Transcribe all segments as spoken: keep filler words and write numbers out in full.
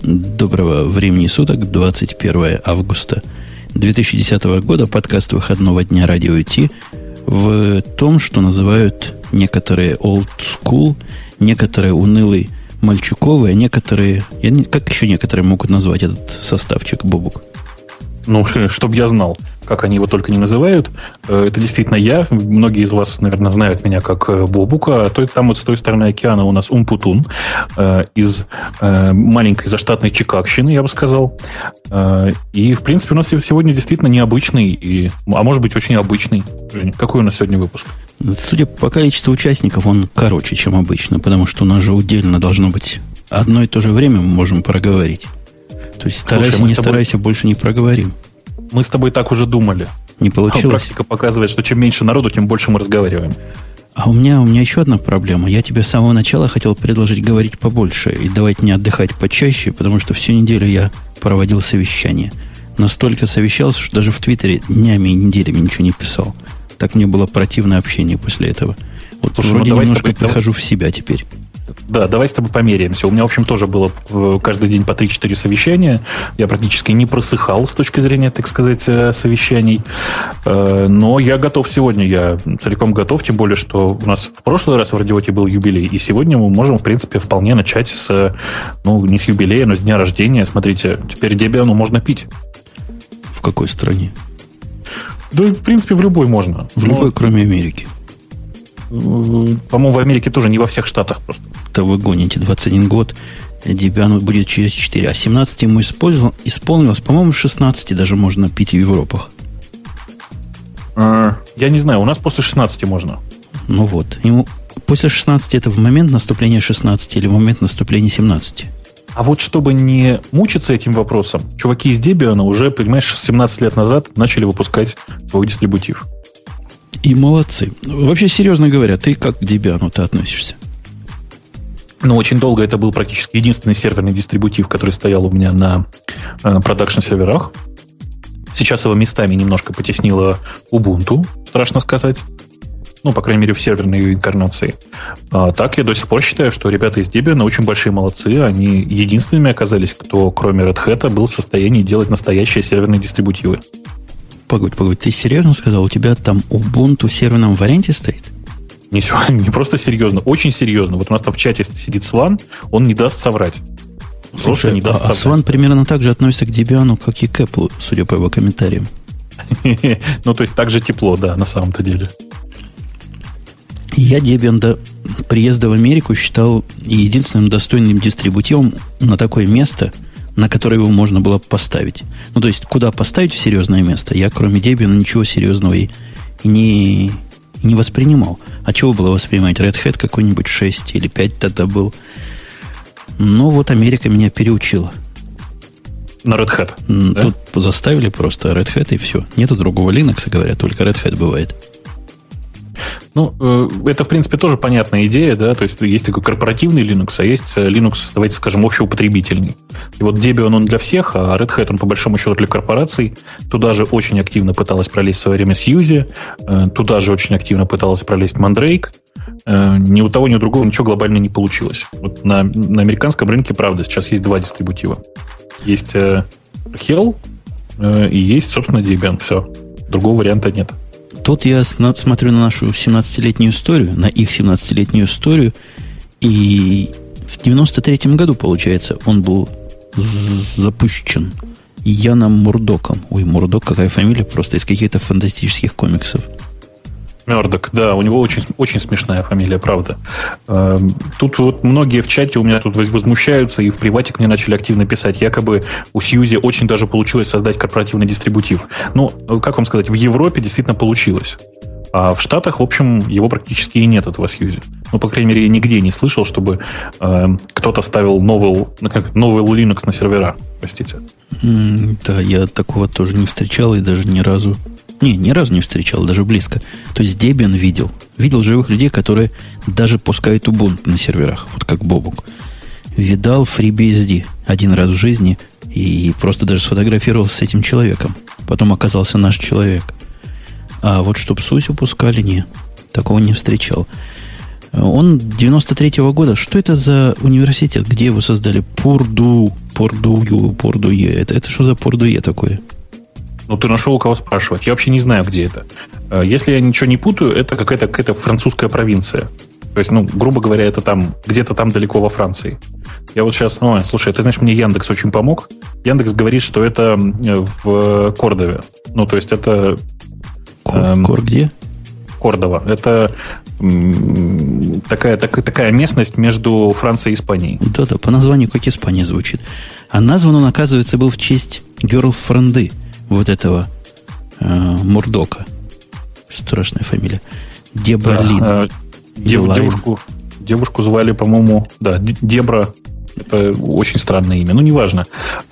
Доброго времени суток, двадцать первое августа две тысячи десятого года, подкаст выходного дня Радио Ти в том, что называют некоторые old school, некоторые унылые мальчуковые, а некоторые... Как еще некоторые могут назвать этот составчик, Бобук? Ну, чтобы я знал, как они его только не называют. Это действительно я. Многие из вас, наверное, знают меня как Бобука. То там вот с той стороны океана у нас Умпутун из маленькой заштатной чикагщины, я бы сказал. И, в принципе, у нас сегодня действительно необычный, и, а может быть, очень обычный. Женя, какой у нас сегодня выпуск? Судя по количеству участников, он короче, чем обычно, потому что у нас же удельно должно быть одно и то же время мы можем проговорить. То есть старайся, Слушай, не тобой... старайся, больше не проговорим. Мы с тобой так уже думали. Не получилось. А практика показывает, что чем меньше народу, тем больше мы разговариваем. А у меня, у меня еще одна проблема. Я тебе с самого начала хотел предложить говорить побольше и давать мне отдыхать почаще, потому что всю неделю я проводил совещание. Настолько совещался, что даже в Твиттере днями и неделями ничего не писал. Так мне было противное общение после этого. Вот Слушай, вроде ну, немножко тобой... прихожу в себя теперь. Да, давай с тобой померяемся. У меня, в общем, тоже было каждый день по три-четыре совещания. Я практически не просыхал с точки зрения, так сказать, совещаний. Но я готов сегодня. Я целиком готов, тем более, что у нас в прошлый раз в Радиоте был юбилей. И сегодня мы можем, в принципе, вполне начать с, ну, не с юбилея, но с дня рождения. Смотрите, теперь Debian можно пить. В какой стране? Да, в принципе, в любой можно. В но... любой, кроме Америки. По-моему, в Америке тоже не во всех штатах просто. Да вы гоните, двадцать один год. Debian будет через четыре. А семнадцать ему использовал, исполнилось, по-моему, шестнадцать даже можно пить в Европах. А, я не знаю, у нас после шестнадцати можно. Ну вот. Ему после шестнадцати это в момент наступления шестнадцати или в момент наступления семнадцати? А вот чтобы не мучиться этим вопросом, чуваки из Debian уже, понимаешь, семнадцать лет назад начали выпускать свой дистрибутив. И молодцы. Вообще, серьезно говоря, ты как к Debian-то относишься? Ну, очень долго это был практически единственный серверный дистрибутив, который стоял у меня на продакшн-серверах. Сейчас его местами немножко потеснило Ubuntu, страшно сказать. Ну, по крайней мере, в серверной ее инкарнации. А так я до сих пор считаю, что ребята из Debian очень большие молодцы. Они единственными оказались, кто, кроме Red Hat, был в состоянии делать настоящие серверные дистрибутивы. Погодь, погодь, ты серьезно сказал? У тебя там Ubuntu в серверном варианте стоит? Не, не просто серьезно, очень серьезно. Вот у нас там в чате сидит Сван, он не даст соврать. Слушай, не даст а, соврать. А Сван примерно так же относится к Debian, как и к Apple, судя по его комментариям. Ну, то есть так же тепло, да, на самом-то деле. Я Debian до приезда в Америку считал единственным достойным дистрибутивом на такое место, на которое его можно было поставить. Ну, то есть, куда поставить в серьезное место, я кроме Debian ничего серьезного и, и не, и не воспринимал. А чего было воспринимать? Red Hat какой-нибудь шесть или пять тогда был. Ну, вот Америка меня переучила. На Red Hat? Тут да? Заставили просто Red Hat и все. Нету другого Linux, говорят, только Red Hat бывает. Ну, это, в принципе, тоже понятная идея, да, то есть есть такой корпоративный Linux, а есть Linux, давайте скажем, общеупотребительный. И вот Debian, он для всех, а Red Hat, он по большому счету для корпораций. Туда же очень активно пыталась пролезть в свое время Сьюзи, туда же очень активно пыталась пролезть Mandrake. Ни у того, ни у другого ничего глобально не получилось. Вот на, на американском рынке, правда, сейчас есть два дистрибутива. Есть Hell и есть, собственно, Debian. Все. Другого варианта нет. Тут я смотрю на нашу семнадцатилетнюю историю, на их семнадцатилетнюю историю, и в девяносто третьем году, получается, он был запущен Яном Мурдоком. Ой, Мурдок, какая фамилия, просто из каких-то фантастических комиксов. Мёрдок, да, у него очень, очень смешная фамилия, правда. Тут вот многие в чате у меня тут возмущаются, и в приватик мне начали активно писать, якобы у Сьюзи очень даже получилось создать корпоративный дистрибутив. Ну, как вам сказать, в Европе действительно получилось. А в Штатах, в общем, его практически и нет, этого Сьюзи. Ну, по крайней мере, я нигде не слышал, чтобы э, кто-то ставил новый, как, новый Linux на сервера, простите. Mm, да, я такого тоже не встречал и даже ни разу... Не, ни разу не встречал, даже близко. То есть Debian видел. Видел живых людей, которые даже пускают Ubuntu на серверах, вот как Бобук. Видал FreeBSD один раз в жизни и просто даже сфотографировался с этим человеком. Потом оказался наш человек. А вот чтоб Сусю пускали, не. Такого не встречал. Он девяносто третьего года. Что это за университет? Где его создали? Пурду, Пордую, Пордуе. Это, это что за Пордуе такое? Ну, ты нашел у кого спрашивать. Я вообще не знаю, где это. Если я ничего не путаю, это какая-то, какая-то французская провинция. То есть, ну, грубо говоря, это там, где-то там далеко во Франции. Я вот сейчас, ну, слушай, ты знаешь, мне Яндекс очень помог. Яндекс говорит, что это в Кордове. Ну, то есть это... Кор, эм, Кор где? Кордова. Это м, такая, так, такая местность между Францией и Испанией. Да-да, по названию как Испания звучит. А назван он, оказывается, был в честь герлфренды вот этого э, Мурдока. Страшная фамилия. Дебра Лин. Да, дев, девушку, девушку звали, по-моему, да, Дебра. Это очень странное имя. Ну, неважно.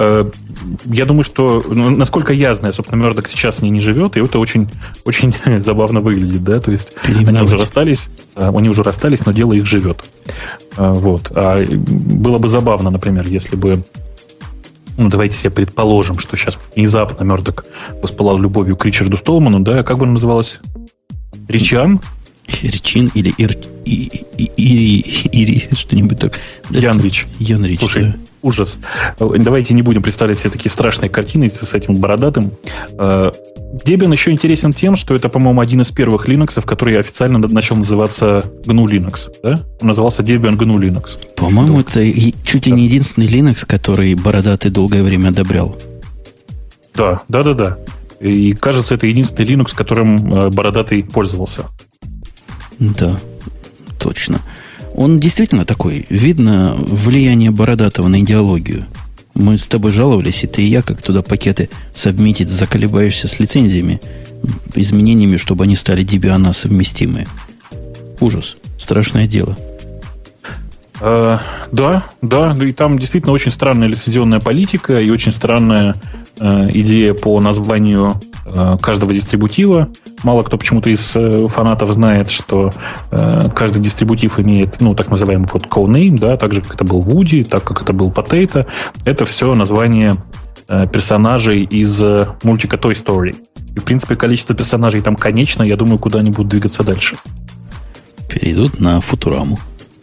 Я думаю, что, ну, насколько я знаю, собственно, Мёрдок сейчас с ней не живет, и это очень, очень забавно выглядит, да, то есть они уже расстались, они уже расстались, но дело их живет. Вот. А было бы забавно, например, если бы, ну, давайте себе предположим, что сейчас внезапно Мёрдок воспылал любовью к Ричарду Столману, да, как бы она называлась? Ричан? Ричин или Ир, и, и, Ири, Ири, что-нибудь так. Янрич. Янрич. Слушай, да. Ужас. Давайте не будем представлять себе такие страшные картины с этим бородатым. Debian еще интересен тем, что это, по-моему, один из первых Linux, который официально начал называться гну Linux. Да? Он назывался Debian гну Linux. По-моему, это чуть ли не единственный Linux, который бородатый долгое время одобрял. Да, да, да, да. И кажется, это единственный Linux, которым бородатый пользовался. Да, точно. Он действительно такой. Видно влияние бородатого на идеологию. Мы с тобой жаловались, и ты и я, как туда пакеты сабмитить, заколебаешься с лицензиями, изменениями, чтобы они стали Debian совместимые. Ужас. Страшное дело. Uh, да, да, и там действительно очень странная лицензионная политика и очень странная uh, идея по названию uh, каждого дистрибутива. Мало кто почему-то из uh, фанатов знает, что uh, каждый дистрибутив имеет, ну, так называемый вот codename, да, так же, как это был Woody, так как это был Potato. Это все название uh, персонажей из uh, мультика Toy Story. И, в принципе, количество персонажей там конечно, я думаю, куда они будут двигаться дальше. Перейдут на Футураму.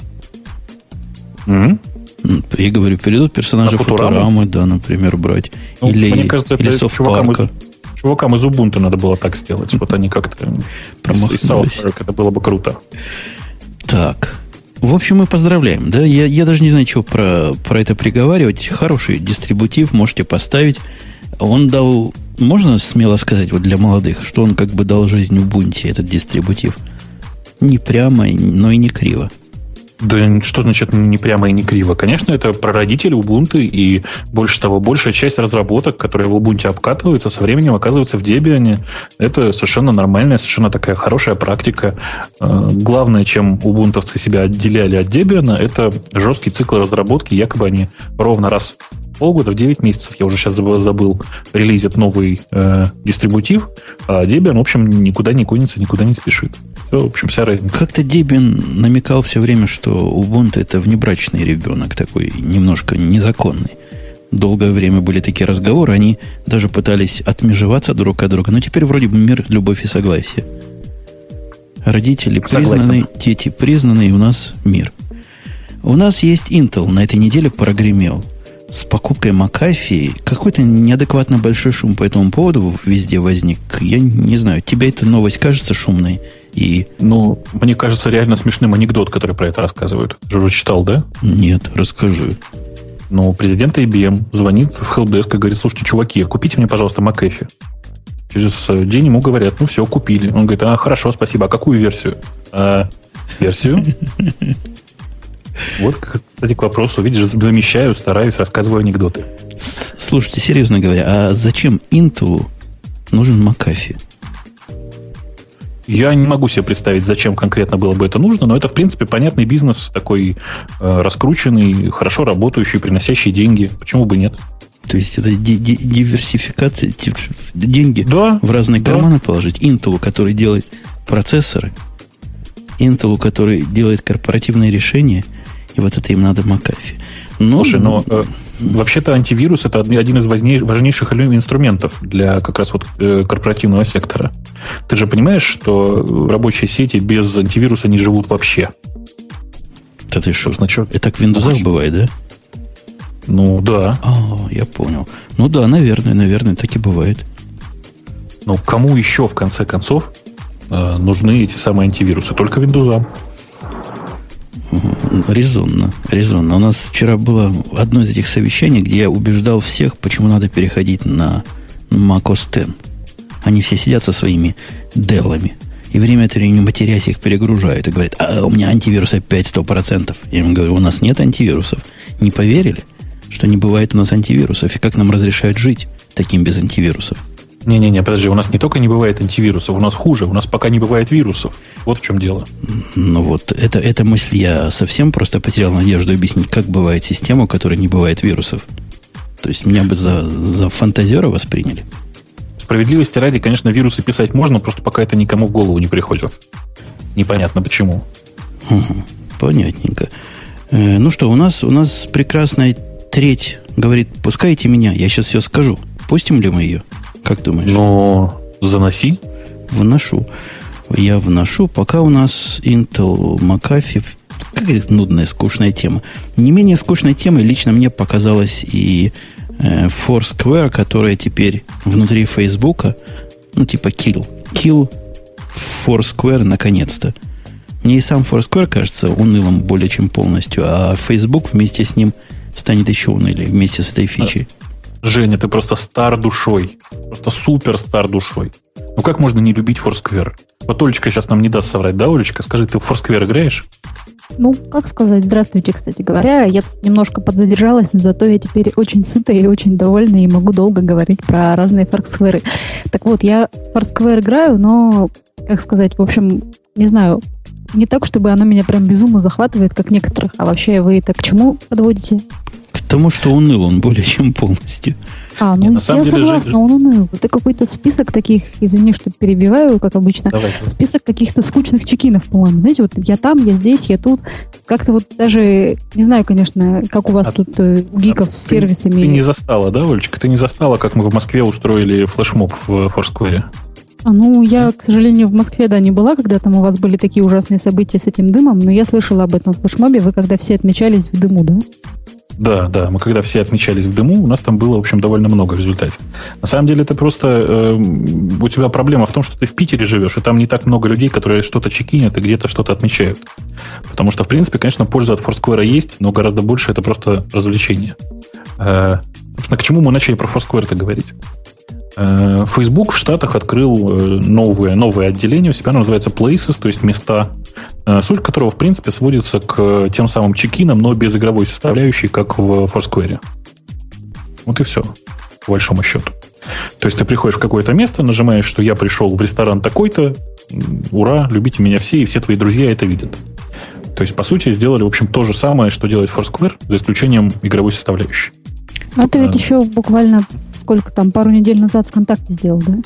Mm-hmm. Я говорю, перейдут персонажи Футурамы, да, например, брать. Ну, или, мне кажется, или это чувакам из, чувакам из Ubuntu надо было так сделать. Вот они как-то из, из South Park, это было бы круто. Так. В общем, мы поздравляем, да? Я, я даже не знаю, что про, про это приговаривать. Хороший дистрибутив, можете поставить. Он дал, можно смело сказать, вот для молодых, что он как бы дал жизнь Ubuntu, этот дистрибутив. Не прямо, но и не криво. Да что значит не прямо и не криво? Конечно, это прародитель Ubuntu, и больше того, большая часть разработок, которые в Ubuntu обкатываются, со временем оказываются в Debian. Это совершенно нормальная, совершенно такая хорошая практика. Главное, чем убунтовцы себя отделяли от Debian, это жесткий цикл разработки. Якобы они ровно раз в полгода, в девять месяцев, я уже сейчас забыл, забыл релизят новый э, дистрибутив, а Debian, в общем, никуда не гонится, никуда не спешит. Все, в общем, вся разница. Как-то Debian намекал все время, что Ubuntu это внебрачный ребенок, такой немножко незаконный. Долгое время были такие разговоры, они даже пытались отмежеваться друг от друга, но теперь вроде бы мир, любовь и согласие. Родители признаны, дети признаны, и у нас мир. У нас есть Intel, на этой неделе прогремел. С покупкой McAfee какой-то неадекватно большой шум по этому поводу везде возник. Я не знаю, тебе эта новость кажется шумной? И... Ну, мне кажется, реально смешным анекдот, который про это рассказывают. Ты же уже читал, да? Нет, расскажи. Ну, президент ай би эм звонит в helpdesk и говорит: слушайте, чуваки, купите мне, пожалуйста, McAfee. Через день ему говорят: ну все, купили. Он говорит: а, хорошо, спасибо. А какую версию? А, версию? Вот, кстати, к вопросу. Видишь, замещаю, стараюсь, рассказываю анекдоты. Слушайте, серьезно говоря, а зачем Intel нужен McAfee? Я не могу себе представить, зачем конкретно было бы это нужно, но это, в принципе, понятный бизнес, такой э, раскрученный, хорошо работающий, приносящий деньги. Почему бы нет? То есть это ди- ди- диверсификация, типа, деньги да, в разные да. карманы положить. Intel, который делает процессоры, Intel, который делает корпоративные решения, и вот это им надо McAfee. Но, Слушай, но э, вообще-то антивирус это один из важнейших инструментов для как раз вот э, корпоративного сектора. Ты же понимаешь, что рабочие сети без антивируса не живут вообще. Да ты что? Собственно, что? Это так в Windows бывает, да? Ну, да. А, я понял. Ну да, наверное, наверное, так и бывает. Ну, кому еще, в конце концов, нужны эти самые антивирусы? Только Windows. Резонно, резонно. У нас вчера было одно из этих совещаний, где я убеждал всех, почему надо переходить на macOS десять. Они все сидят со своими делами. И время от времени, матерясь, их перегружают и говорят: а у меня антивирус опять сто процентов. Я им говорю: у нас нет антивирусов. Не поверили, что не бывает у нас антивирусов? И как нам разрешают жить таким без антивирусов? Не-не-не, подожди, у нас не только не бывает антивирусов, у нас хуже, у нас пока не бывает вирусов. Вот в чем дело. Ну вот, это, эта мысль я совсем просто потерял надежду объяснить, как бывает система, у которой не бывает вирусов. То есть меня бы за, за фантазера восприняли. Справедливости ради, конечно, вирусы писать можно, просто пока это никому в голову не приходит. Непонятно почему. Угу, понятненько. Э, ну что, у нас, у нас прекрасная треть говорит: пускайте меня, я сейчас все скажу. Пустим ли мы ее? Как думаешь? Ну, заноси. Вношу. Я вношу, пока у нас Intel, McAfee. Какая нудная, скучная тема. Не менее скучной темой лично мне показалась и э, Foursquare, которая теперь внутри Фейсбука, ну, типа kill. Kill Foursquare наконец-то. Мне и сам Foursquare кажется унылым более чем полностью, а Facebook вместе с ним станет еще унылее, вместе с этой фичей. Женя, ты просто стар душой. Просто супер стар душой. Ну как можно не любить Foursquare? Вот Олечка сейчас нам не даст соврать, да, Олечка? Скажи, ты в Foursquare играешь? Ну, как сказать, здравствуйте, кстати говоря. Я тут немножко подзадержалась, но зато я теперь очень сытая и очень довольна, и могу долго говорить про разные Foursquare. Так вот, я в Foursquare играю, но, как сказать, в общем, не знаю, не так, чтобы оно меня прям безумно захватывает, как некоторых. А вообще вы это к чему подводите? К тому, что уныл он более чем полностью. А, ну Нет, на я самом деле согласна, же... он уныл. Это какой-то список таких, извини, что перебиваю, как обычно, Давай. список каких-то скучных чекинов, по-моему. Знаете, вот я там, я здесь, я тут. Как-то вот даже, не знаю, конечно, как у вас а, тут э, у гиков а с ты, сервисами. Ты не застала, да, Олечка? Ты не застала, как мы в Москве устроили флешмоб в Foursquare? А, ну, я, к сожалению, в Москве, да, не была, когда там у вас были такие ужасные события с этим дымом, но я слышала об этом флешмобе, вы когда все отмечались в дыму, да? Да, да, мы когда все отмечались в дыму, у нас там было, в общем, довольно много в результате. На самом деле это просто э, у тебя проблема в том, что ты в Питере живешь, и там не так много людей, которые что-то чекинят и где-то что-то отмечают. Потому что, в принципе, конечно, польза от Foursquare есть, но гораздо больше это просто развлечение. Э, собственно, к чему мы начали про Foursquare-то говорить? Э, Facebook в Штатах открыл новое, новое отделение у себя, оно называется Places, то есть места, суть которого, в принципе, сводится к тем самым чекинам, но без игровой составляющей, как в Foursquare. Вот и все, по большому счету. То есть ты приходишь в какое-то место, нажимаешь, что я пришел в ресторан такой-то, ура, любите меня все, и все твои друзья это видят. То есть, по сути, сделали, в общем, то же самое, что делает Foursquare, за исключением игровой составляющей. Но это ведь а... еще буквально, сколько там, пару недель назад ВКонтакте сделал, да?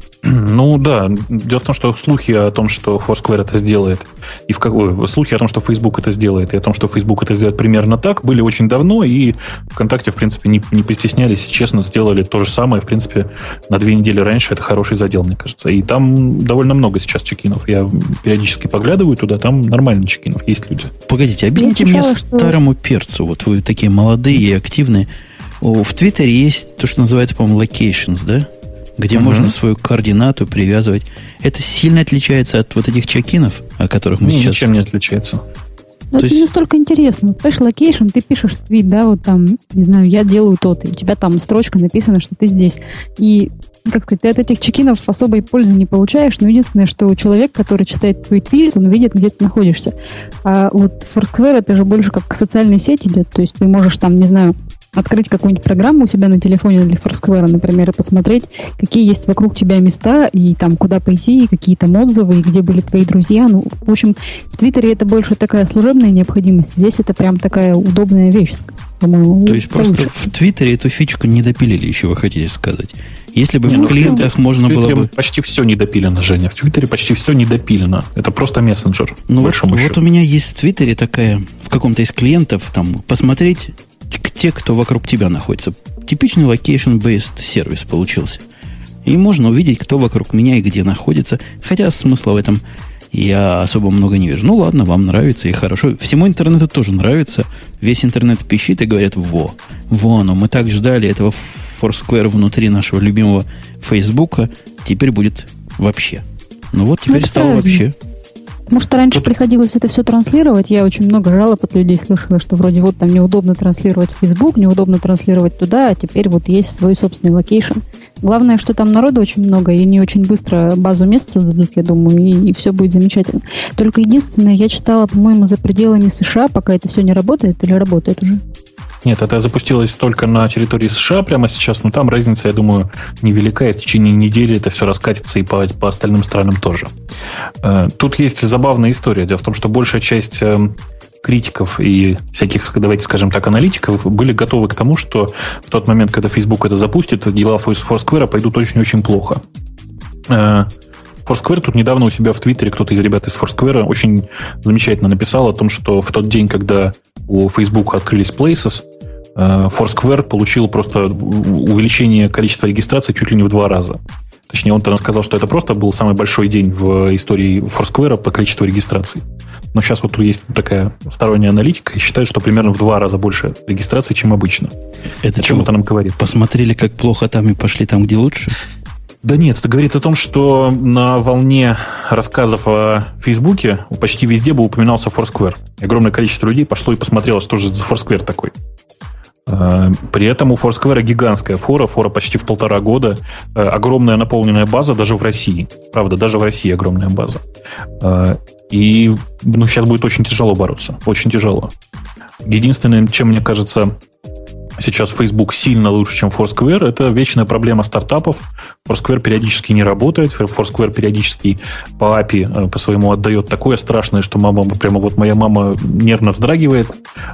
Ну да, дело в том, что слухи о том, что Foursquare это сделает, и в какой слухи о том, что Facebook это сделает, и о том, что Facebook это сделает примерно так, были очень давно, и ВКонтакте, в принципе, не, не постеснялись и честно сделали то же самое, в принципе, на две недели раньше. Это хороший задел, мне кажется. И там довольно много сейчас чекинов. Я периодически поглядываю туда, там нормально чекинов, есть люди. Погодите, объясните мне, что... старому перцу, вот вы такие молодые и активные, в Твиттере есть то, что называется, по-моему, locations, да? Где uh-huh. можно свою координату привязывать. Это сильно отличается от вот этих чекинов, о которых мы не, сейчас... Ничем не отличается. Но это есть... не настолько интересно. Пишешь локейшн, ты пишешь твит, да, вот там, не знаю, я делаю то-то, и у тебя там строчка написана, что ты здесь. И, как сказать, ты от этих чекинов особой пользы не получаешь, но единственное, что человек, который читает твой твит, он видит, где ты находишься. А вот Foursquare это же больше как социальная сеть идет, то есть ты можешь там, не знаю, открыть какую-нибудь программу у себя на телефоне для Foursquare, например, и посмотреть, какие есть вокруг тебя места, и там куда пойти, и какие там отзывы, и где были твои друзья. Ну, в общем, в Твиттере это больше такая служебная необходимость. Здесь это прям такая удобная вещь, по-моему. То есть просто лучше. В Твиттере эту фичку не допилили, еще вы хотите сказать. Если бы не, в ну, клиентах в можно было бы... почти все недопилено, Женя. В Твиттере почти все недопилено. Это просто мессенджер. Ну, вот, вот у меня есть в Твиттере такая, в каком-то из клиентов, там, посмотреть те, кто вокруг тебя находится. Типичный location-based сервис получился. И можно увидеть, кто вокруг меня и где находится. Хотя смысла в этом Я особо много не вижу. Ну ладно, вам нравится и хорошо. Всему интернету тоже нравится. Весь интернет пищит и говорят, во, вон, мы так ждали этого Foursquare внутри нашего любимого Фейсбука. Теперь будет вообще. Ну вот теперь ну, стало вообще. Может, раньше Тут... приходилось это все транслировать. Я очень много жалоб от людей слышала, что вроде вот там неудобно транслировать в Facebook, неудобно транслировать туда, а теперь вот есть свой собственный локейшн. Главное, что там народу очень много, и они очень быстро базу мест создадут, я думаю, и, и все будет замечательно. Только единственное, я читала, по-моему, за пределами США, пока это все не работает, или работает уже? Нет, это запустилось только на территории США прямо сейчас, но там разница, я думаю, невелика, и в течение недели это все раскатится и по, по остальным странам тоже. Тут есть забавная история. Дело в том, что большая часть критиков и всяких, давайте скажем так, аналитиков были готовы к тому, что в тот момент, когда Facebook это запустит, дела Foursquare пойдут очень-очень плохо. Foursquare тут недавно у себя в Твиттере кто-то из ребят из Foursquare очень замечательно написал о том, что в тот день, когда у Facebook открылись Places, Foursquare получил просто увеличение количества регистраций чуть ли не в два раза. Точнее, он тогда сказал, что это просто был самый большой день в истории Foursquare по количеству регистраций. Но сейчас вот тут есть такая сторонняя аналитика и считает, что примерно в два раза больше регистраций, чем обычно. Это о чем это нам говорит? Посмотрели, как плохо там и пошли там, где лучше? Да нет, это говорит о том, что на волне рассказов о Фейсбуке почти везде бы упоминался Foursquare. И огромное количество людей пошло и посмотрело, что же за Foursquare такой. При этом у Foursquare гигантская фора, фора почти в полтора года, огромная наполненная база даже в России. Правда, даже в России огромная база. И ну, сейчас будет очень тяжело бороться. Очень тяжело. Единственное, чем, мне кажется, сейчас Facebook сильно лучше, чем Foursquare, это вечная проблема стартапов. Foursquare периодически не работает. Foursquare периодически по эй пи ай по своему отдает такое страшное, что мама, прямо вот моя мама нервно вздрагивает.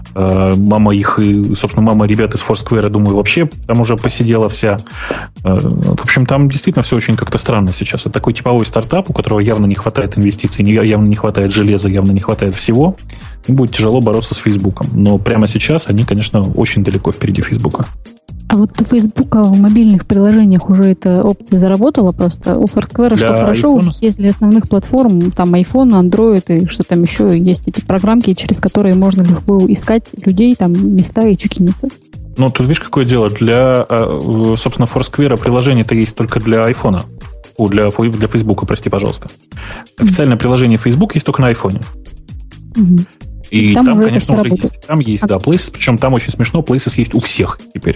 Мама их, собственно, мама ребят из Foursquare, думаю, вообще там уже посидела вся. В общем, там действительно все очень как-то странно сейчас. Это такой типовой стартап, у которого явно не хватает инвестиций, явно не хватает железа, явно не хватает всего. Им будет тяжело бороться с Фейсбуком. Но прямо сейчас они, конечно, очень далеко впереди Фейсбука. А вот у Фейсбука в мобильных приложениях уже эта опция заработала просто? У Foursquare, что хорошо, iPhone? У них есть для основных платформ, там iPhone, Android и что там еще есть, эти программки, через которые можно легко искать людей, там места и чекиниться. Ну, тут видишь, какое дело. Для, собственно, Foursquare приложение-то есть только для iPhone. О, для, для Facebook, прости, пожалуйста. Официальное mm-hmm. приложение Facebook есть только на iPhone. Mm-hmm. И там, там конечно, уже работает. Есть. Там есть, а... да, Places, причем там очень смешно, Places есть у всех теперь.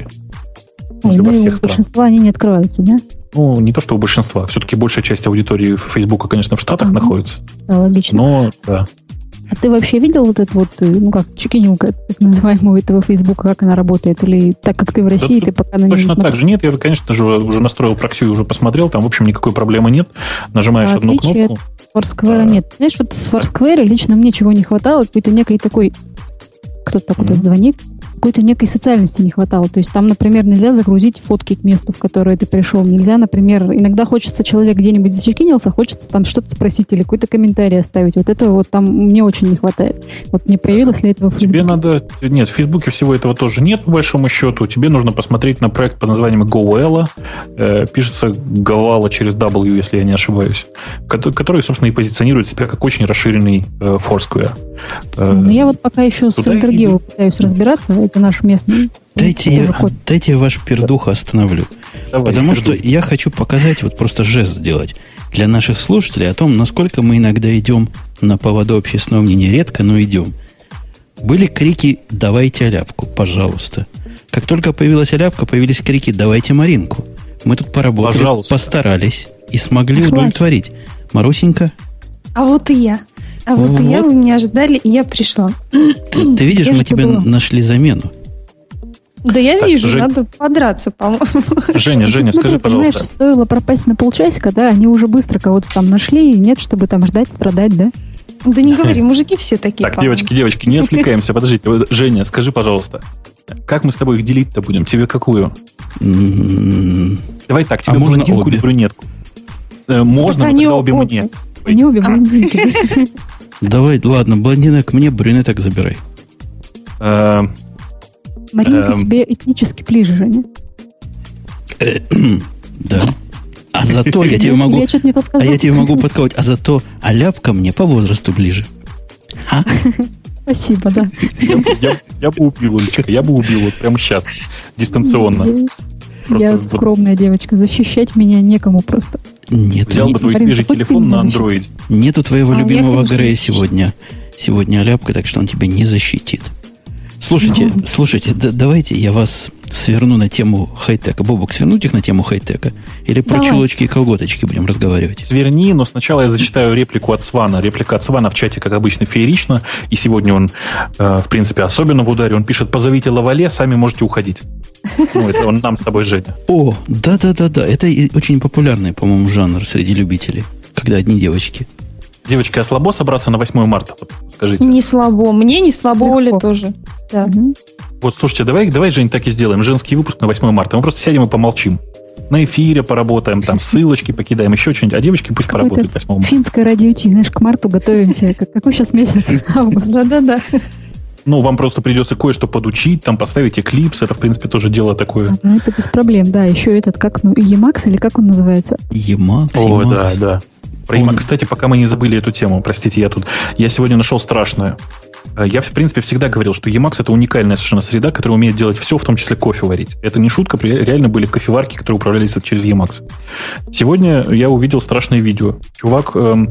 А, ну, у большинства они не открываются, да? Ну, не то, что у большинства. Все-таки большая часть аудитории Фейсбука, конечно, в Штатах mm-hmm. находится. Да, логично. Но, да. А ты вообще видел вот эту вот, ну как, чекинилка, так называемую, этого Фейсбука, как она работает? Или так как ты в России, да, ты пока на нее точно так же нет. Я, конечно же, уже настроил прокси и уже посмотрел. Там, в общем, никакой проблемы нет. Нажимаешь а одну кнопку. Foursquare а... нет. Знаешь, вот в Foursquare лично мне чего не хватало, какой-то некой такой... Кто-то так mm-hmm. вот звонит. Какой-то некой социальности не хватало. То есть там, например, нельзя загрузить фотки к месту, в которое ты пришел. Нельзя, например, иногда хочется, человек где-нибудь зачекинился, хочется там что-то спросить или какой-то комментарий оставить. Вот этого вот там мне очень не хватает. Вот не появилось ли этого в Фейсбуке? Тебе надо... Нет, в Фейсбуке всего этого тоже нет, по большому счету. Тебе нужно посмотреть на проект под названием GoElla. Э, пишется Goala через W, если я не ошибаюсь. Который, собственно, и позиционирует себя как очень расширенный э, Foursquare. Э, ну, я вот пока еще с Интергео пытаюсь разбираться. Это наш местный. Дайте я, дайте ваш пердуха остановлю. Давай, потому пердух. Что я хочу показать, вот просто жест сделать для наших слушателей о том, насколько мы иногда идем на поводу общественного мнения. Редко, но идем. Были крики «давайте Аляпку, пожалуйста». Как только появилась Аляпка, появились крики «давайте Маринку». Мы тут поработали, пожалуйста. Постарались и смогли Хватит. удовлетворить. Марусенька? А вот и я. А вот, вот и я, вы меня ждали, и я пришла. Ты, ты видишь, мы тебе была. нашли замену. Да я так, вижу, Жень... надо подраться, по-моему. Женя, Женя, смотри, скажи, пожалуйста. Стоило пропасть на полчасика, да, они уже быстро кого-то там нашли, и нет, чтобы там ждать, страдать, да? Да не говори, мужики все такие. Так, девочки, девочки, не отвлекаемся, подождите. Женя, скажи, пожалуйста, как мы с тобой их делить-то будем? Тебе какую? Давай так, тебе блондинку или брюнетку? Можно, но тогда обе мне. Они обе блондинки. Давай, ладно, блондинок мне, брюнеток забирай. Маринка тебе этнически ближе, Женя. Да. А зато я тебе могу... Я что-то не то сказал. А я тебе могу подколоть. А зато а ляпка мне по возрасту ближе. А? Спасибо, да. Я, я, я бы убил, Олечка, я бы убил вот прямо сейчас, дистанционно. Я, я вот скромная девочка, защищать меня некому просто. Нет, взял не, бы твой Марин, свежий телефон на андроиде. Нету твоего А, любимого я, Грея сегодня. Сегодня ляпка, так что он тебя не защитит. Слушайте, ну, слушайте, да, давайте я вас сверну на тему хай-тека. Бобок, свернуть их на тему хай-тека? Или про Давай. чулочки и колготочки будем разговаривать? Сверни, но сначала я зачитаю реплику от Свана. Реплика от Свана в чате, как обычно, феерично. И сегодня он, э, в принципе, особенно в ударе. Он пишет: позовите Лавале, сами можете уходить. Ну, это он нам с тобой, Женя. О, да-да-да-да. Это и очень популярный, по-моему, жанр среди любителей. Когда одни девочки. Девочки, а слабо собраться на восьмое марта? Вот, скажите. Не слабо. Мне не слабо, Легко. Оля тоже. Да. Мгм. Вот, слушайте, давай, давай, Жень, так и сделаем. Женский выпуск на восьмое марта. Мы просто сядем и помолчим. На эфире поработаем, там ссылочки покидаем, еще что-нибудь. А девочки пусть Какой-то поработают восьмого марта. Финское радио Ти, знаешь, к марту готовимся. Как- Какой сейчас месяц? Август. Да-да-да. Ну, вам просто придется кое-что подучить, там поставить эклипс. Это, в принципе, тоже дело такое. А, ну, это без проблем, да. Еще этот, как, ну, Емакс или как он называется? Емакс, О, да, Емакс. да. Про Он- Emacs, кстати, пока мы не забыли эту тему, простите, я тут... Я сегодня нашел страшное. Я, в принципе, всегда говорил, что Emacs — это уникальная совершенно среда, которая умеет делать все, в том числе кофе варить. Это не шутка, при- реально были кофеварки, которые управлялись через Emacs. Сегодня я увидел страшное видео. Чувак, эм,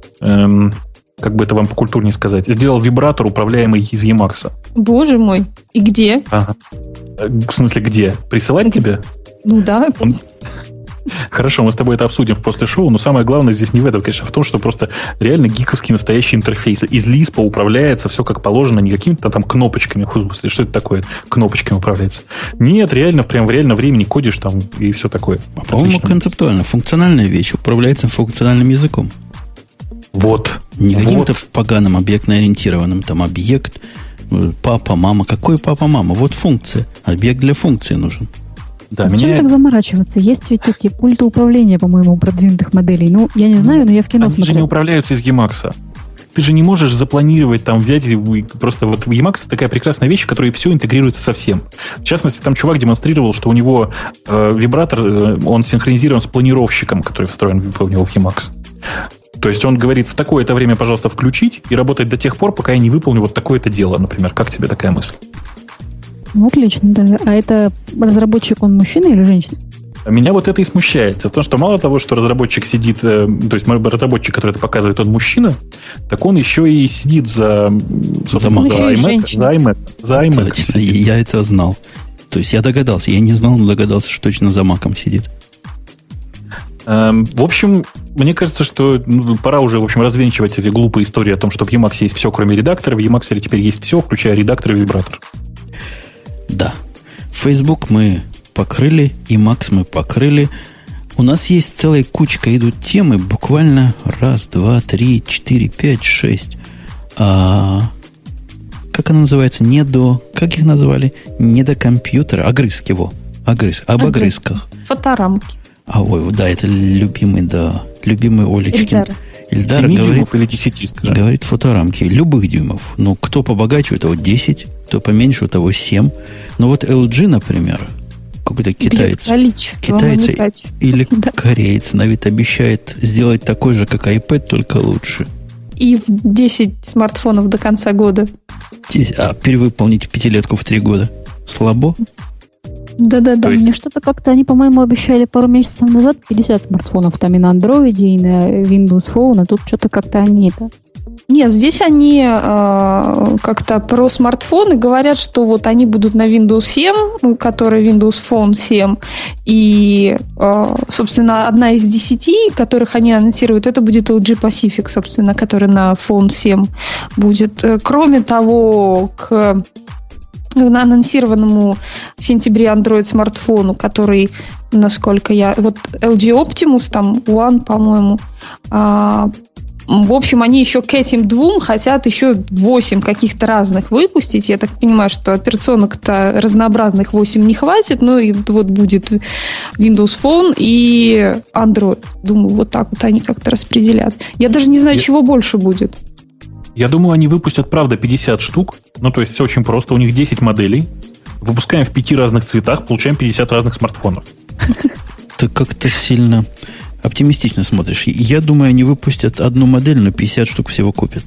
эм, как бы это вам покультурнее сказать, сделал вибратор, управляемый из Emacs. Боже мой. И где? Ага. В смысле, где? Присылать тебе? Ну да. Он... Хорошо, мы с тобой это обсудим в после шоу, но самое главное здесь не в этом, конечно, а в том, что просто реально гиковский настоящий интерфейс. Из Лиспа управляется все как положено, не какими-то там кнопочками. Господи, что это такое? Кнопочками управляется. Нет, реально, прям в реальном времени кодишь там и все такое. А, по-моему, Отлично. концептуально. Функциональная вещь управляется функциональным языком. Вот. Не каким-то Вот. поганым объектно-ориентированным. Там объект, э, папа, мама. Какой папа, мама? Вот функция. Объект для функции нужен. Да, А зачем меня... так заморачиваться? Есть ведь эти пульты управления, по-моему, у продвинутых моделей. Ну, я не знаю, но я в кино Они же не смотрела. управляются из Emacs. Ты же не можешь запланировать, там, взять и вы- просто вот в Emacs такая прекрасная вещь, в которой все интегрируется со всем. В частности, там чувак демонстрировал, что у него э, вибратор, э, он синхронизирован с планировщиком, который встроен в, у него в Emacs. То есть он говорит: в такое-то время, пожалуйста, включить, и работать до тех пор, пока я не выполню вот такое-то дело, например. Как тебе такая мысль? Ну, отлично, да. А это разработчик, он мужчина или женщина? Меня вот это и смущает. Дело в том, что мало того, что разработчик сидит, э, то есть разработчик, который это показывает, он мужчина, так он еще и сидит за, собственно, Он за еще и iMac, женщина. за iMac, за iMac Точно, сидит. я это знал. То есть я догадался. Я не знал, но догадался, что точно за маком сидит. Эм, В общем, мне кажется, что ну, пора уже, в общем, развенчивать эти глупые истории о том, что в Emacs есть все, кроме редактора. В Emacs теперь есть все, включая редактор и вибратор. Да. Facebook мы покрыли, и Max мы покрыли. У нас есть целая кучка, идут темы, буквально раз, два, три, четыре, пять, шесть. А, как она называется? Не до... Как их назвали? Не до компьютера. Огрызки, во. Огрыз. Об Огрызки. огрызках. Фоторамки. А, ой, да, это любимый, да. Любимый Олечкин. Эльдара. Ильдар семи говорит, дюймов или десяти, скажем. говорит фоторамки любых дюймов. Ну, кто побогаче, у того десять, кто поменьше, у того семь. Но вот эл джи, например, какой-то Бьет китаец, количеством, а китайцы не качеством. или Да. кореец на вид обещает сделать такой же, как iPad, только лучше. И в десять смартфонов до конца года. Здесь- А перевыполнить пятилетку в три года слабо? Да-да-да. То есть- Мне что-то как-то они, по-моему, обещали пару месяцев назад пятьдесят смартфонов там и на Android, и на Windows Phone, а тут что-то как-то они это... Нет, здесь они э, как-то про смартфоны говорят, что вот они будут на Windows семь, который Windows Phone семь, и, э, собственно, одна из десяти, которых они анонсируют, это будет эл джи Pacific, собственно, который на Phone семь будет. Э, Кроме того, к на анонсированному в сентябре Android смартфону, который, насколько я... Вот эл джи Optimus, там, One, по-моему, а, в общем, они еще к этим двум хотят еще восемь каких-то разных выпустить. Я так понимаю, что операционок-то разнообразных восемь не хватит. Ну, и вот будет Windows Phone и Android. Думаю, вот так вот они как-то распределят. Я даже не знаю, Я- чего больше будет. Я думаю, они выпустят, правда, пятьдесят штук. Ну, то есть все очень просто. У них десять моделей. Выпускаем в пяти разных цветах, получаем пятьдесят разных смартфонов. ты как-то сильно оптимистично смотришь. Я думаю, они выпустят одну модель, но пятьдесят штук всего купят.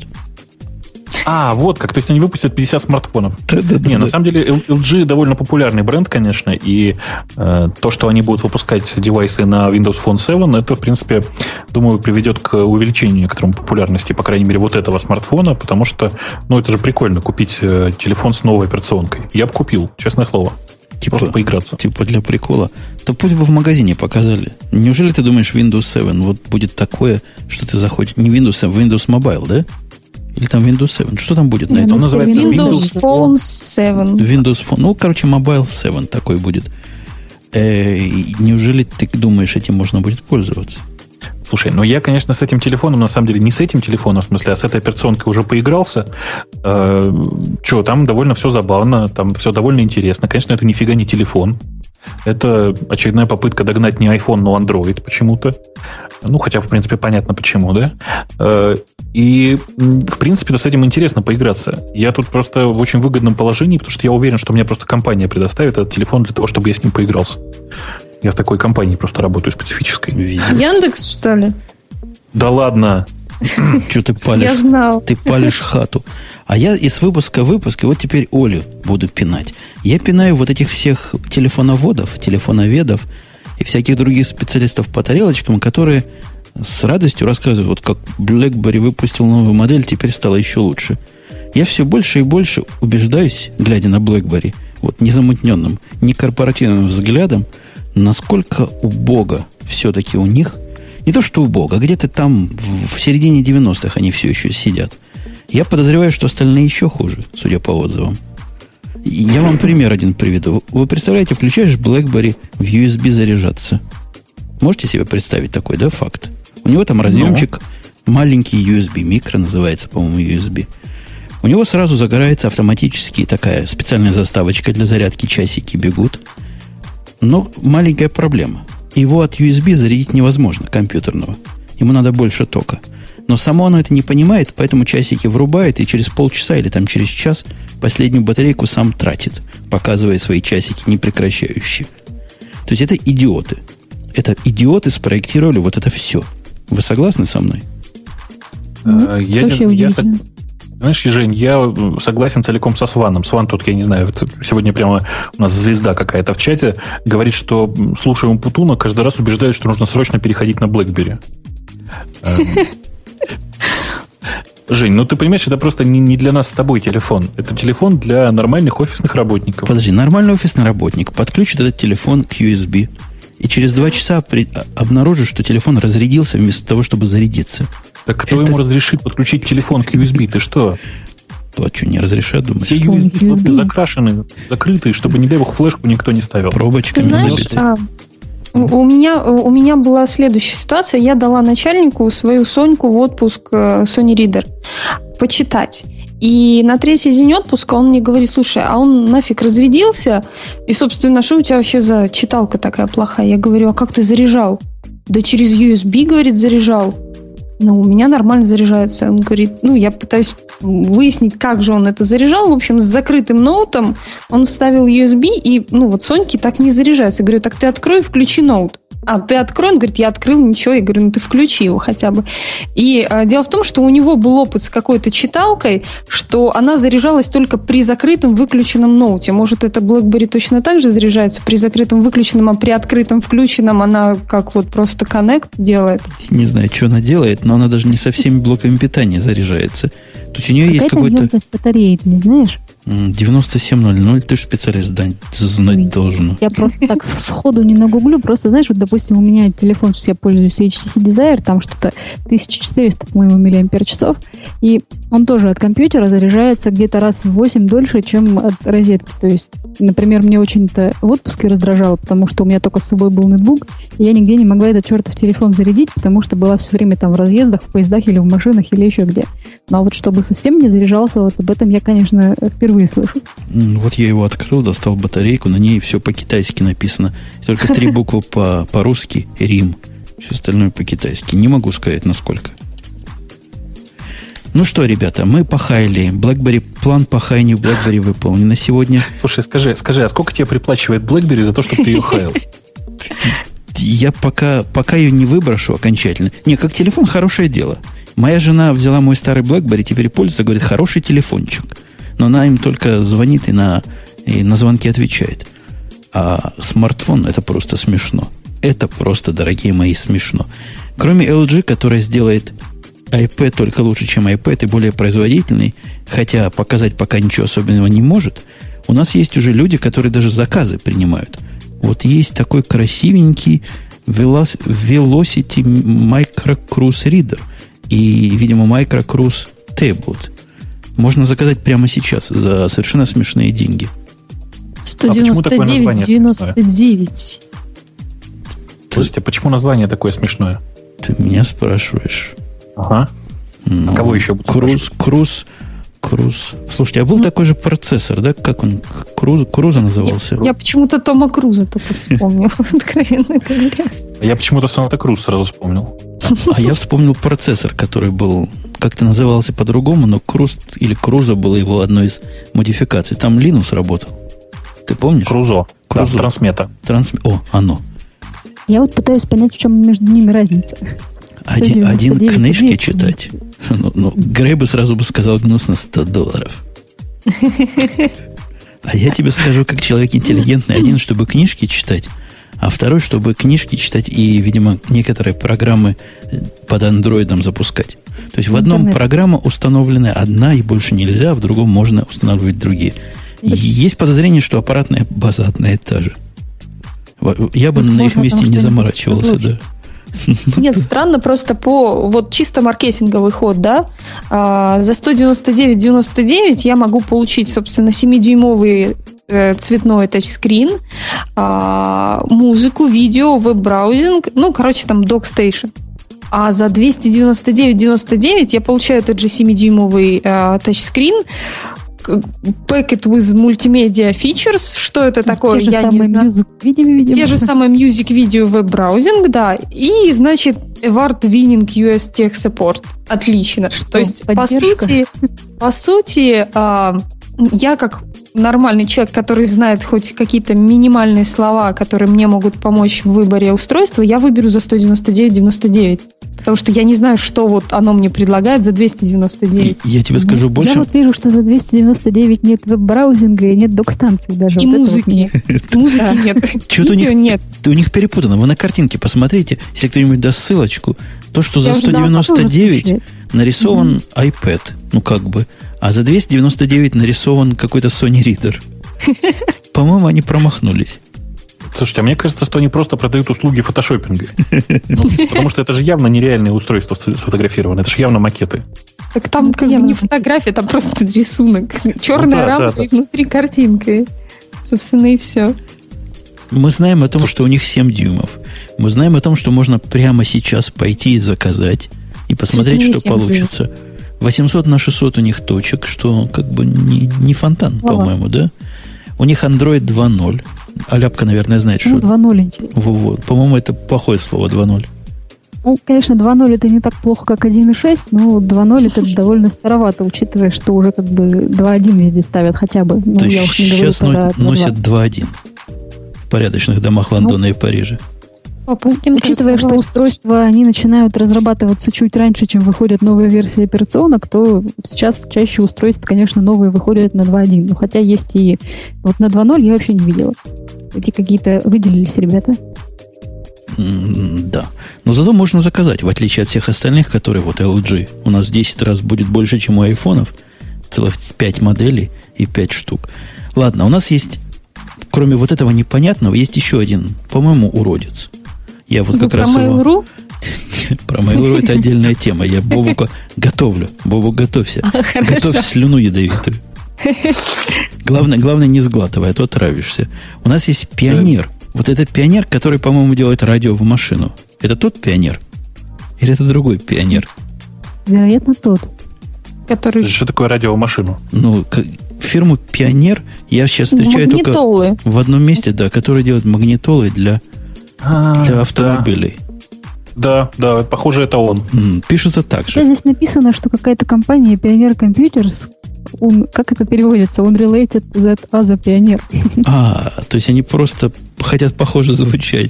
А, вот как. То есть они выпустят пятьдесят смартфонов. Да-да-да. Не, на самом деле эл джи довольно популярный бренд, конечно, и э, то, что они будут выпускать девайсы на Windows Phone семь, это, в принципе, думаю, приведет к увеличению некоторой популярности, по крайней мере, вот этого смартфона, потому что, ну, это же прикольно, купить э, телефон с новой операционкой. Я бы купил, честное слово. Типа, просто поиграться. Типа для прикола. То пусть бы в магазине показали. Неужели ты думаешь, Windows семь вот будет такое, что ты заходишь... Не Windows семь, Windows Mobile, да? Или там Windows семь? Что там будет на этом? Он называется Windows Phone семь. Windows Phone. Ну, короче, Mobile семь такой будет. Э, неужели ты думаешь, этим можно будет пользоваться? Слушай, ну я, конечно, с этим телефоном, на самом деле, не с этим телефоном, в смысле, а с этой операционкой уже поигрался. Э, Че, там довольно все забавно, там все довольно интересно. Конечно, это нифига не телефон. Это очередная попытка догнать не iPhone, но Android почему-то. Ну, хотя, в принципе, понятно почему, да? И, в принципе, с этим интересно поиграться. Я тут просто в очень выгодном положении, потому что я уверен, что мне просто компания предоставит этот телефон для того, чтобы я с ним поигрался. Я в такой компании просто работаю специфической. Яндекс, что ли? Да ладно. Что ты палишь? Я знал. Ты палишь хату. А я из выпуска в выпуск, и вот теперь Олю буду пинать. Я пинаю вот этих всех телефоноводов, телефоноведов и всяких других специалистов по тарелочкам, которые с радостью рассказывают, вот как BlackBerry выпустил новую модель, теперь стало еще лучше. Я все больше и больше убеждаюсь, глядя на BlackBerry, вот незамутненным, не корпоративным взглядом, насколько убого все-таки у них. Не то, что убого, а где-то там в, в середине девяностых они все еще сидят. Я подозреваю, что остальные еще хуже, судя по отзывам. Я вам пример один приведу. Вы представляете, включаешь BlackBerry в ю эс би заряжаться. Можете себе представить такой, да, факт? У него там разъемчик, no. маленький ю эс би, микро называется, по-моему, ю эс би. У него сразу загорается автоматически такая специальная заставочка для зарядки, часики бегут. Но маленькая проблема. Его от ю эс би зарядить невозможно, компьютерного. Ему надо больше тока. Но само оно это не понимает, поэтому часики врубает и через полчаса или там через час последнюю батарейку сам тратит, показывая свои часики непрекращающие. То есть это идиоты. Это идиоты спроектировали вот это все. Вы согласны со мной? Ну, я, я, я, знаешь, Жень, я согласен целиком со Сваном. Сван тут, я не знаю, сегодня прямо у нас звезда какая-то в чате говорит, что слушаем Путуна, каждый раз убеждают, что нужно срочно переходить на BlackBerry. Жень, ну ты понимаешь, это просто не, не для нас с тобой телефон. Это телефон для нормальных офисных работников. Подожди, нормальный офисный работник подключит этот телефон к ю эс би и через два часа при... обнаружит, что телефон разрядился вместо того, чтобы зарядиться. Так кто это... ему разрешит подключить телефон к ю эс би? Ты что? То, что не разрешат, думаешь? Все ю эс би-слоты закрашены, закрыты, чтобы, не дай бог, флешку никто не ставил. Пробочками забиты. У меня, у меня была следующая ситуация. Я дала начальнику свою Соньку в отпуск Sony Reader почитать. И на третий день отпуска он мне говорит: слушай, а он нафиг разрядился? И, собственно, что у тебя вообще за читалка такая плохая? Я говорю: а как ты заряжал? Да через ю эс би, говорит, заряжал. Ну, у меня нормально заряжается. Он говорит, ну, я пытаюсь выяснить, как же он это заряжал. В общем, с закрытым ноутом он вставил ю эс би, и, ну, вот Соньки так не заряжаются. Я говорю: так ты открой и включи ноут. А, ты открой? Он говорит: я открыл, ничего. Я говорю: ну, ты включи его хотя бы. И а, дело в том, что у него был опыт с какой-то читалкой, что она заряжалась только при закрытом выключенном ноуте. Может, это BlackBerry точно так же заряжается при закрытом выключенном, а при открытом включенном она как вот просто коннект делает? Не знаю, что она делает, но она даже не со всеми блоками питания заряжается. То есть у нее есть какой-то... Какая-то емкость батареи, ты не знаешь? девяносто семь ноль ноль, ты же специалист, знать, знать должен. Я просто так сходу не нагуглю, просто, знаешь, вот, допустим, у меня телефон, сейчас я пользуюсь эйч ти си Desire, там что-то тысяча четыреста, по-моему, миллиампер-часов, и он тоже от компьютера заряжается где-то раз в восемь дольше, чем от розетки. То есть, например, мне очень-то в отпуске раздражало, потому что у меня только с собой был ноутбук, и я нигде не могла этот чертов телефон зарядить, потому что была все время там в разъездах, в поездах или в машинах, или еще где. Но вот чтобы совсем не заряжался, вот об этом я, конечно, впервые слышу. Вот я его открыл, достал батарейку, на ней все по-китайски написано. Только три буквы по- по-русски, Рим. Все остальное по-китайски. Не могу сказать, насколько. Ну что, ребята, мы похаяли. BlackBerry, план по хаянию BlackBerry выполнен на сегодня. Слушай, скажи, скажи, а сколько тебе приплачивает BlackBerry за то, что ты ее хаял? я пока, пока ее не выброшу окончательно. Не, как телефон хорошее дело. Моя жена взяла мой старый BlackBerry, теперь пользуется, говорит, хороший телефончик. Но она им только звонит и на, и на звонки отвечает. А смартфон это просто смешно. Это просто, дорогие мои, смешно. Кроме эл джи, которая сделает iPad только лучше, чем iPad и более производительный, хотя показать пока ничего особенного не может, у нас есть уже люди, которые даже заказы принимают. Вот есть такой красивенький Velocity Micro Cruise Reader и, видимо, Micro Cruise Tablet. Можно заказать прямо сейчас за совершенно смешные деньги. сто девяносто девять девяносто девять. Слушайте, а почему название такое смешное? Ты меня спрашиваешь. Ага. Ну, а кого еще будут Круз, Круз, Круз. Слушайте, а был mm. такой же процессор, да? Как он? Круз, Круза назывался? Я, я почему-то Тома Круза только вспомнил, откровенно говоря. Я почему-то Санта-Крус сразу вспомнил. А я вспомнил процессор, который был, как-то назывался по-другому, но Круз или Круза было его одной из модификаций. Там Linux работал. Ты помнишь? Крузо. Крузо. Да, трансмета. Трансм... О, оно. Я вот пытаюсь понять, в чем между ними разница. Один, один книжки читать. Ну, ну, Грей бы сразу бы сказал гнусно сто долларов. А я тебе скажу, как человек интеллигентный, один, чтобы книжки читать, а второй, чтобы книжки читать и, видимо, некоторые программы под андроидом запускать. То есть в одном Интернет. Программа установлена одна, и больше нельзя, а в другом можно устанавливать другие. Да. Есть подозрение, что аппаратная база одна и та же. Я бы ну, на их месте не заморачивался, да. Нет, странно, просто по вот чисто маркетинговый ход, да, а, за сто девяносто девять девяносто девять я могу получить, собственно, семидюймовый э, цветной тачскрин, а, музыку, видео, веб-браузинг, ну, короче, там DocStation. А за двести девяносто девять девяносто девять я получаю этот же семидюймовый э, тачскрин, Packet with Multimedia Features. Что это такое? Те же я самые не знаю. Music, видимо, видимо. Те же самые Music Video веб-браузинг, да. И, значит, Award-winning ю эс Tech Support. Отлично. Что, То есть, по сути, по сути, а, я как нормальный человек, который знает хоть какие-то минимальные слова, которые мне могут помочь в выборе устройства, я выберу за сто девяносто девять девяносто девять. Потому что я не знаю, что вот оно мне предлагает за двести девяносто девять. Я тебе скажу ну, больше. Я вот вижу, что за двести девяносто девять нет веб-браузинга и нет док-станции даже. И вот музыки. Вот музыки нет. Видео нет. У них перепутано. Вы на картинке посмотрите, если кто-нибудь даст ссылочку, то, что за сто девяносто девять нарисован iPad, ну как бы, а за двести девяносто девять нарисован какой-то Sony Reader. По-моему, они промахнулись. Слушайте, а мне кажется, что они просто продают услуги фотошопинга. Потому что это же явно нереальные устройства сфотографированы. Это же явно макеты. Так там как бы не фотография, там просто рисунок. Черная рамка и внутри картинка. Собственно, и все. Мы знаем о том, что у них семь дюймов. Мы знаем о том, что можно прямо сейчас пойти и заказать и посмотреть, что получится. восемьсот на шестьсот у них точек, что как бы не, не фонтан, ага. по-моему, да? У них Android два ноль. Аляпка, наверное, знает, ну, что... два ноль интересно. Вот. По-моему, это плохое слово, два ноль. Ну, конечно, два ноль это не так плохо, как один и шесть, но два ноль это довольно старовато, учитывая, что уже как бы два один везде ставят хотя бы. Ну, то я уж не сейчас но, носят два один в порядочных домах Лондона ну, и Парижа. Учитывая, что устройства, они начинают разрабатываться чуть раньше, чем выходят новые версии операционок, то сейчас чаще устройств, конечно, новые выходят на два один. Но хотя есть и... Вот на два ноль я вообще не видела. Эти какие-то выделились ребята. Mm, да. Но зато можно заказать, в отличие от всех остальных, которые вот эл джи. У нас в десять раз будет больше, чем у айфонов. Целых пять моделей и пять штук. Ладно, у нас есть, кроме вот этого непонятного, есть еще один, по-моему, уродец. Я вот Вы как про раз Mail.ru? его... Про Mail.ru это отдельная тема. Я Бобука готовлю. Бобук, готовься. Готовь слюну ядовитую. Главное, главное, не сглатывай, а то отравишься. У нас есть Пионер. Вот это Пионер, который, по-моему, делает радио в машину. Это тот Пионер? Или это другой Пионер? Вероятно, тот. Который... Что такое радио в машину? Ну, фирму Пионер я сейчас встречаю магнитолы. Только в одном месте, да, который делает магнитолы для... Для автомобилей. Да, да, похоже, это он. М, пишется так же. Здесь написано, что какая-то компания Pioneer Computers, он, как это переводится? Он related to that other Pioneer. А, то есть они просто хотят похоже звучать.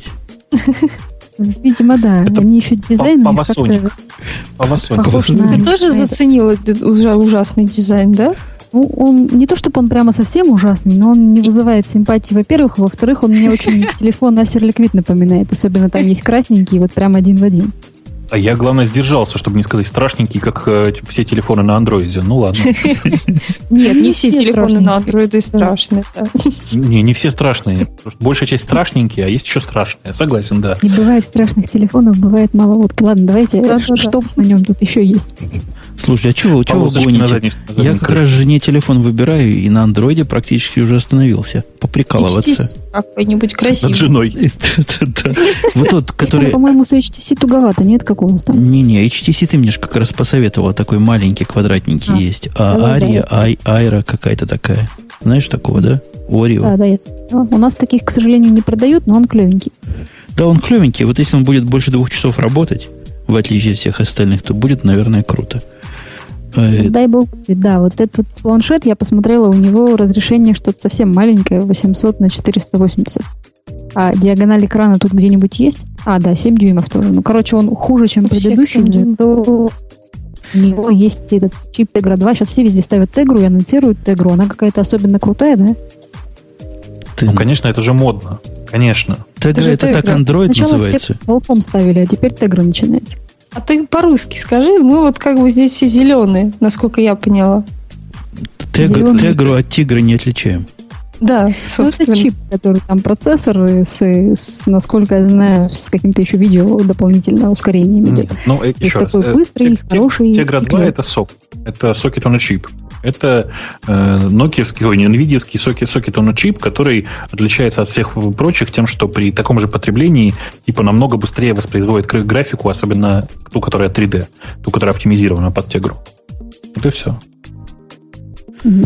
Видимо, да. Это Они еще дизайн... Павасоник. Павасоник. Ты тоже заценил этот ужасный дизайн, да? Ну, он не то, чтобы он прямо совсем ужасный, но он не вызывает симпатии, во-первых. Во-вторых, он мне очень телефон Acer Liquid напоминает. Особенно там есть красненький, вот прям один в один. А я, главное, сдержался, чтобы не сказать страшненький, как э, все телефоны на андроиде. Ну ладно. Нет, не все телефоны на андроиде страшные. Не, не все страшные. Большая часть страшненькие, а есть еще страшные. Согласен, да. Не бывает страшных телефонов, бывает мало водки. Ладно, давайте, что на нем тут еще есть? Слушай, а чего, чего вы гоните? Я как раз жене телефон выбираю, и на андроиде практически уже остановился. Поприкалываться. Какой-нибудь красивый. Над женой. Вот тот, который... По-моему, с эйч ти си туговато, нет? Как у нас там? Не-не, эйч ти си ты мне же как раз посоветовала. Такой маленький, квадратненький есть. А Ария, Айра какая-то такая. Знаешь такого, да? Орио. Да, да, я У нас таких, к сожалению, не продают, но он клевенький. Да, он клевенький. Вот если он будет больше двух часов работать, в отличие от всех остальных, то будет, наверное, круто. Дай бог, да, вот этот планшет, я посмотрела, у него разрешение что-то совсем маленькое, восемьсот на четыреста восемьдесят. А диагональ экрана тут где-нибудь есть? А, да, семь дюймов тоже. Ну, короче, он хуже, чем предыдущий. У него есть этот чип Tegra два. Сейчас все везде ставят Tegra и анонсируют Tegra. Она какая-то особенно крутая, да? Ты... Ну, конечно, это же модно. Конечно. Tegra это, это так Android Сначала называется. Все Qualcomm ставили, а теперь Tegra начинается. А ты по-русски скажи, мы вот как бы здесь все зеленые, насколько я поняла. Tegra от тигра не отличаем. Да, собственно. Ну, это чип, который там процессор, с, с, насколько я знаю, с каким-то еще видео дополнительно ускорением идет. Ну, э, еще раз. Такой быстрый, Тег, хороший. Tegra два это сок. Это socket on a chip. Это э, нокиевский, ой, не NVIDIA-ский socket, socket on a chip, который отличается от всех прочих тем, что при таком же потреблении типа намного быстрее воспроизводит графику, особенно ту, которая три дэ, ту, которая оптимизирована под Tegra. Вот и все. Угу.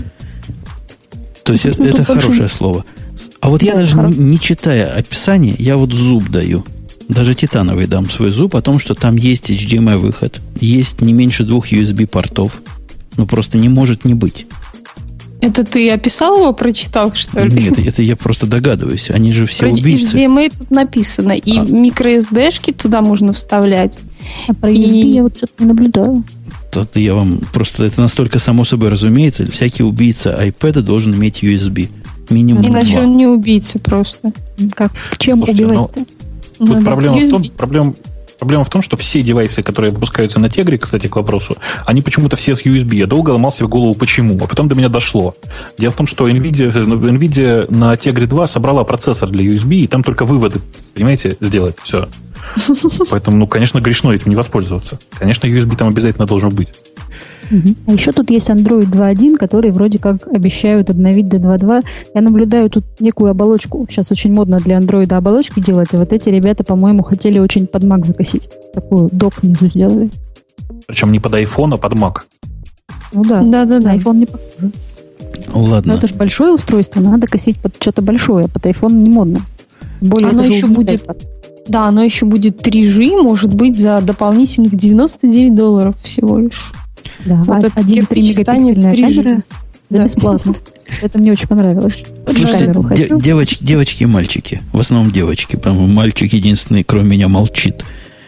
То есть это, это хорошее слово. А вот да, я даже не, не читая описание, я вот зуб даю. Даже титановый дам свой зуб о том, что там есть эйч ди эм ай выход, есть не меньше двух ю эс би портов. Ну, просто не может не быть. Это ты описал его, прочитал, что ли? Нет, это я просто догадываюсь. Они же все про убийцы. эйч ди эм ай тут написано. И а. микро-эс-ди-шки туда можно вставлять. А про ю эс би и... я вот что-то не наблюдаю. Это я вам просто это настолько само собой разумеется. Всякий убийца iPad должен иметь ю эс би. Минимум Иначе два. Он не убийца просто. Как, чем убивать-то? Ну, тут ну, проблема, в том, проблема, проблема в том, что все девайсы, которые выпускаются на Тегре, кстати, к вопросу, они почему-то все с ю эс би. Я долго ломал себе голову, почему. А потом до меня дошло. Дело в том, что NVIDIA, NVIDIA на Тегре два собрала процессор для ю эс би, и там только выводы, понимаете, сделать. Все. Поэтому, ну, конечно, грешно этим не воспользоваться. Конечно, ю эс би там обязательно должен быть. Uh-huh. А еще тут есть Android два точка один, который вроде как обещают обновить до два точка два. Я наблюдаю тут некую оболочку. Сейчас очень модно для Android оболочки делать. А вот эти ребята, по-моему, хотели очень под Mac закосить. Такую док внизу сделали. Причем не под iPhone, а под Mac. Ну да. Да-да-да. На iPhone не похоже. Ладно. Но это же большое устройство. Надо косить под что-то большое. Под iPhone не модно. Более оно еще будет... Да, оно еще будет три джи, может быть, за дополнительных девяносто девять долларов всего лишь. Да, вот один целых три мегапиксельная камера, да, бесплатно. Это мне очень понравилось. Слушайте, де- девочки, девочки и мальчики, в основном девочки, по-моему, мальчик единственный, кроме меня, молчит.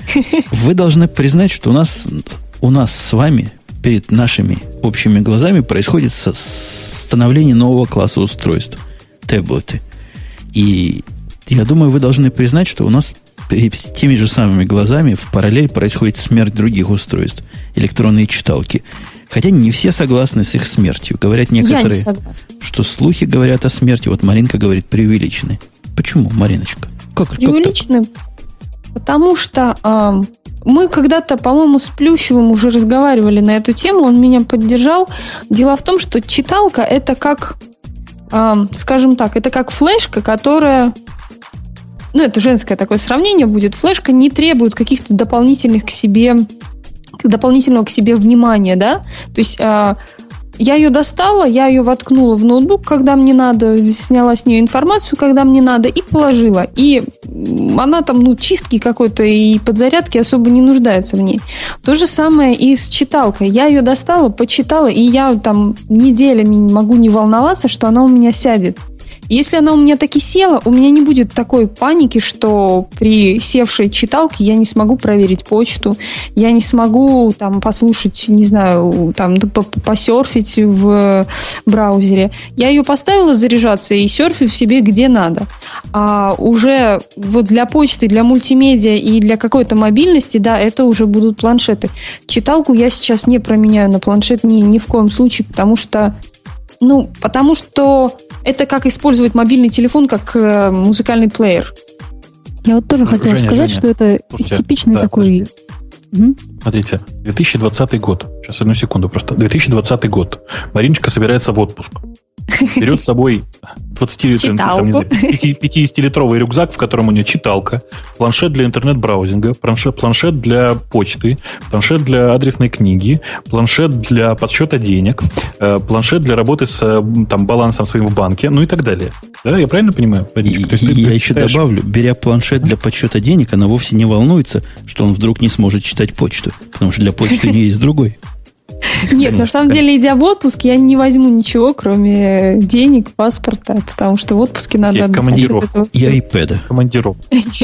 Вы должны признать, что у нас, у нас с вами перед нашими общими глазами происходит становление нового класса устройств, таблеты. И я думаю, вы должны признать, что у нас перед теми же самыми глазами в параллель происходит смерть других устройств, электронные читалки. Хотя не все согласны с их смертью. Говорят некоторые, что слухи говорят о смерти. Вот Маринка говорит, преувеличены. Почему, Мариночка? Как, преувеличены? Как потому что э, мы когда-то, по-моему, с Плющевым уже разговаривали на эту тему. Он меня поддержал. Дело в том, что читалка это как, э, скажем так, это как флешка, которая... Ну, это женское такое сравнение будет. Флешка не требует каких-то дополнительных к себе, дополнительного к себе внимания, да? То есть э, я ее достала, я ее воткнула в ноутбук, когда мне надо, сняла с нее информацию, когда мне надо, и положила. И она там, ну, чистки какой-то и подзарядки особо не нуждается в ней. То же самое и с читалкой. Я ее достала, почитала, и я там неделями могу не волноваться, что она у меня сядет. Если она у меня таки села, у меня не будет такой паники, что при севшей читалке я не смогу проверить почту, я не смогу там послушать, не знаю, там посерфить в браузере. Я ее поставила заряжаться и серфю в себе где надо. А уже вот для почты, для мультимедиа и для какой-то мобильности, да, это уже будут планшеты. Читалку я сейчас не променяю на планшет ни, ни в коем случае, потому что Ну, потому что это как использовать мобильный телефон как э, музыкальный плеер. Я вот тоже хотела Женя, сказать, Женя. что это Слушайте, типичный да, такой... Угу. Смотрите, две тысячи двадцатый год. Сейчас, одну секунду просто. две тысячи двадцатый год. Мариночка собирается в отпуск. Берет с собой пятидесятилитровый рюкзак, в котором у нее читалка, планшет для интернет-браузинга, планшет, планшет для почты, планшет для адресной книги, планшет для подсчета денег, планшет для работы с там, балансом своим в банке, ну и так далее. Да, я правильно понимаю? Мариночка? И, я еще считаешь... добавлю, беря планшет для подсчета денег, она вовсе не волнуется, что он вдруг не сможет читать почту, потому что для почты у нее есть другой. Нет, Конечно, на самом деле, идя в отпуск, я не возьму ничего, кроме денег, паспорта, потому что в отпуске надо... И командировку. И айпэда. Командировку.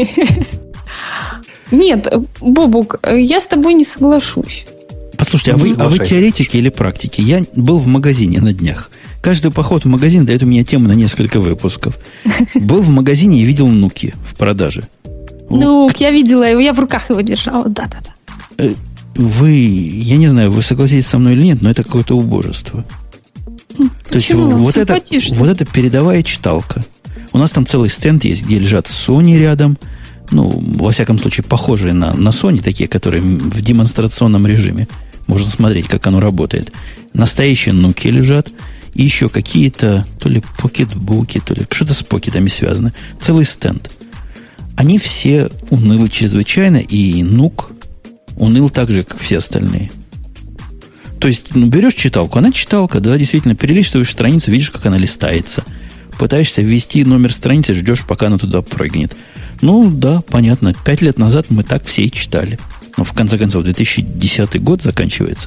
Нет, Бобук, я с тобой не соглашусь. Послушайте, а вы, а вы теоретики или практики? Я был в магазине на днях. Каждый поход в магазин дает у меня тему на несколько выпусков. Был в магазине и видел Нуки в продаже. Нук, я видела его, я в руках его держала, да-да-да. Вы, я не знаю, вы согласитесь со мной или нет, но это какое-то убожество. Почему? То есть вот это, вот это передовая читалка. У нас там целый стенд есть, где лежат Sony рядом. Ну, во всяком случае, похожие на, на Sony, такие, которые в демонстрационном режиме. Можно смотреть, как оно работает. Настоящие Нуки лежат. И еще какие-то, то ли покетбуки, то ли что-то с покетами связано. Целый стенд. Они все унылы чрезвычайно, и Нук уныл так же, как все остальные. То есть, ну, берешь читалку, она читалка, да, действительно, перелистываешь страницу, видишь, как она листается. Пытаешься ввести номер страницы, ждешь, пока она туда прыгнет. Ну, да, понятно. Пять лет назад мы так все и читали. Но, в конце концов, две тысячи десятый год заканчивается.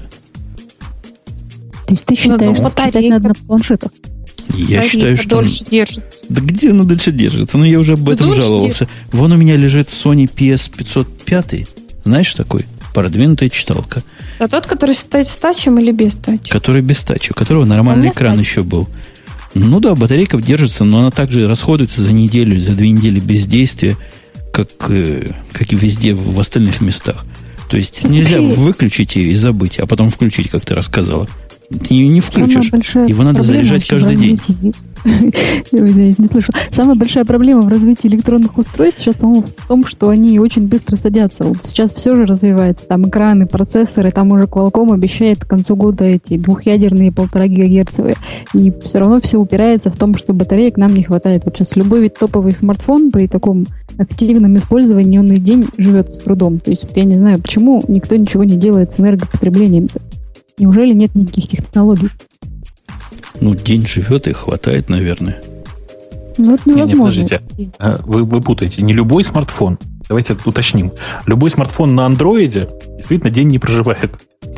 То есть, ты считаешь, что читать надо на планшетах? Я Тариф считаю, что... дольше держит. Да где она дольше держится? Ну, я уже об Да этом жаловался. держит. Вон у меня лежит Sony пи эс пятьсот пять. Знаешь такой? Продвинутая читалка. А тот, который стоит с тачем или без тачи? Который без тачи, у которого нормальный экран еще был. Ну да, батарейка держится, но она также расходуется за неделю, за две недели бездействия, как, э, как и везде в остальных местах. То есть Слушай, нельзя выключить ее и забыть, а потом включить, как ты рассказала. Ты ее не включишь. Его надо заряжать каждый день. Извините, не слышал. Самая большая проблема в развитии электронных устройств сейчас, по-моему, в том, что они очень быстро садятся. Вот сейчас все же развивается. Там экраны, процессоры, там уже Qualcomm обещает к концу года эти двухъядерные полтора гигагерцовые. И все равно все упирается в том, что батареек нам не хватает. Вот сейчас любой ведь топовый смартфон при таком активном использовании он и день живет с трудом. То есть вот я не знаю, почему никто ничего не делает с энергопотреблением-то. Неужели нет никаких технологий? Ну, день живет и хватает, наверное. Ну, это невозможно. Нет, подождите. Вы, вы путаете. Не любой смартфон. Давайте уточним. Любой смартфон на андроиде действительно день не проживает.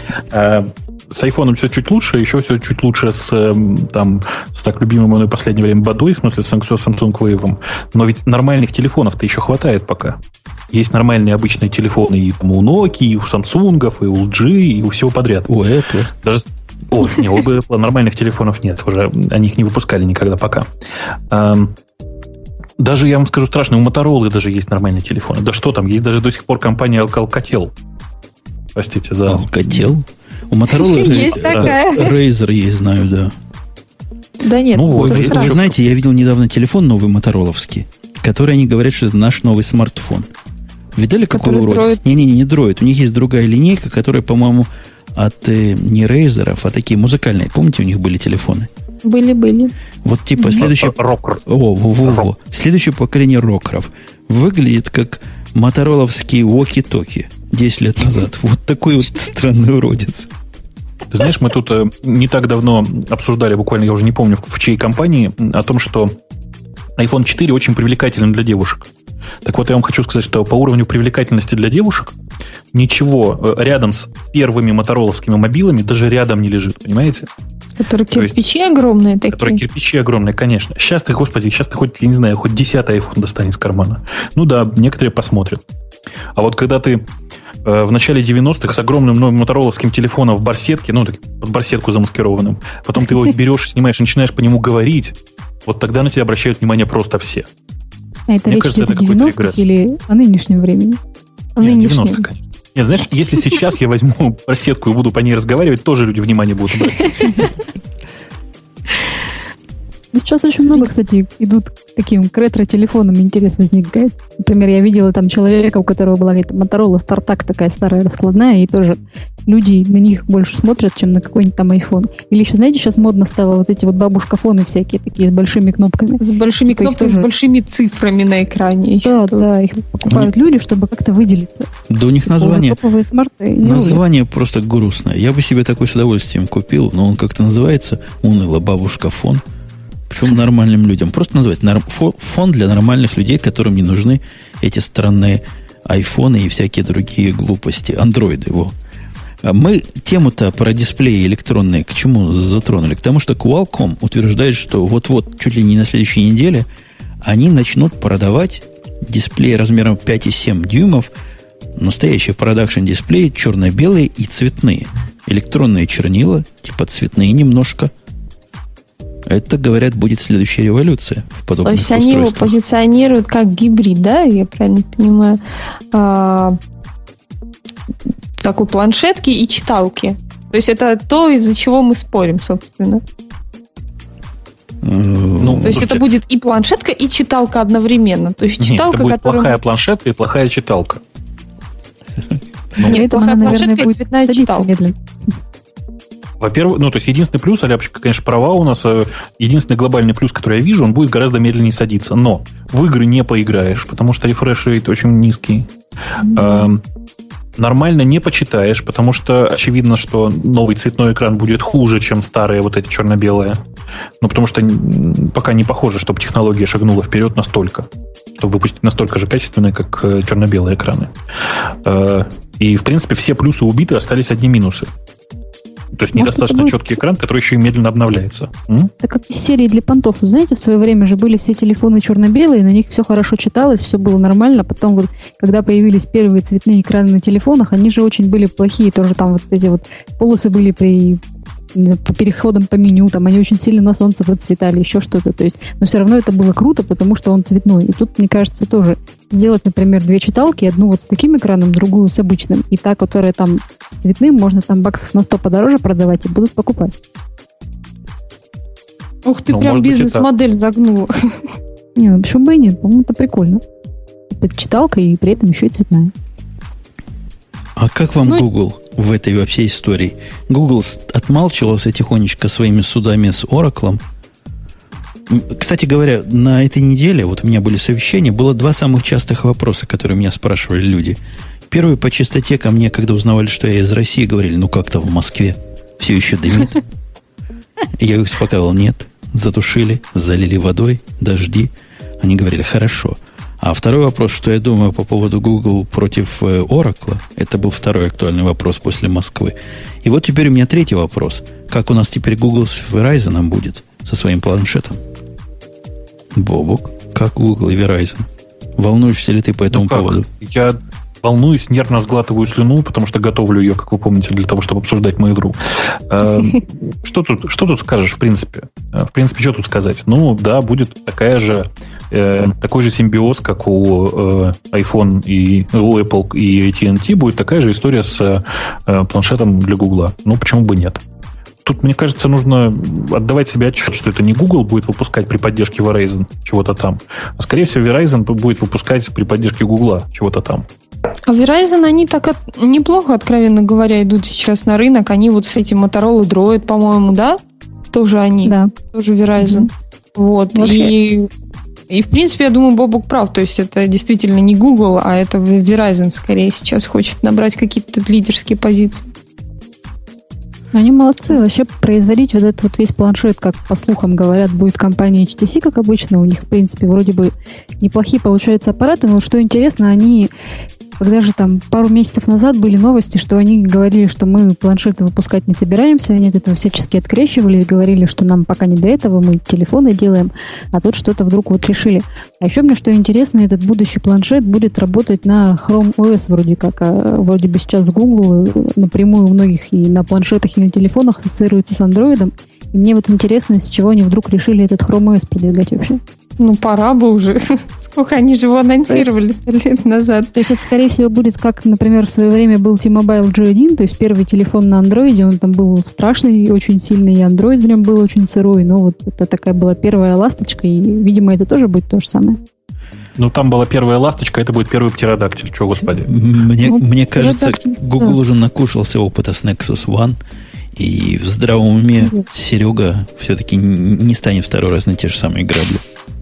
С айфоном все чуть лучше, еще все чуть лучше с, там, с так любимым мной в последнее время Бадой, в смысле с Samsung Wave. Но ведь нормальных телефонов-то еще хватает пока. Есть нормальные обычные телефоны и там, у Nokia, и у Samsung, и у эл джи, и у всего подряд. У Apple. Даже... О, не, у Apple нормальных телефонов нет. Уже они их не выпускали никогда пока. Даже, я вам скажу страшно, у Motorola даже есть нормальные телефоны. Да что там, есть даже до сих пор компания Alcatel. Простите за... Alcatel? У Motorola есть такая. Razer есть, знаю, да. Да нет, ну, вы, это вы знаете, я видел недавно телефон новый мотороловский, который они говорят, что это наш новый смартфон. Видали, какой урод? Не-не-не, не дроид. У них есть другая линейка, которая, по-моему, от э, не Razer, а такие музыкальные. Помните, у них были телефоны? Были-были. Вот типа следующее... Рокер. О, во, во, во. Следующее поколение рокеров выглядит как мотороловские walkie-talkie десять лет назад. Вот такой вот странный уродец. Ты знаешь, мы тут э, не так давно обсуждали, буквально, я уже не помню, в, в чьей компании, о том, что айфон четыре очень привлекателен для девушек. Так вот, я вам хочу сказать, что по уровню привлекательности для девушек ничего рядом с первыми мотороловскими мобилами даже рядом не лежит, понимаете? Которые кирпичи есть, огромные такие. Которые кирпичи огромные, конечно. Сейчас ты, господи, сейчас ты хоть, я не знаю, хоть десятый iPhone достань из кармана. Ну да, некоторые посмотрят. А вот когда ты э, в начале девяностых с огромным новым мотороловским телефоном в барсетке, ну, под барсетку замаскированным, потом ты его берешь, снимаешь и начинаешь по нему говорить, вот тогда на тебя обращают внимание просто все. А это Мне речь кажется, идет это о девяностых или о нынешнем времени? О нынешнем. девяностых, конечно. Нет, знаешь, если сейчас я возьму барсетку и буду по ней разговаривать, тоже люди внимание будут обращать. Ну, сейчас очень много, кстати, идут к таким к ретро-телефонам, интерес возникает. Например, я видела там человека, у которого была какая-то Motorola StarTAC такая старая раскладная, и тоже люди на них больше смотрят, чем на какой-нибудь там iPhone. Или еще, знаете, сейчас модно стало вот эти вот бабушкафоны всякие такие с большими кнопками. С большими типа кнопками, тоже... с большими цифрами на экране. Еще да, тоже. да, их покупают люди, чтобы как-то выделиться. Да у них название... Топовые смарты. Название просто грустное. Я бы себе такой с удовольствием купил, но он как-то называется уныло бабушкафон. Причем нормальным людям. Просто назвать фон для нормальных людей, которым не нужны эти странные айфоны и всякие другие глупости. Андроиды его. Мы тему-то про дисплеи электронные к чему затронули? К тому, что Qualcomm утверждает, что вот-вот, чуть ли не на следующей неделе, они начнут продавать дисплеи размером пять и семь дюймов, настоящие продакшн-дисплеи, черно-белые и цветные. Электронные чернила, типа цветные немножко. Это, говорят, будет следующая революция в подобных устройствах. То есть они его позиционируют как гибрид, да, я правильно понимаю, а, такой планшетки и читалки. То есть это то, из-за чего мы спорим, собственно. Ну, то есть это будет и планшетка, и читалка одновременно. То есть читалка, Нет, это будет которая... плохая планшетка и плохая читалка. Нет, плохая планшетка и цветная читалка. Во-первых, ну, то есть единственный плюс, Аляпочка, конечно, права у нас, единственный глобальный плюс, который я вижу, он будет гораздо медленнее садиться. Но в игры не поиграешь, потому что рефреш-рейт очень низкий. Mm-hmm. Нормально не почитаешь, потому что очевидно, что новый цветной экран будет хуже, чем старые вот эти черно-белые. Ну, потому что пока не похоже, чтобы технология шагнула вперед настолько, чтобы выпустить настолько же качественные, как черно-белые экраны. И, в принципе, все плюсы убиты, остались одни минусы. То есть Может, недостаточно будет... четкий экран, который еще и медленно обновляется. М? Это как из серии для понтов. Вы знаете, в свое время же были все телефоны черно-белые, на них все хорошо читалось, все было нормально. Потом вот, когда появились первые цветные экраны на телефонах, они же очень были плохие. Тоже там вот эти вот полосы были при по переходам по меню, там они очень сильно на солнце выцветали, еще что-то. То есть, но все равно это было круто, потому что он цветной. И тут, мне кажется, тоже сделать, например, две читалки, одну вот с таким экраном, другую с обычным. И та, которая там цветным, можно там баксов на сто подороже продавать и будут покупать. Ух ты, ну, прям бизнес-модель загнула. Не, ну почему бы и нет? По-моему, это прикольно. Это читалка и при этом еще и цветная. А как вам ну, Google в этой вообще истории? Google отмалчивался тихонечко своими судами с Oracle. Кстати говоря, на этой неделе, вот у меня были совещания, было два самых частых вопроса, которые меня спрашивали люди. Первый по частоте ко мне, когда узнавали, что я из России, говорили, ну как-то в Москве все еще дымит. Я их успокаивал, нет, затушили, залили водой, дожди. Они говорили, хорошо. А второй вопрос, что я думаю по поводу Google против Oracle, это был второй актуальный вопрос после Москвы. И вот теперь у меня третий вопрос. Как у нас теперь Google с Verizon будет, со своим планшетом? Бобук, как Google и Verizon? Волнуешься ли ты по этому ну поводу? Я волнуюсь, нервно сглатываю слюну, потому что готовлю ее, как вы помните, для того, чтобы обсуждать Mail.ru. Что тут, что тут скажешь, в принципе? В принципе, что тут сказать? Ну, да, будет такая же, э, такой же симбиоз, как у э, iPhone и у Apple и эй ти энд ти, будет такая же история с э, планшетом для Google. Ну, почему бы нет? Тут, мне кажется, нужно отдавать себе отчет, что это не Google будет выпускать при поддержке Verizon чего-то там, а, скорее всего, Verizon будет выпускать при поддержке Google чего-то там. А Verizon, они так от... неплохо, откровенно говоря, идут сейчас на рынок. Они вот с этим Motorola Droid, по-моему, да? Тоже они. Да. Тоже Verizon. Mm-hmm. Вот. И... И, в принципе, я думаю, Бобук прав. То есть это действительно не Google, а это Verizon скорее сейчас хочет набрать какие-то лидерские позиции. Они молодцы. Вообще производить вот этот вот весь планшет, как по слухам говорят, будет компания эйч ти си, как обычно. У них, в принципе, вроде бы неплохие получаются аппараты, но что интересно, они когда же там пару месяцев назад были новости, что они говорили, что мы планшеты выпускать не собираемся, они от этого всячески открещивались, говорили, что нам пока не до этого, мы телефоны делаем, а тут что-то вдруг вот решили. А еще мне что интересно, этот будущий планшет будет работать на Chrome о эс вроде как, а вроде бы сейчас Google напрямую у многих и на планшетах, и на телефонах ассоциируется с Android. И мне вот интересно, с чего они вдруг решили этот Chrome о эс продвигать вообще. Ну, пора бы уже. Сколько они же его анонсировали есть, лет назад. То есть это, скорее всего, будет как, например, в свое время был T-Mobile джи один, то есть первый телефон на андроиде, он там был страшный и очень сильный, и андроид в нем был очень сырой, но вот это такая была первая ласточка, и, видимо, это тоже будет то же самое. Ну, там была первая ласточка, это будет первый птеродактиль. Чего, господи? Мне, ну, мне кажется, Google да. уже накушался опыта с Nexus One, и в здравом уме да. Серега все-таки не станет второй раз на те же самые грабли.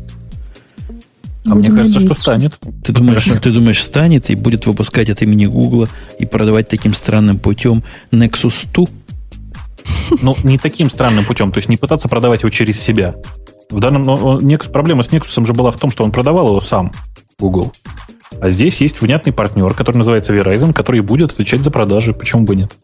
А Будем мне кажется, надеяться. Что станет. Ты думаешь, ты думаешь, станет и будет выпускать от имени Гугла и продавать таким странным путем Nexus два? Ну, не таким странным путем, то есть не пытаться продавать его через себя. В данном, ну, проблема с Nexus же была в том, что он продавал его сам, Google. А здесь есть внятный партнер, который называется Verizon, который будет отвечать за продажи. Почему бы нет?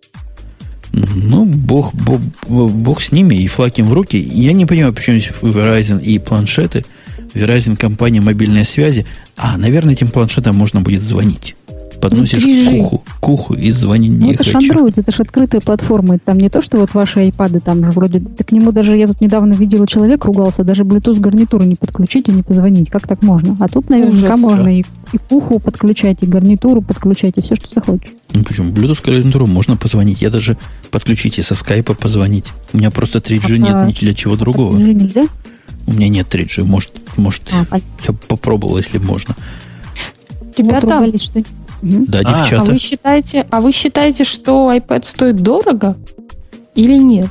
Ну, бог, бог, бог с ними и флаг им в руки. Я не понимаю, почему здесь Verizon и планшеты. Verizon компания мобильной связи. А, наверное, этим планшетом можно будет звонить. Подносишь к уху, к уху и звони не ну, это хочу. Это же Android, это же открытая платформа. Там не то, что вот ваши iPad, там же вроде... Да к нему даже, я тут недавно видела, человек ругался, даже Bluetooth гарнитуру не подключить и не позвонить. Как так можно? А тут наверняка можно и, и к уху подключать, и гарнитуру подключать, и все, что захочешь. Ну почему? Bluetooth гарнитуру можно позвонить. Я даже подключить и со скайпа позвонить. У меня просто три джи а нет ни для чего другого. три джи нельзя? У меня нет три джи. Может, может а, я попробовал, если можно. Ребята, вот что... Да, а, девчата. А вы считаете, а вы считаете, что iPad стоит дорого или нет?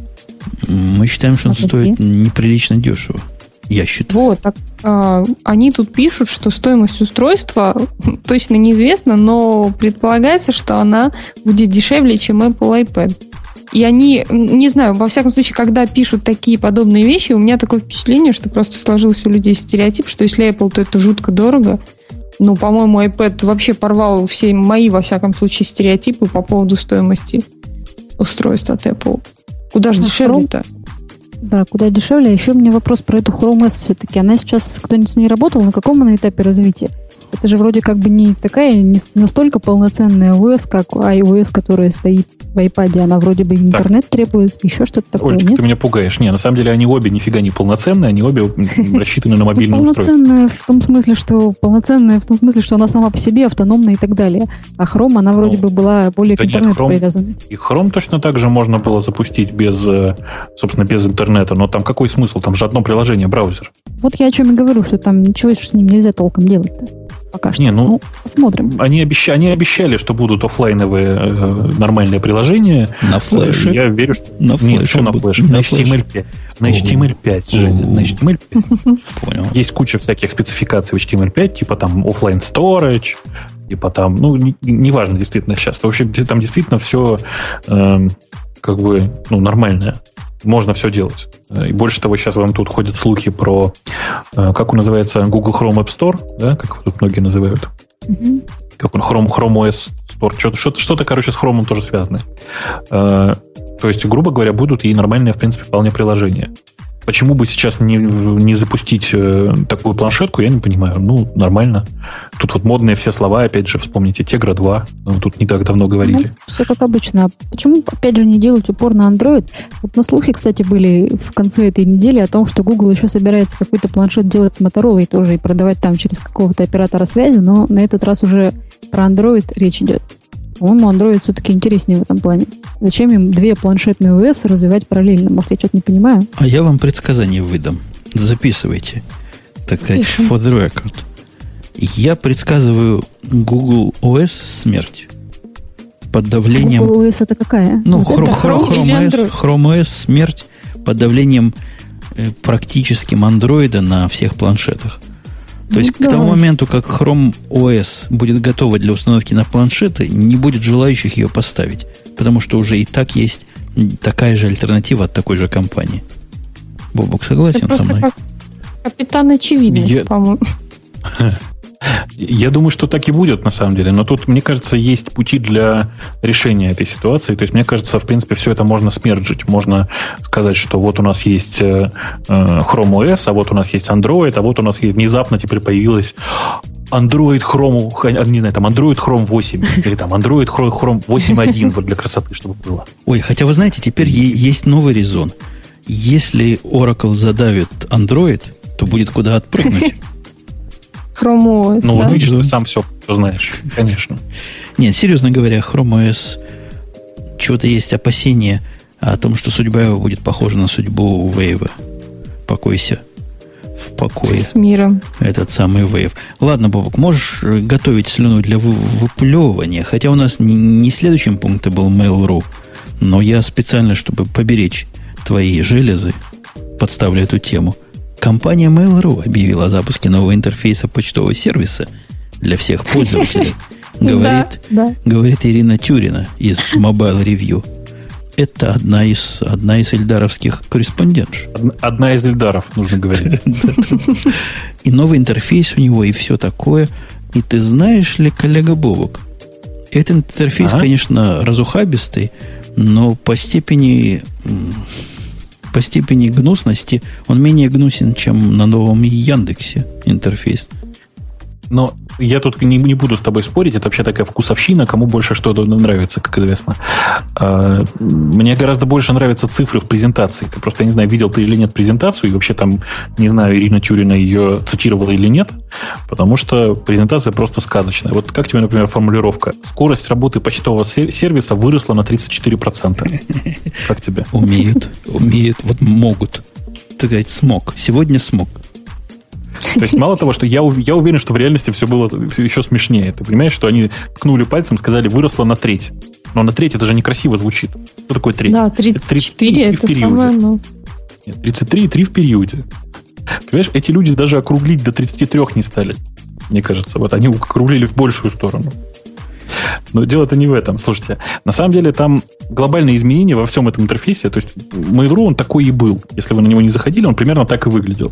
Мы считаем, что он а стоит какие? неприлично дешево. Я считаю. Вот, так, а, они тут пишут, что стоимость устройства точно неизвестна, но предполагается, что она будет дешевле, чем Apple iPad. И они, не знаю, во всяком случае, когда пишут такие подобные вещи, у меня такое впечатление, что просто сложился у людей стереотип, что если Apple, то это жутко дорого. Ну, по-моему, iPad вообще порвал все мои, во всяком случае, стереотипы по поводу стоимости устройств от Apple. Куда же а дешевле-то? Да, куда дешевле. А еще у меня вопрос про эту Chrome о эс все-таки. Она сейчас, кто-нибудь с ней работал? На каком она этапе развития? Это же вроде как бы не такая, не настолько полноценная о эс, как iOS, которая стоит в iPad. Она вроде бы интернет так. требует, еще что-то такое. Ольга, нет? Ты меня пугаешь. Не, на самом деле они обе нифига не полноценные, они обе рассчитаны на мобильное устройство. Полноценная в том смысле, что полноценная в том смысле, что она сама по себе автономная и так далее. А Chrome, она вроде бы была более к интернету привязана. И Chrome точно так же можно было запустить без, собственно, без интернета. Но там какой смысл? Там же одно приложение, браузер. Вот я о чем и говорю, что там ничего с ним нельзя толком делать-то. Пока что. Не, ну, ну, посмотрим. Они обещали, они обещали, что будут офлайновые э, нормальные приложения. На флеше. Я верю, что... На Нет, флеше. что на флеше? На эйч ти эм эль пять. На эйч ти эм эль пять, Женя. На эйч ти эм эль пять. Понял. Есть куча всяких спецификаций в эйч ти эм эль пять, типа там офлайн storage, типа там, ну, неважно не действительно сейчас. В общем, там действительно все э, как бы, ну, нормальное. Можно все делать. И больше того, сейчас вам тут ходят слухи про, как он называется, Google Chrome App Store, да, как тут многие называют. Mm-hmm. Как он, Chrome, Chrome о эс Store. Что-то, что-то, что-то, короче, с Chrome тоже связано. То есть, грубо говоря, будут и нормальные, в принципе, вполне приложения. Почему бы сейчас не, не запустить э, такую планшетку, я не понимаю. Ну, нормально. Тут вот модные все слова, опять же, вспомните, Tegra два. Ну, тут не так давно говорили. Ну, все как обычно. Почему, опять же, не делать упор на Android? Вот на слухи, кстати, были в конце этой недели о том, что Google еще собирается какой-то планшет делать с Motorola тоже и продавать там через какого-то оператора связи, но на этот раз уже про Android речь идет. По-моему, Android все-таки интереснее в этом плане. Зачем им две планшетные о эс развивать параллельно? Может, я что-то не понимаю? А я вам предсказание выдам. Записывайте. Так сказать, Пишем. for the record. Я предсказываю Google о эс смерть. Под давлением... Google о эс это какая? Ну, вот Chrome, это Chrome, Chrome Chrome, о эс, Chrome о эс смерть под давлением э, практическим андроида на всех планшетах. То ну, есть давай. к тому моменту, как Chrome о эс будет готова для установки на планшеты, не будет желающих ее поставить. Потому что уже и так есть такая же альтернатива от такой же компании. Бобок согласен Это со мной? Как капитан очевидность, Я... по-моему. Я думаю, что так и будет, на самом деле. Но тут, мне кажется, есть пути для решения этой ситуации. То есть, мне кажется, в принципе, все это можно смерджить. Можно сказать, что вот у нас есть э, Chrome о эс, а вот у нас есть Android, а вот у нас внезапно теперь появилась Android Chrome, не знаю, там Android Chrome восемь, или там Android Chrome восемь точка один, вот для красоты, чтобы было. Ой, хотя вы знаете, теперь е- есть новый резон. Если Oracle задавит Android, то будет куда отпрыгнуть. Chrome о эс, ну, да? вот видишь, ты сам все знаешь, конечно. Нет, серьезно говоря, Chrome о эс, чего-то есть опасения о том, что судьба его будет похожа на судьбу Wave. Покойся в покое. С миром. Этот самый Wave. Ладно, Бобок, можешь готовить слюну для вы- выплевывания, хотя у нас не, не следующим пунктом был Mail.ru, но я специально, чтобы поберечь твои железы, подставлю эту тему. Компания Mail.ru объявила о запуске нового интерфейса почтового сервиса для всех пользователей. Говорит, да, да. говорит Ирина Тюрина из Mobile Review. Это одна из, одна из эльдаровских корреспондентш. Одна из эльдаров, нужно говорить. И новый интерфейс у него, и все такое. И ты знаешь ли, коллега Бобок, этот интерфейс, конечно, разухабистый, но по степени... по степени гнусности он менее гнусен, чем на новом Яндексе интерфейс. Но я тут не, не буду с тобой спорить, это вообще такая вкусовщина, кому больше что нравится, как известно. Мне гораздо больше нравятся цифры в презентации. Ты просто, я не знаю, видел ты или нет презентацию, и вообще там, не знаю, Ирина Тюрина ее цитировала или нет, потому что презентация просто сказочная. Вот как тебе, например, формулировка? Скорость работы почтового сервиса выросла на тридцать четыре процента. Как тебе? Умеют, умеют, вот могут. Так сказать, смог. Сегодня смог. То есть, мало того, что я, я уверен, что в реальности все было еще смешнее. Ты понимаешь, что они ткнули пальцем, сказали, выросло на треть. Но на треть это же некрасиво звучит. Что такое треть? Да, тридцать четыре это, это самое, ну... Нет, тридцать три и три в периоде. Понимаешь, эти люди даже округлить до тридцати трёх не стали, мне кажется. Вот они округлили в большую сторону. Но дело-то не в этом. Слушайте, на самом деле там глобальные изменения во всем этом интерфейсе. То есть Mail.ru он такой и был. Если вы на него не заходили, он примерно так и выглядел.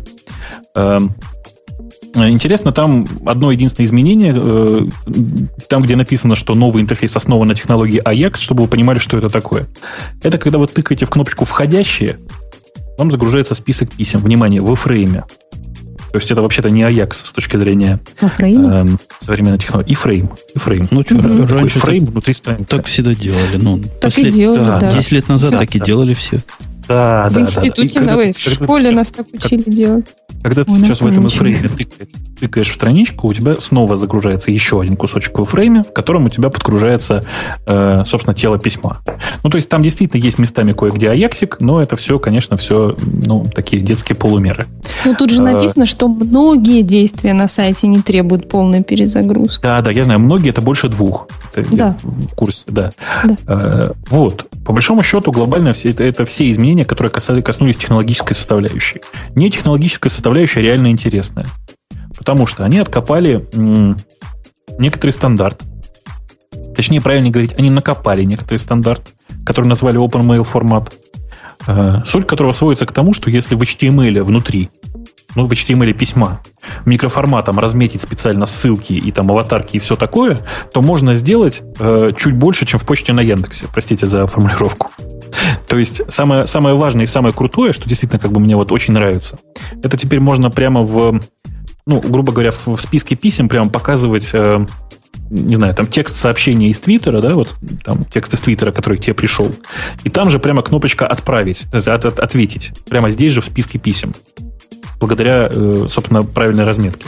Интересно, там одно единственное изменение, там, где написано, что новый интерфейс основан на технологии Ajax, чтобы вы понимали, что это такое. Это когда вы тыкаете в кнопочку «Входящие», вам загружается список писем, внимание, в iframe. То есть это вообще-то не Ajax с точки зрения э, современной технологии. iframe. iframe. Ну что, mm-hmm. раньше iframe внутри страницы. Так всегда делали. Ну, так и делали, да. да. десять лет назад да, так и да. делали все. Да, в да, институте, да, да. И, в школе нас так учили как, делать. Когда ты Ой, сейчас в этом iframe тыкаешь, тыкаешь в страничку, у тебя снова загружается еще один кусочек в iframe, в котором у тебя подгружается, э, собственно, тело письма. Ну, то есть там действительно есть местами кое-где аяксик, но это все, конечно, все, ну, такие детские полумеры. Ну, тут же написано, а, что многие действия на сайте не требуют полной перезагрузки. Да, да, я знаю, многие это больше двух. Это да. В курсе, да. да. Э, вот. По большому счету, глобально все это, это все изменения, которые касались, коснулись технологической составляющей. Не технологическая составляющая реально интересная. Потому что они откопали м, некоторый стандарт. Точнее, правильнее говорить, они накопали некоторый стандарт, который назвали OpenMail формат. Э, суть которого сводится к тому, что если в эйч ти эм эл внутри, ну, в эйч ти эм эл письма микроформатом разметить специально ссылки и там аватарки и все такое, то можно сделать э, чуть больше, чем в почте на Яндексе. Простите за формулировку. То есть самое, самое важное и самое крутое, что действительно как бы мне вот очень нравится, это теперь можно прямо в, ну, грубо говоря, в, в списке писем прямо показывать, э, не знаю, там текст сообщения из Твиттера, да, вот там текст из Твиттера, который к тебе пришел, и там же прямо кнопочка «Отправить», от, от, «Ответить», прямо здесь же в списке писем. Благодаря, собственно, правильной разметке.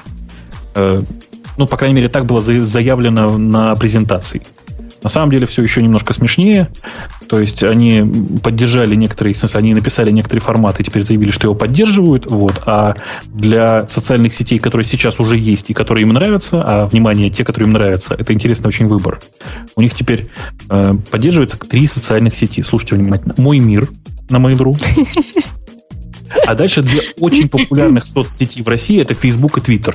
Ну, по крайней мере, так было заявлено на презентации. На самом деле все еще немножко смешнее. То есть они поддержали некоторые, в смысле, они написали некоторые форматы и теперь заявили, что его поддерживают. Вот. А для социальных сетей, которые сейчас уже есть и которые им нравятся, а, внимание, те, которые им нравятся, это интересный очень выбор. У них теперь э, поддерживается три социальных сети. Слушайте внимательно. «Мой мир» на Mail.ru. А дальше две очень популярных соцсети в России — это Facebook и Twitter.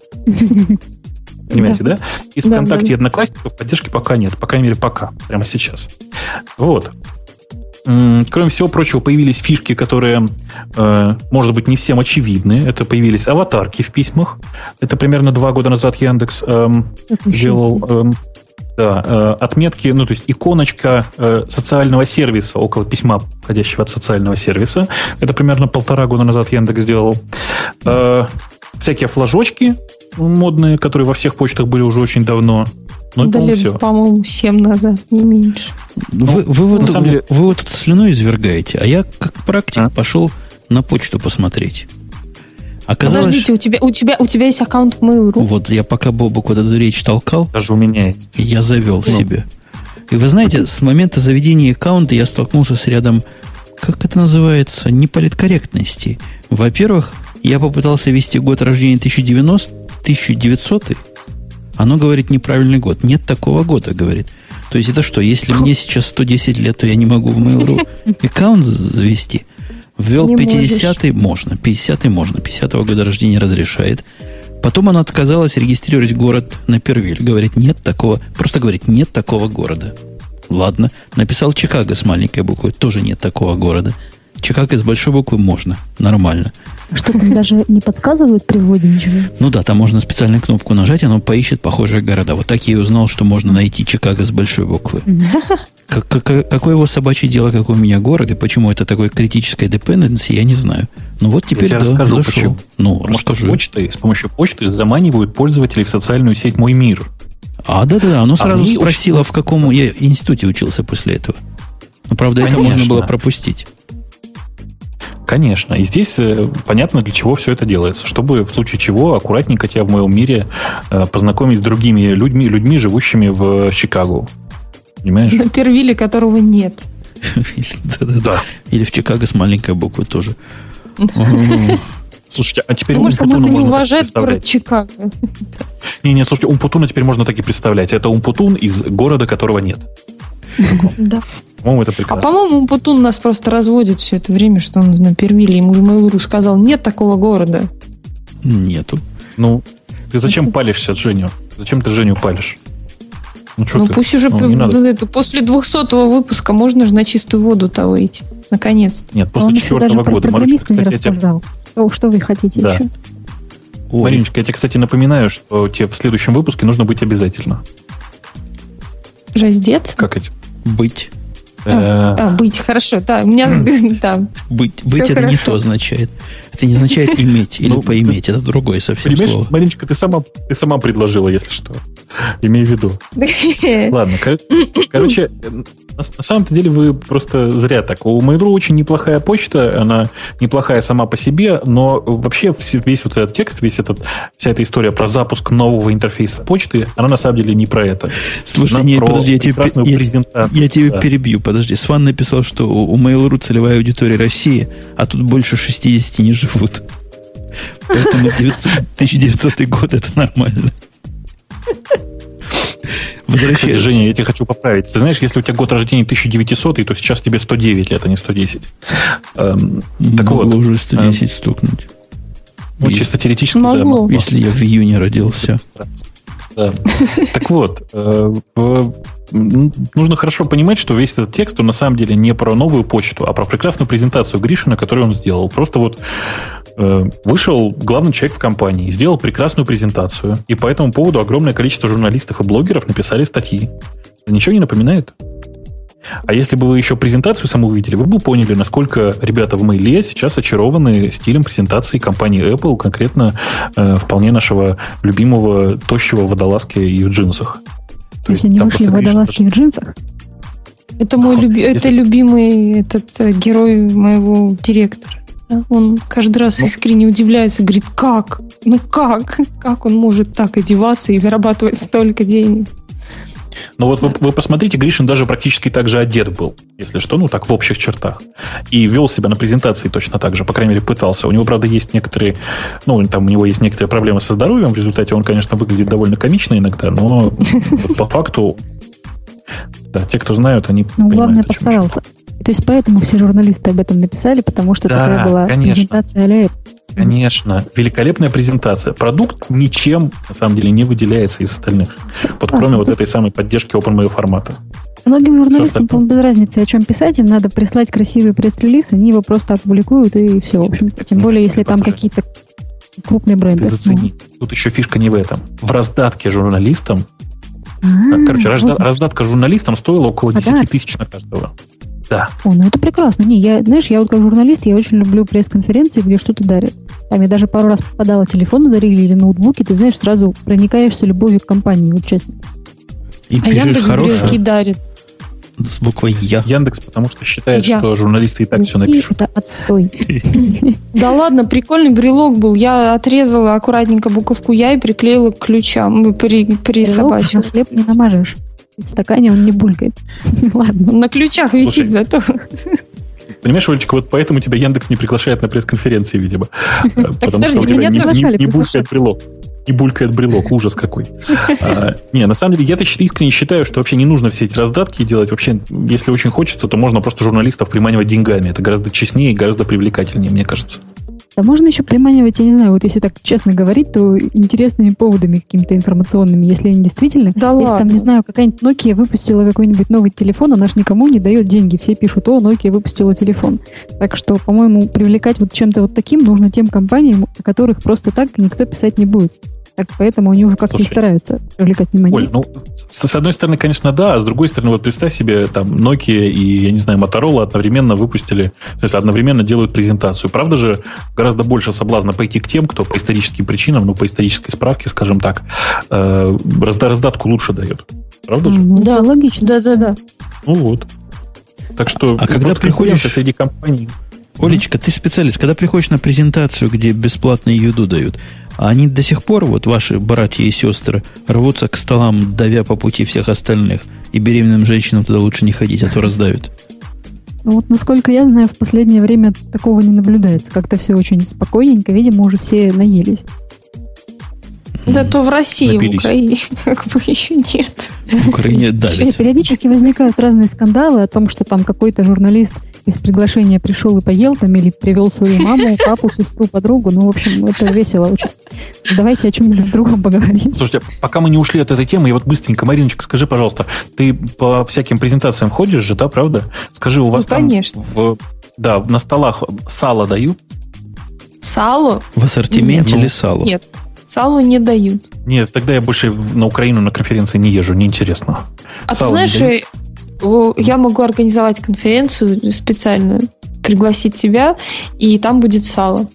Понимаете, да? да? Из да, ВКонтакте да. и Одноклассников поддержки пока нет. По крайней мере, пока. Прямо сейчас. Вот. Кроме всего прочего, появились фишки, которые, э, может быть, не всем очевидны. Это появились аватарки в письмах. Это примерно два года назад Яндекс э, делал э, да, э, отметки, ну, то есть иконочка э, социального сервиса около письма, входящего от социального сервиса. Это примерно полтора года назад Яндекс сделал. Э, всякие флажочки модные, которые во всех почтах были уже очень давно. Ну, да, лет, все. По-моему, семь назад, не меньше. Вы, вы, вы, вот, деле... вы вот тут слюной извергаете, а я, как практик, а? пошел на почту посмотреть. Оказалось... Подождите, у тебя, у, тебя, у тебя есть аккаунт в Mail.ru? Вот, я пока Бобок вот эту речь толкал, даже у меня есть. Я завел ну. себе. И вы знаете, с момента заведения аккаунта я столкнулся с рядом, как это называется, неполиткорректностей. Во-первых, я попытался ввести год рождения тысяча девятисотый. Оно говорит неправильный год. Нет такого года, говорит. То есть это что, если мне сейчас сто десять лет, то я не могу в Mail.ru аккаунт завести? Ввел пятидесятый, можно. пятидесятый можно. пятидесятого года рождения разрешает. Потом она отказалась регистрировать город на Первиль. Говорит, нет такого. Просто говорит, нет такого города. Ладно. Написал Чикаго с маленькой буквы. Тоже нет такого города. Чикаго с большой буквы можно. Нормально. Что там даже не подсказывают при вводе ничего? Ну да, там можно специальную кнопку нажать, оно поищет похожие города. Вот так я и узнал, что можно найти Чикаго с большой буквы. Как, как, какое его собачье дело, какой у меня город, и почему это такой критической dependency, я не знаю. Ну вот теперь я да, расскажу, зашел. Почему. Ну, Потому расскажи. Что почтой, с помощью почты заманивают пользователей в социальную сеть «Мой мир». А, да-да-да, оно сразу а спросило, очень... в каком я институте учился после этого. Ну, правда, Конечно. это можно было пропустить. Конечно. И здесь э, понятно, для чего все это делается. Чтобы в случае чего аккуратненько тебя в моем мире э, познакомить с другими людьми, людьми, живущими в Чикаго. Понимаешь? На Первиле, которого нет. Да-да-да. Или в Чикаго с маленькой буквы тоже. Слушайте, а теперь... Может, кто-то не уважает город Чикаго. Не-не, слушайте, Умпутуна теперь можно так и представлять. Это Умпутун из города, которого нет. Да. По-моему, это прекрасно. А по-моему, Умпутун нас просто разводит все это время, что он на Первиле. Ему же Mail.ru сказал, нет такого города. Нету. Ну, ты зачем это... палишься от Женю? Зачем ты Женю палишь? Ну, ну ты? Пусть уже ну, это, после двухсотого выпуска можно же на чистую воду-то выйти. Наконец-то. Нет, после четвертого года. Мариночка, кстати, рассказал. Тебя... Что вы хотите да. еще? Ой. Мариночка, я тебе, кстати, напоминаю, что тебе в следующем выпуске нужно быть обязательно. Раздеться? Как эти? Быть. А, а, быть, хорошо, да, у меня да. Быть, быть это хорошо. Не то означает. Это не означает иметь или ну, поиметь, это другое совсем понимаешь, слово. Мариночка, ты сама, ты сама предложила, если что. Имей в виду. Ладно, кор- короче, на, на самом-то деле вы просто зря так. У Mail.ru очень неплохая почта, она неплохая сама по себе, но вообще весь вот этот текст, весь этот, вся эта история про запуск нового интерфейса почты, она на самом деле не про это. Слушай, не, подожди, я тебе, я, я тебе да. перебью, подожди. Сван написал, что у, у Mail.ru целевая аудитория России, а тут больше шестьдесят не живут. Поэтому тысяча девятисотый год это нормально. Кстати, Женя, я тебя хочу поправить. Ты знаешь, если у тебя год рождения тысяча девятисотый, то сейчас тебе сто девять лет, а не сто десять. Эм, так вот. уже сто десять эм, стукнуть. Ну, чисто теоретически, могло. да. Могло. Если я в июне родился. Да. Так вот, э, в, нужно хорошо понимать, что весь этот текст, он на самом деле не про новую почту, а про прекрасную презентацию Гришина, которую он сделал. Просто вот э, вышел главный человек в компании, сделал прекрасную презентацию, и по этому поводу огромное количество журналистов и блогеров написали статьи. Ничего не напоминает? А если бы вы еще презентацию саму увидели, вы бы поняли, насколько ребята в Mail сейчас очарованы стилем презентации компании Apple, конкретно э, вполне нашего любимого тощего водолазки и в джинсах. То, То есть они вышли в водолазке и в джинсах? Это мой люби... если... это любимый этот э, герой моего директора. Да? Он каждый раз ну... искренне удивляется, говорит, как? Ну как? Как он может так одеваться и зарабатывать столько денег? Но вот вы, вы посмотрите, Гришин даже практически так же одет был, если что, ну так в общих чертах. И вел себя на презентации точно так же, по крайней мере, пытался. У него, правда, есть некоторые, ну, там у него есть некоторые проблемы со здоровьем, в результате он, конечно, выглядит довольно комично иногда, но по факту, да, те, кто знают, они понимают. Ну, главное, постарался. То есть поэтому все журналисты об этом написали, потому что такая была презентация а-ля. Конечно, великолепная презентация. Продукт ничем, на самом деле, не выделяется из остальных. Вот кроме вот этой самой поддержки OpenMail формата. Многим журналистам, по-моему, без разницы, о чем писать, им надо прислать красивый пресс-релиз, они его просто опубликуют, и все, в общем-то. Тем более, если там какие-то крупные бренды. Ты зацени. Тут еще фишка не в этом. В раздатке журналистам, А-а-а, короче, разда- вот. раздатка журналистам стоила около десять тысяч на каждого. Да. О, ну это прекрасно. Не, я, знаешь, я вот как журналист, я очень люблю пресс-конференции, где что-то дарят. Там я даже пару раз попадала, телефоны дарили или ноутбуки, ты знаешь, сразу проникаешься любовью к компании, вот честно. И А пишешь Яндекс хорошее брелки дарит. с буквой «Я». Яндекс, потому что считает, Я. что журналисты и так все Какие напишут. это отстой. Да ладно, прикольный брелок был. Я отрезала аккуратненько буковку «Я» и приклеила к ключам. Мы при, Брелок, присобачила. на хлеб не намажешь. В стакане он не булькает. Ладно. На ключах висит Слушай, зато. Понимаешь, Олечка, вот поэтому тебя Яндекс не приглашает на пресс-конференции, видимо. Потому подожди, что у тебя меня не- приглашали, не не приглашали. булькает брелок. Не булькает брелок. Ужас какой. А, Не, на самом деле, я-то искренне считаю, что вообще не нужно все эти раздатки делать. Вообще, если очень хочется, то можно просто журналистов приманивать деньгами. Это гораздо честнее и гораздо привлекательнее, мне кажется. Да можно еще приманивать, я не знаю, вот если так честно говорить, то интересными поводами какими-то информационными, если они действительно... Да если ладно. там, не знаю, какая-нибудь Nokia выпустила какой-нибудь новый телефон, она ж никому не дает деньги. Все пишут: о, Nokia выпустила телефон. Так что, по-моему, привлекать вот чем-то вот таким нужно тем компаниям, о которых просто так никто писать не будет. Так поэтому они уже как-то и Слушай, стараются привлекать внимание. Оль, ну, с, с одной стороны, конечно, да, а с другой стороны, вот представь себе, там, Nokia и, я не знаю, Motorola одновременно выпустили, в смысле, одновременно делают презентацию. Правда же, гораздо больше соблазна пойти к тем, кто по историческим причинам, ну, по исторической справке, скажем так, э, разда- раздатку лучше дает. Правда же? Ну, Да. это логично. Да-да-да. Ну вот. Так что... А когда просто приходишь- конкуренция среди компаний... Олечка, ты специалист. Когда приходишь на презентацию, где бесплатную еду дают, а они до сих пор, вот ваши братья и сестры, рвутся к столам, давя по пути всех остальных, и беременным женщинам туда лучше не ходить, а то раздавят. Ну, вот, насколько я знаю, в последнее время такого не наблюдается. Как-то все очень спокойненько. Видимо, уже все наелись. Да то в России, в Напились. Украине как бы еще нет. В Украине Вообще, давят. периодически возникают разные скандалы о том, что там какой-то журналист без приглашения пришел и поел там, или привел свою маму, папу, сестру, подругу. Ну, в общем, это весело очень. Давайте о чем-нибудь другом поговорим. Слушайте, пока мы не ушли от этой темы, я вот быстренько, Мариночка, скажи, пожалуйста, ты по всяким презентациям ходишь же, да, правда? Скажи, у вас Ну, там конечно. в- да, на столах сало дают? Сало? В ассортименте Нет, или ну, сало? Нет. Салу не дают. Нет, тогда я больше в- на Украину на конференции не езжу, неинтересно. А Сало ты не знаешь, дают? э, о, я могу организовать конференцию специально, пригласить тебя, и там будет сало.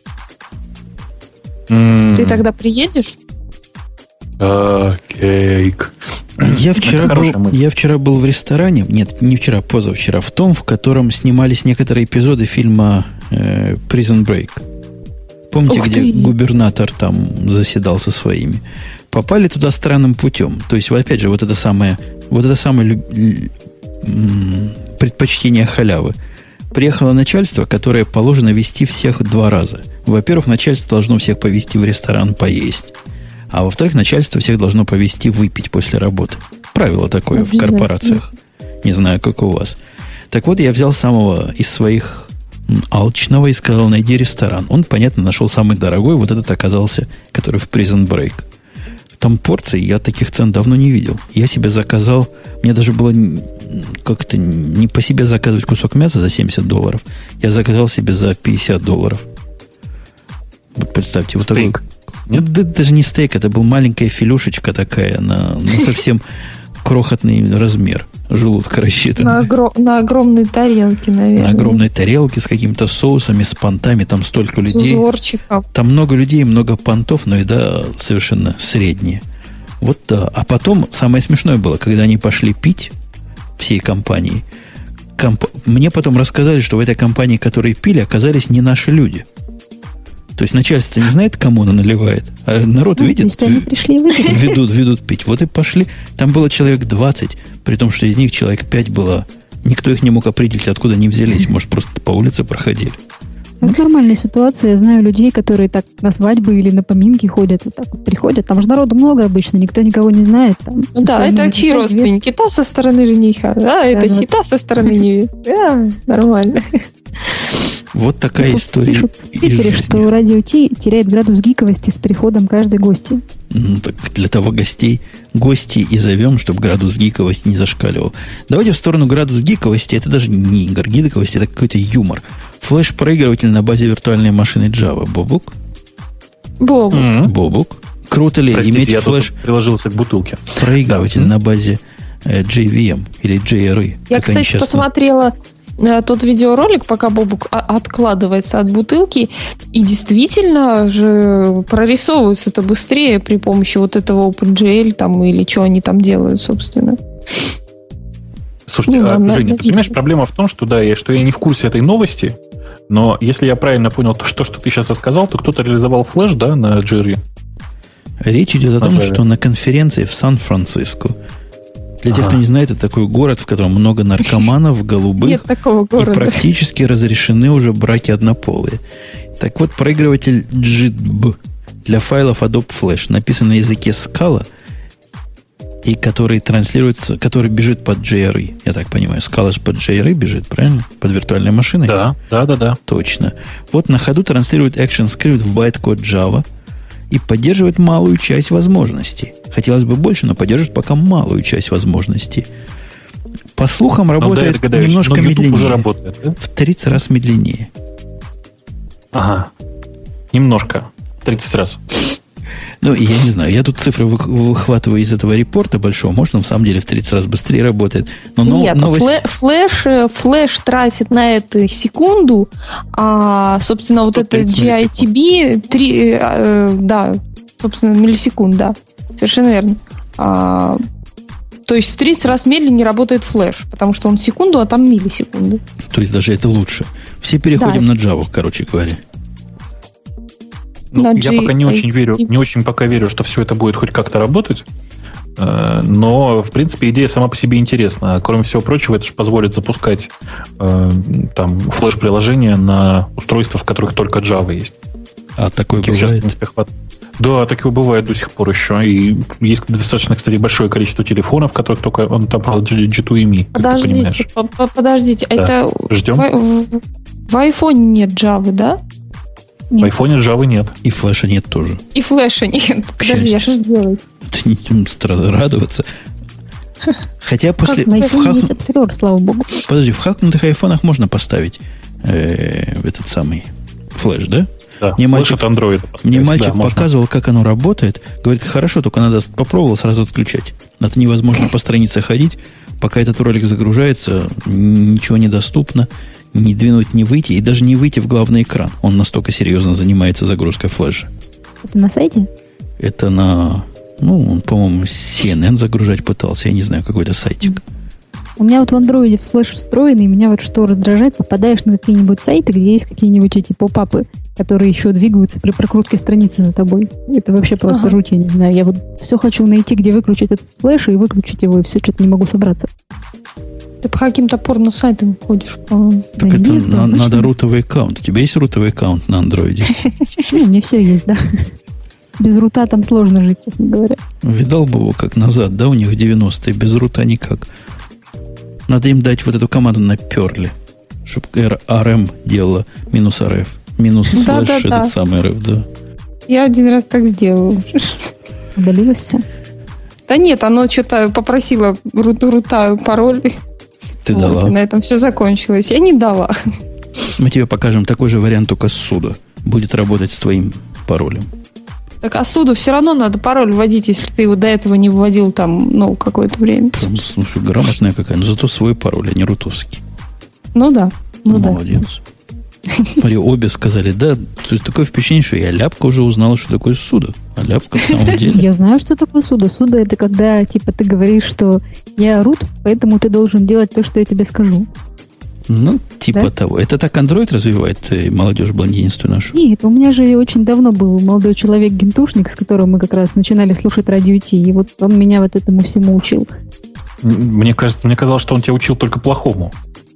М, Ты тогда приедешь? а, Кейк. Я вчера, Это хорошая был, мысль. я вчера был в ресторане, нет, не вчера, позавчера, в том, в котором снимались некоторые эпизоды фильма э, Prison Break. Помните, Ух где ты. губернатор там заседал со своими? Попали туда странным путем. То есть, опять же, вот это самое, вот это самое лю- л- м, предпочтение халявы. Приехало начальство, которое положено вести всех два раза. Во-первых, начальство должно всех повести в ресторан поесть. А во-вторых, начальство всех должно повести выпить после работы. Правило такое в Обязательно. корпорациях. Не знаю, как у вас. Так вот, я взял самого из своих м, алчного и сказал: найди ресторан. Он, понятно, нашел самый дорогой. Вот этот оказался, который в Prison Break. Там порции, я таких цен давно не видел. Я себе заказал, мне даже было н- как-то не по себе заказывать кусок мяса за семьдесят долларов. Я заказал себе за пятьдесят долларов. Вот представьте, вот такой... Стейк. Нет, да, даже не стейк, это был маленькая филюшечка такая на, на совсем крохотный размер желудка рассчитан. На, огро- на огромной тарелке, наверное. На огромной тарелке с какими-то соусами, с понтами, там столько С людей. узорчиком. Там много людей, много понтов, но еда совершенно средняя. Вот да. А потом самое смешное было, когда они пошли пить всей компанией. Комп... Мне потом рассказали, что в этой компании, которые пили, оказались не наши люди. То есть начальство не знает, кому оно наливает, а народ Ну, видит, то есть они пришли и выпили. ведут, ведут пить. Вот и пошли. Там было человек двадцать, при том, что из них человек пять было. Никто их не мог определить, откуда они взялись. Может, просто по улице проходили. Это нормальная ситуация. Я знаю людей, которые так на свадьбы или на поминки ходят, вот так вот приходят. Там же народу много обычно, никто никого не знает. Там, со Да, стороны это чьи жениха, родственники? Та со стороны жениха, да, это да. чьи та со стороны невесты. Да, нормально. Вот такая Тут история. Пишут в Твиттере, что Радио Ти теряет градус гиковости с приходом каждой гости. Ну, так для того гостей, гости и зовем, чтобы градус гиковости не зашкаливал. Давайте в сторону градус гиковости. Это даже не гиковости, это какой-то юмор. Флеш-проигрыватель на базе виртуальной машины Java. Бобук? Бобук. Mm-hmm. Бобук. Круто ли Простите, иметь я флеш приложился к бутылке. Проигрыватель Да. на базе э, джей ви эм или джей ар и? Я, кстати, посмотрела э, тот видеоролик, пока Бобук а- откладывается от бутылки, и действительно же прорисовывается это быстрее при помощи вот этого OpenGL там, или что они там делают, собственно. Слушайте, Ну, а, на- Женя, на ты понимаешь, видео. проблема в том, что да, я, что я не в курсе этой новости, но если я правильно понял то, что, что ты сейчас рассказал, то кто-то реализовал флеш, да, на джей ар и? Речь идет о том, Java. что на конференции в Сан-Франциско, для тех, Ага. кто не знает, это такой город, в котором много наркоманов, голубых, Нет такого и города. практически разрешены уже браки однополые. Так вот, проигрыватель джи ди би для файлов Adobe Flash написан на языке Scala, и который транслируется, который бежит под джей ар и. Я так понимаю, Scala же под джей ар и бежит, правильно? Под виртуальной машиной? Да, да, да, да. Точно. Вот на ходу транслирует ActionScript в байткод Java и поддерживает малую часть возможностей. Хотелось бы больше, но поддерживает пока малую часть возможностей. По слухам, Ну, да, я работает догадаюсь, немножко но YouTube медленнее. уже работает, да? В тридцать раз медленнее. Ага. Немножко. тридцать раз. Ну, я не знаю, я тут цифры вы- выхватываю из этого репорта большого. Может, он в самом деле в тридцать раз быстрее работает. Но нов- Нет, новость... флэ- флэш, э, флэш тратит на это секунду, а, собственно, вот Тут это тридцать джи ай ти би, три, э, э, да, собственно, миллисекунд, да, совершенно верно. А, то есть в тридцать раз медленнее работает флэш, потому что он секунду, а там миллисекунды. То есть даже это лучше. Все переходим Да. на Java, короче говоря. Ну, На я пока не джей ай ти очень верю, не очень пока верю, что все это будет хоть как-то работать. Э, Но, в принципе, идея сама по себе интересна. Кроме всего прочего, это же позволит запускать э, там флеш-приложения на устройствах, в которых только Java есть. А такое Таких сейчас, в бывает. принципе, хват- Да, такое бывает до сих пор еще. И есть достаточно, кстати, большое количество телефонов, в которых только он там джи ту эм и. как ты понимаешь. Подождите, по- по- подождите, Да. это Ждем. в, в, в айфоне нет Java, да? В Нет. айфоне Java нет. И флеша нет тоже. И флэша нет. Подожди, я что ж делаю? Это не м, стра- радоваться. Хотя после... На в айфоне хак- есть App Store, слава богу. Подожди, в хакнутых айфонах можно поставить э, этот самый флеш, да? Да. Мне Флеш мальчик- от Android. Мне мальчик Да, можно. показывал, как оно работает. Говорит, хорошо, только надо попробовал сразу отключать. Это невозможно по странице ходить. Пока этот ролик загружается, ничего недоступно. Не двинуть, не выйти. И даже не выйти в главный экран. Он настолько серьезно занимается загрузкой флеша. Это на сайте? Это на... Ну, он, по-моему, си эн эн загружать пытался. Я не знаю, какой-то сайтик. У меня вот в андроиде флеш встроенный, и меня вот что раздражает, попадаешь на какие-нибудь сайты, где есть какие-нибудь эти поп-апы, которые еще двигаются при прокрутке страницы за тобой. Это вообще просто Ага. жуть, я не знаю. Я вот все хочу найти, где выключить этот флеш, и выключить его, и все, что-то не могу собраться. Ты по каким-то порно-сайтам ходишь, по-моему. Так Да это нет, на- обычно. надо рутовый аккаунт. У тебя есть рутовый аккаунт на андроиде? Не, у меня все есть, да. Без рута там сложно жить, честно говоря. Видал бы его как назад, да, у них в девяностые, без рута никак. Надо им дать вот эту команду на перле, чтобы ар эм делала минус ар эф. Минус Да, слэш да, да. этот самый эр эф, да. Я один раз так сделала. Удалилось все. Да нет, оно что-то попросило руту рута пароль. Ты Вот, дала. и на этом все закончилось. Я не дала. Мы тебе покажем такой же вариант, только с суда. Будет работать с твоим паролем. Так а суду все равно надо пароль вводить, если ты его до этого не вводил там, ну, какое-то время. Прям, слушай, грамотная какая. Но зато свой пароль, а не рутовский. Ну да. Ну да. Молодец. Смотри, обе сказали, да, тут такое впечатление, что я ляпка уже узнала, что такое суда. А ляпка в самом деле. Я знаю, что такое суда. Суда — это когда, типа, ты говоришь, что я рут, поэтому ты должен делать то, что я тебе скажу. Ну, типа Да? того. Это так Android развивает э, молодежь блондинистую нашу? Нет, у меня же очень давно был молодой человек-гентушник, с которым мы как раз начинали слушать радио Ти, и вот он меня вот этому всему учил. Мне кажется, мне казалось, что он тебя учил только плохому.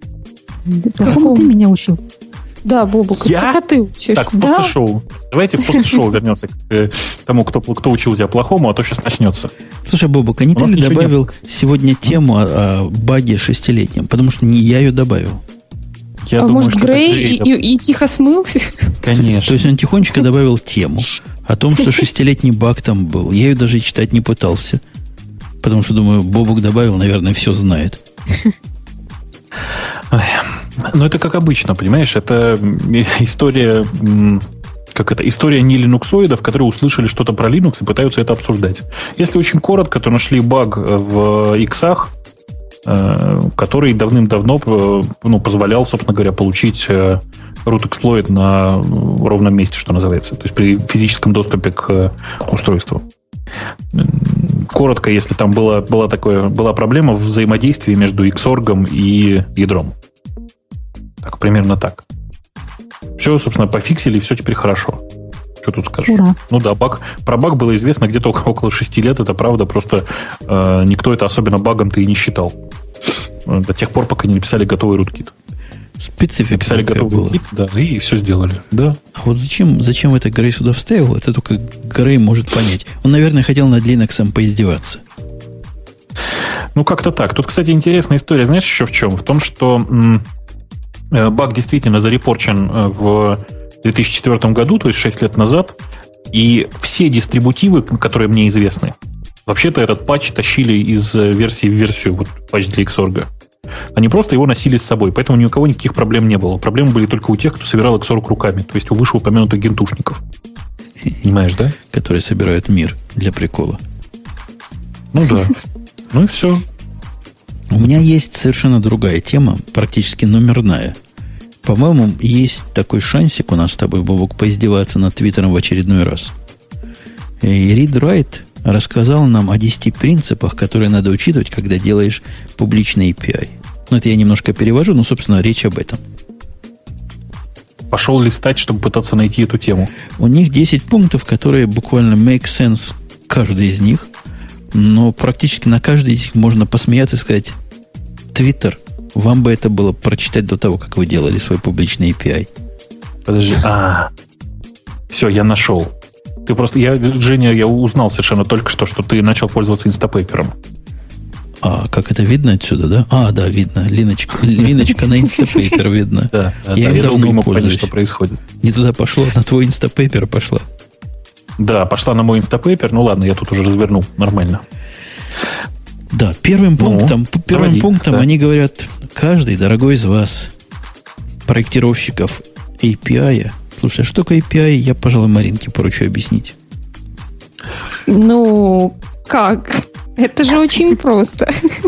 Какому ты меня учил? Да, Бобук, Я? только ты учишь. Так, в да? после шоу. Давайте в после шоу вернемся к э, тому, кто, кто учил тебя плохому, а то сейчас начнется. Слушай, Бобок, а не У ты нас ли ничего добавил сегодня тему о, о баге шестилетнем? Потому что не я ее добавил. Я а думаю, может, что Грей это и, и, и тихо смылся? Конечно. То есть он тихонечко добавил тему о том, что шестилетний баг там был. Я ее даже читать не пытался. Потому что, думаю, Бобук добавил, наверное, все знает. Ну, это как обычно, понимаешь? Это история... Как это? История не линуксоидов, которые услышали что-то про Linux и пытаются это обсуждать. Если очень коротко, то нашли баг в иксах, который давным-давно ну, позволял, собственно говоря, получить root exploit на ровном месте, что называется. То есть при физическом доступе к устройству. Коротко, если там была, была, такое, была проблема в взаимодействии между иксоргом и ядром. Так, примерно так. Все, собственно, пофиксили, и все теперь хорошо. Что тут скажешь? Ура. Ну да, баг, про баг было известно где-то около, около шести лет, это правда, просто э, никто это особенно багом-то и не считал. До тех пор, пока не написали готовый rootkit. Специфика написали готовый rootkit, да, и все сделали. Да. А вот зачем, зачем это Грей сюда вставил, это только Грей может понять. Он, наверное, хотел над Linux поиздеваться. Ну, как-то так. Тут, кстати, интересная история, знаешь, еще в чем? В том, что м- баг действительно зарепорчен в две тысячи четвёртом году, то есть шесть лет назад, и все дистрибутивы, которые мне известны, вообще-то этот патч тащили из версии в версию, вот патч для Xorg. Они просто его носили с собой, поэтому ни у кого никаких проблем не было. Проблемы были только у тех, кто собирал Xorg руками, то есть у вышеупомянутых гентушников. Понимаешь, да? Которые собирают мир для прикола. Ну да. Ну и все. У меня есть совершенно другая тема, практически номерная. По-моему, есть такой шансик у нас с тобой, Бобок, поиздеваться над Твиттером в очередной раз. И Read Write рассказал нам о десяти принципах, которые надо учитывать, когда делаешь публичный эй пи ай. Ну, это я немножко перевожу, но, собственно, речь об этом. Пошел листать, чтобы пытаться найти эту тему. У них десять пунктов, которые буквально make sense, каждый из них. Но практически на каждый из них можно посмеяться и сказать: Твиттер, вам бы это было прочитать до того, как вы делали свой публичный эй пи ай. Подожди. А, все, я нашел. Ты просто, я, Женя, я узнал совершенно только что, что ты начал пользоваться инстапейпером. А, как это видно отсюда, да? А, да, видно. Линочка, Линочка на инстапейпер видно. Да, я им давно не мог понять, пользуюсь. что происходит. Не туда пошло, на твой инстапейпер пошла. Да, пошла на мой инстапейпер. Ну ладно, я тут уже развернул. Нормально. Да, первым пунктом, ну, первым заводи, пунктом да. они говорят: каждый дорогой из вас, проектировщиков эй пи ай, слушай, а что такое эй пи ай, я, пожалуй, Маринке поручу объяснить. Ну, как? Это же очень просто.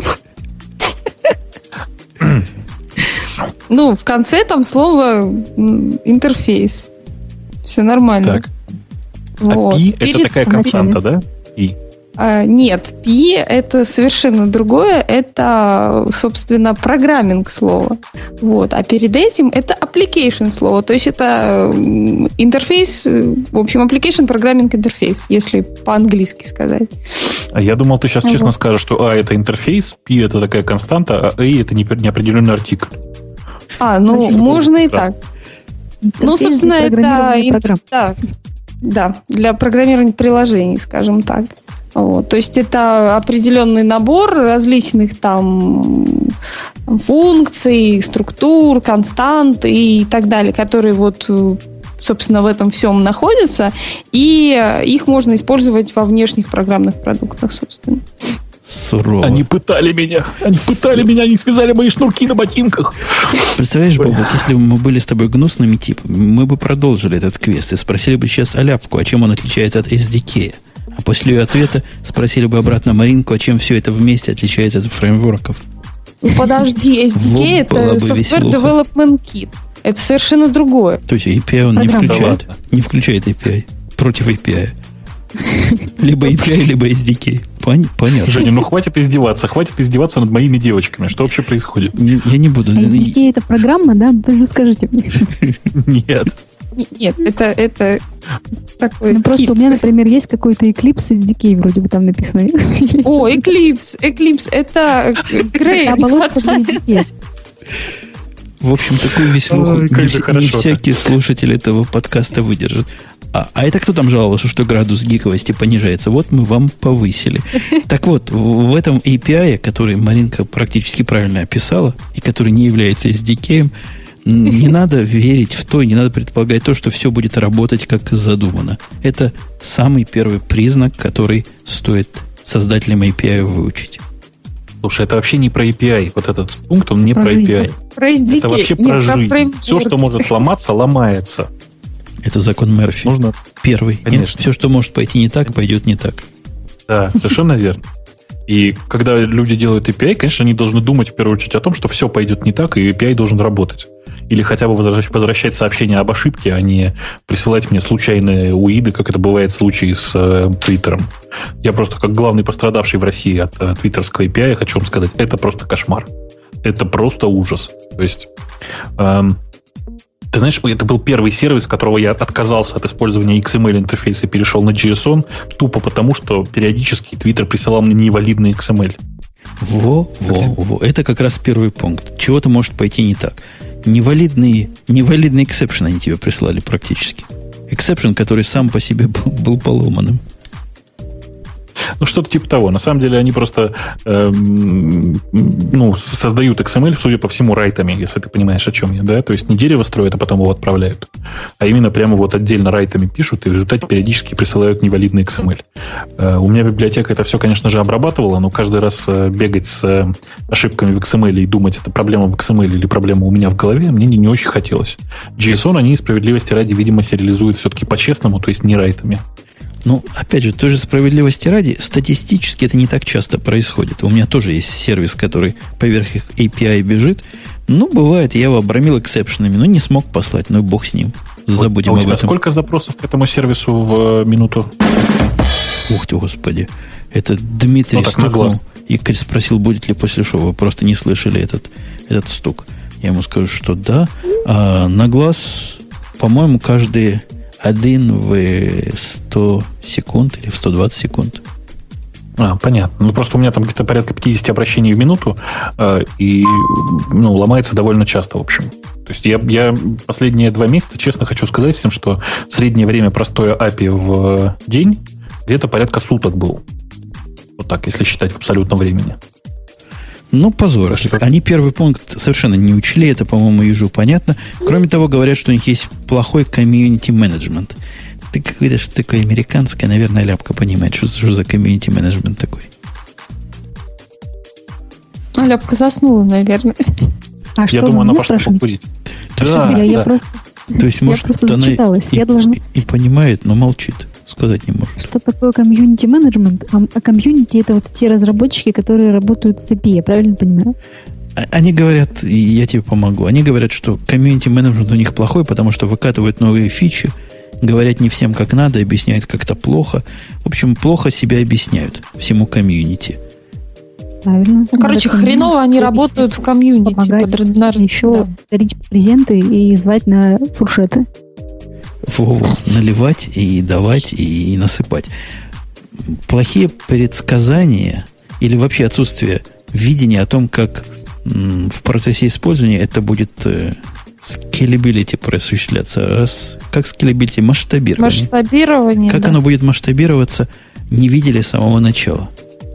Ну, в конце там слово интерфейс. Все нормально. Так. А пи это такая константа, да? Пи. А, нет, пи это совершенно другое. Это, собственно, программинг слово. Вот. А перед этим это application слово. То есть это интерфейс, в общем, application программинг интерфейс, если по-английски сказать. А я думал, ты сейчас Вот. честно скажешь, что А это интерфейс, пи это такая константа, а A это неопределенный артикль. А, ну, Значит, можно и прекрасно. так. Ну, собственно, это программ. да, да, для программирования приложений, скажем так. Вот. То есть это определенный набор различных там функций, структур, констант и так далее, которые вот, собственно, в этом всем находятся, и их можно использовать во внешних программных продуктах, собственно. Сурово. Они пытали меня. Они пытали меня, они связали мои шнурки на ботинках. Представляешь, Бобок, если бы мы были с тобой гнусными типами, мы бы продолжили этот квест и спросили бы сейчас Аляпку, а чем он отличается от эс ди кей. А после ее ответа спросили бы обратно Маринку, а чем все это вместе отличается от фреймворков. Ну, подожди, эс ди кей Вот была это бы Software веселуха. Development Kit. Это совершенно другое. То есть эй пи ай он не Программа. включает. Да Не включает эй пи ай. Против эй пи ай. Либо эй пи ай, либо эс ди кей. Пон- Понятно. Женя, ну хватит издеваться. Хватит издеваться над моими девочками. Что вообще происходит? Не- Я не буду. А эс ди кей это программа, да? Даже скажите мне. Нет. Нет, это, это такой Ну, просто кит. у меня, например, есть какой-то Eclipse эс ди кей, вроде бы там написано. О, Eclipse. Eclipse. Это Грей. Это оболочка для эс ди кей. В общем, такую веселуху Ой, как не, же вс- хорошо-то. не всякий слушатель этого подкаста выдержит. А, а это кто там жаловался, что градус гиковости понижается? Вот мы вам повысили. Так вот, в, в этом эй пи ай, который Маринка практически правильно описала, и который не является эс ди кей, Не надо верить в то, не надо предполагать то, что все будет работать как задумано. Это самый первый признак, который стоит создателям эй пи ай выучить. Слушай, это вообще не про эй пи ай. Вот этот пункт, он не про, про эй пи ай. Про эс ди кей. Это вообще Нет, про жизнь. Фреймворк. Все, что может ломаться, ломается. Это закон Мерфи. Нужно... Первый. Нет, все, что может пойти не так, пойдет не так. Да, совершенно верно. И когда люди делают эй пи ай, конечно, они должны думать в первую очередь о том, что все пойдет не так, и эй пи ай должен работать. Или хотя бы возвращать сообщения об ошибке, а не присылать мне случайные уиды, как это бывает в случае с э, Твиттером. Я просто как главный пострадавший в России от э, твиттерского эй пи ай хочу вам сказать, это просто кошмар. Это просто ужас. То есть... Эм, Ты знаешь, это был первый сервис, которого я отказался от использования икс эм эль интерфейса и перешел на джей эс он, тупо потому, что периодически Twitter присылал мне невалидный икс эм эль. Во, во, во. Это как раз первый пункт. Чего-то может пойти не так. Невалидный, невалидный эксепшн они тебе прислали практически. Эксепшн, который сам по себе был, был поломанным. Ну, что-то типа того. На самом деле они просто эм, ну, создают икс эм эль, судя по всему, райтами, если ты понимаешь, о чем я, да? То есть не дерево строят, а потом его отправляют, а именно прямо вот отдельно райтами пишут и в результате периодически присылают невалидный икс эм эль. Э, у меня библиотека это все, конечно же, обрабатывала, но каждый раз э, бегать с э, ошибками в икс эм эль и думать, это проблема в икс эм эль или проблема у меня в голове, мне не, не очень хотелось. джей эс он они справедливости ради, видимо, сериализуют все-таки по-честному, то есть не райтами. Ну, опять же, той же справедливости ради, статистически это не так часто происходит. У меня тоже есть сервис, который поверх их эй пи ай бежит. Ну, бывает, я его обрамил эксепшенами, но не смог послать, ну, бог с ним. Забудем а об этом. Сколько запросов к этому сервису в минуту? Ух ты, господи. Это Дмитрий ну, стукнул и спросил, будет ли после шоу. Вы просто не слышали этот, этот стук. Я ему скажу, что да. А на глаз, по-моему, каждые... Один в сто секунд или в сто двадцать секунд. А, понятно. Ну, просто у меня там где-то порядка пятьдесят обращений в минуту, э, и ну, ломается довольно часто, в общем. То есть я, я последние два месяца, честно хочу сказать всем, что среднее время простоя эй пи ай в день где-то порядка суток был. Вот так, если считать в абсолютном времени. Ну, позор. Что? Они первый пункт совершенно не учли. Это, по-моему, ежу понятно. Кроме того, говорят, что у них есть плохой комьюнити-менеджмент. Ты какой-то же такой американская, наверное, ляпка понимает, что, что за комьюнити-менеджмент такой. А ляпка заснула, наверное. А я что думаю, она пошла покурить. Да, я, да. я просто, То есть, я может, просто она зачиталась. и, Я должна... и, и понимает, но молчит. Сказать не может. Что такое комьюнити-менеджмент? А, а комьюнити — это вот те разработчики, которые работают с эй пи ай, я правильно понимаю? Они говорят, и я тебе помогу, они говорят, что комьюнити-менеджмент у них плохой, потому что выкатывают новые фичи, говорят не всем как надо, объясняют как-то плохо. В общем, плохо себя объясняют всему комьюнити. Правильно. Ну, короче, Надо хреново они работают в комьюнити. Помогать, под, на, еще да. дарить презенты и звать на фуршеты. Во-во, наливать и давать и насыпать. Плохие предсказания или вообще отсутствие видения о том, как м, в процессе использования это будет э, scalability осуществляться. Раз, как scalability? Масштабирование. Масштабирование, Как да. оно будет масштабироваться, не видели с самого начала.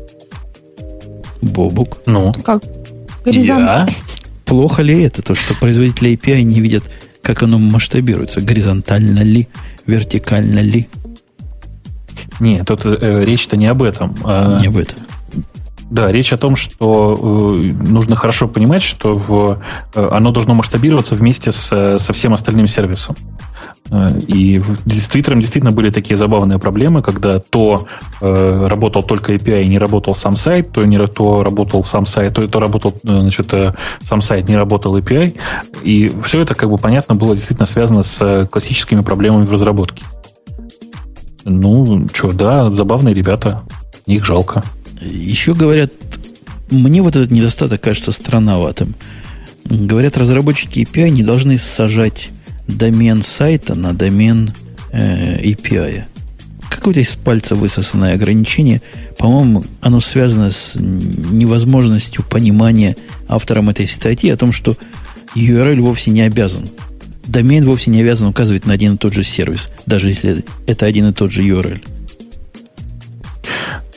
Бобук. Ну, Как? Горизонт. я... Плохо ли это, то, что производители эй пи ай не видят, как оно масштабируется? Горизонтально ли? Вертикально ли? Нет, тут э, речь-то не об этом. Не об этом. Да, речь о том, что э, нужно хорошо понимать, что в, э, оно должно масштабироваться вместе с, со всем остальным сервисом. Э, и в, с Твиттером действительно были такие забавные проблемы, когда то э, работал только эй пи ай и не работал сам сайт, то, не, то работал сам сайт, то, то работал значит, э, сам сайт, не работал эй пи ай. И все это, как бы понятно, было действительно связано с классическими проблемами в разработке. Ну, что, да, забавные ребята, их жалко. Еще говорят, мне вот этот недостаток кажется странноватым. Говорят, разработчики эй пи ай не должны сажать домен сайта на домен э, эй пи ай. Какое-то из пальца высосанное ограничение. По-моему, оно связано с невозможностью понимания автором этой статьи о том, что ю ар эл вовсе не обязан. Домен вовсе не обязан указывать на один и тот же сервис, даже если это один и тот же ю ар эл.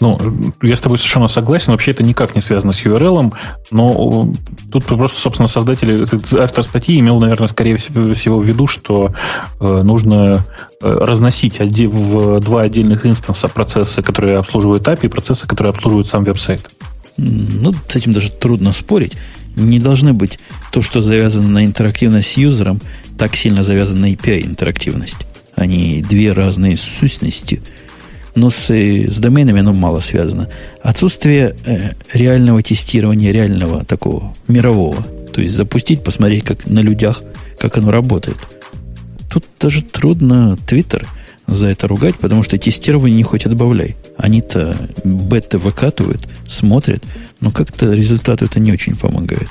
Ну, я с тобой совершенно согласен. Вообще это никак не связано с ю ар эл, но тут просто, собственно, создатель, автор статьи имел, наверное, скорее всего в виду, что э, нужно разносить в два отдельных инстанса процессы, которые обслуживают эй пи ай, и процессы, которые обслуживают сам веб-сайт. Ну, с этим даже трудно спорить. Не должны быть то, что завязано на интерактивность с юзером, так сильно завязано на эй пи ай интерактивность. Они две разные сущности. Но с, с доменами оно мало связано. Отсутствие э, реального тестирования, реального такого мирового. То есть запустить, посмотреть, как на людях, как оно работает. Тут даже трудно Twitter за это ругать, потому что тестирование не хоть отбавляй. Они-то бета выкатывают, смотрят, но как-то результату это не очень помогает.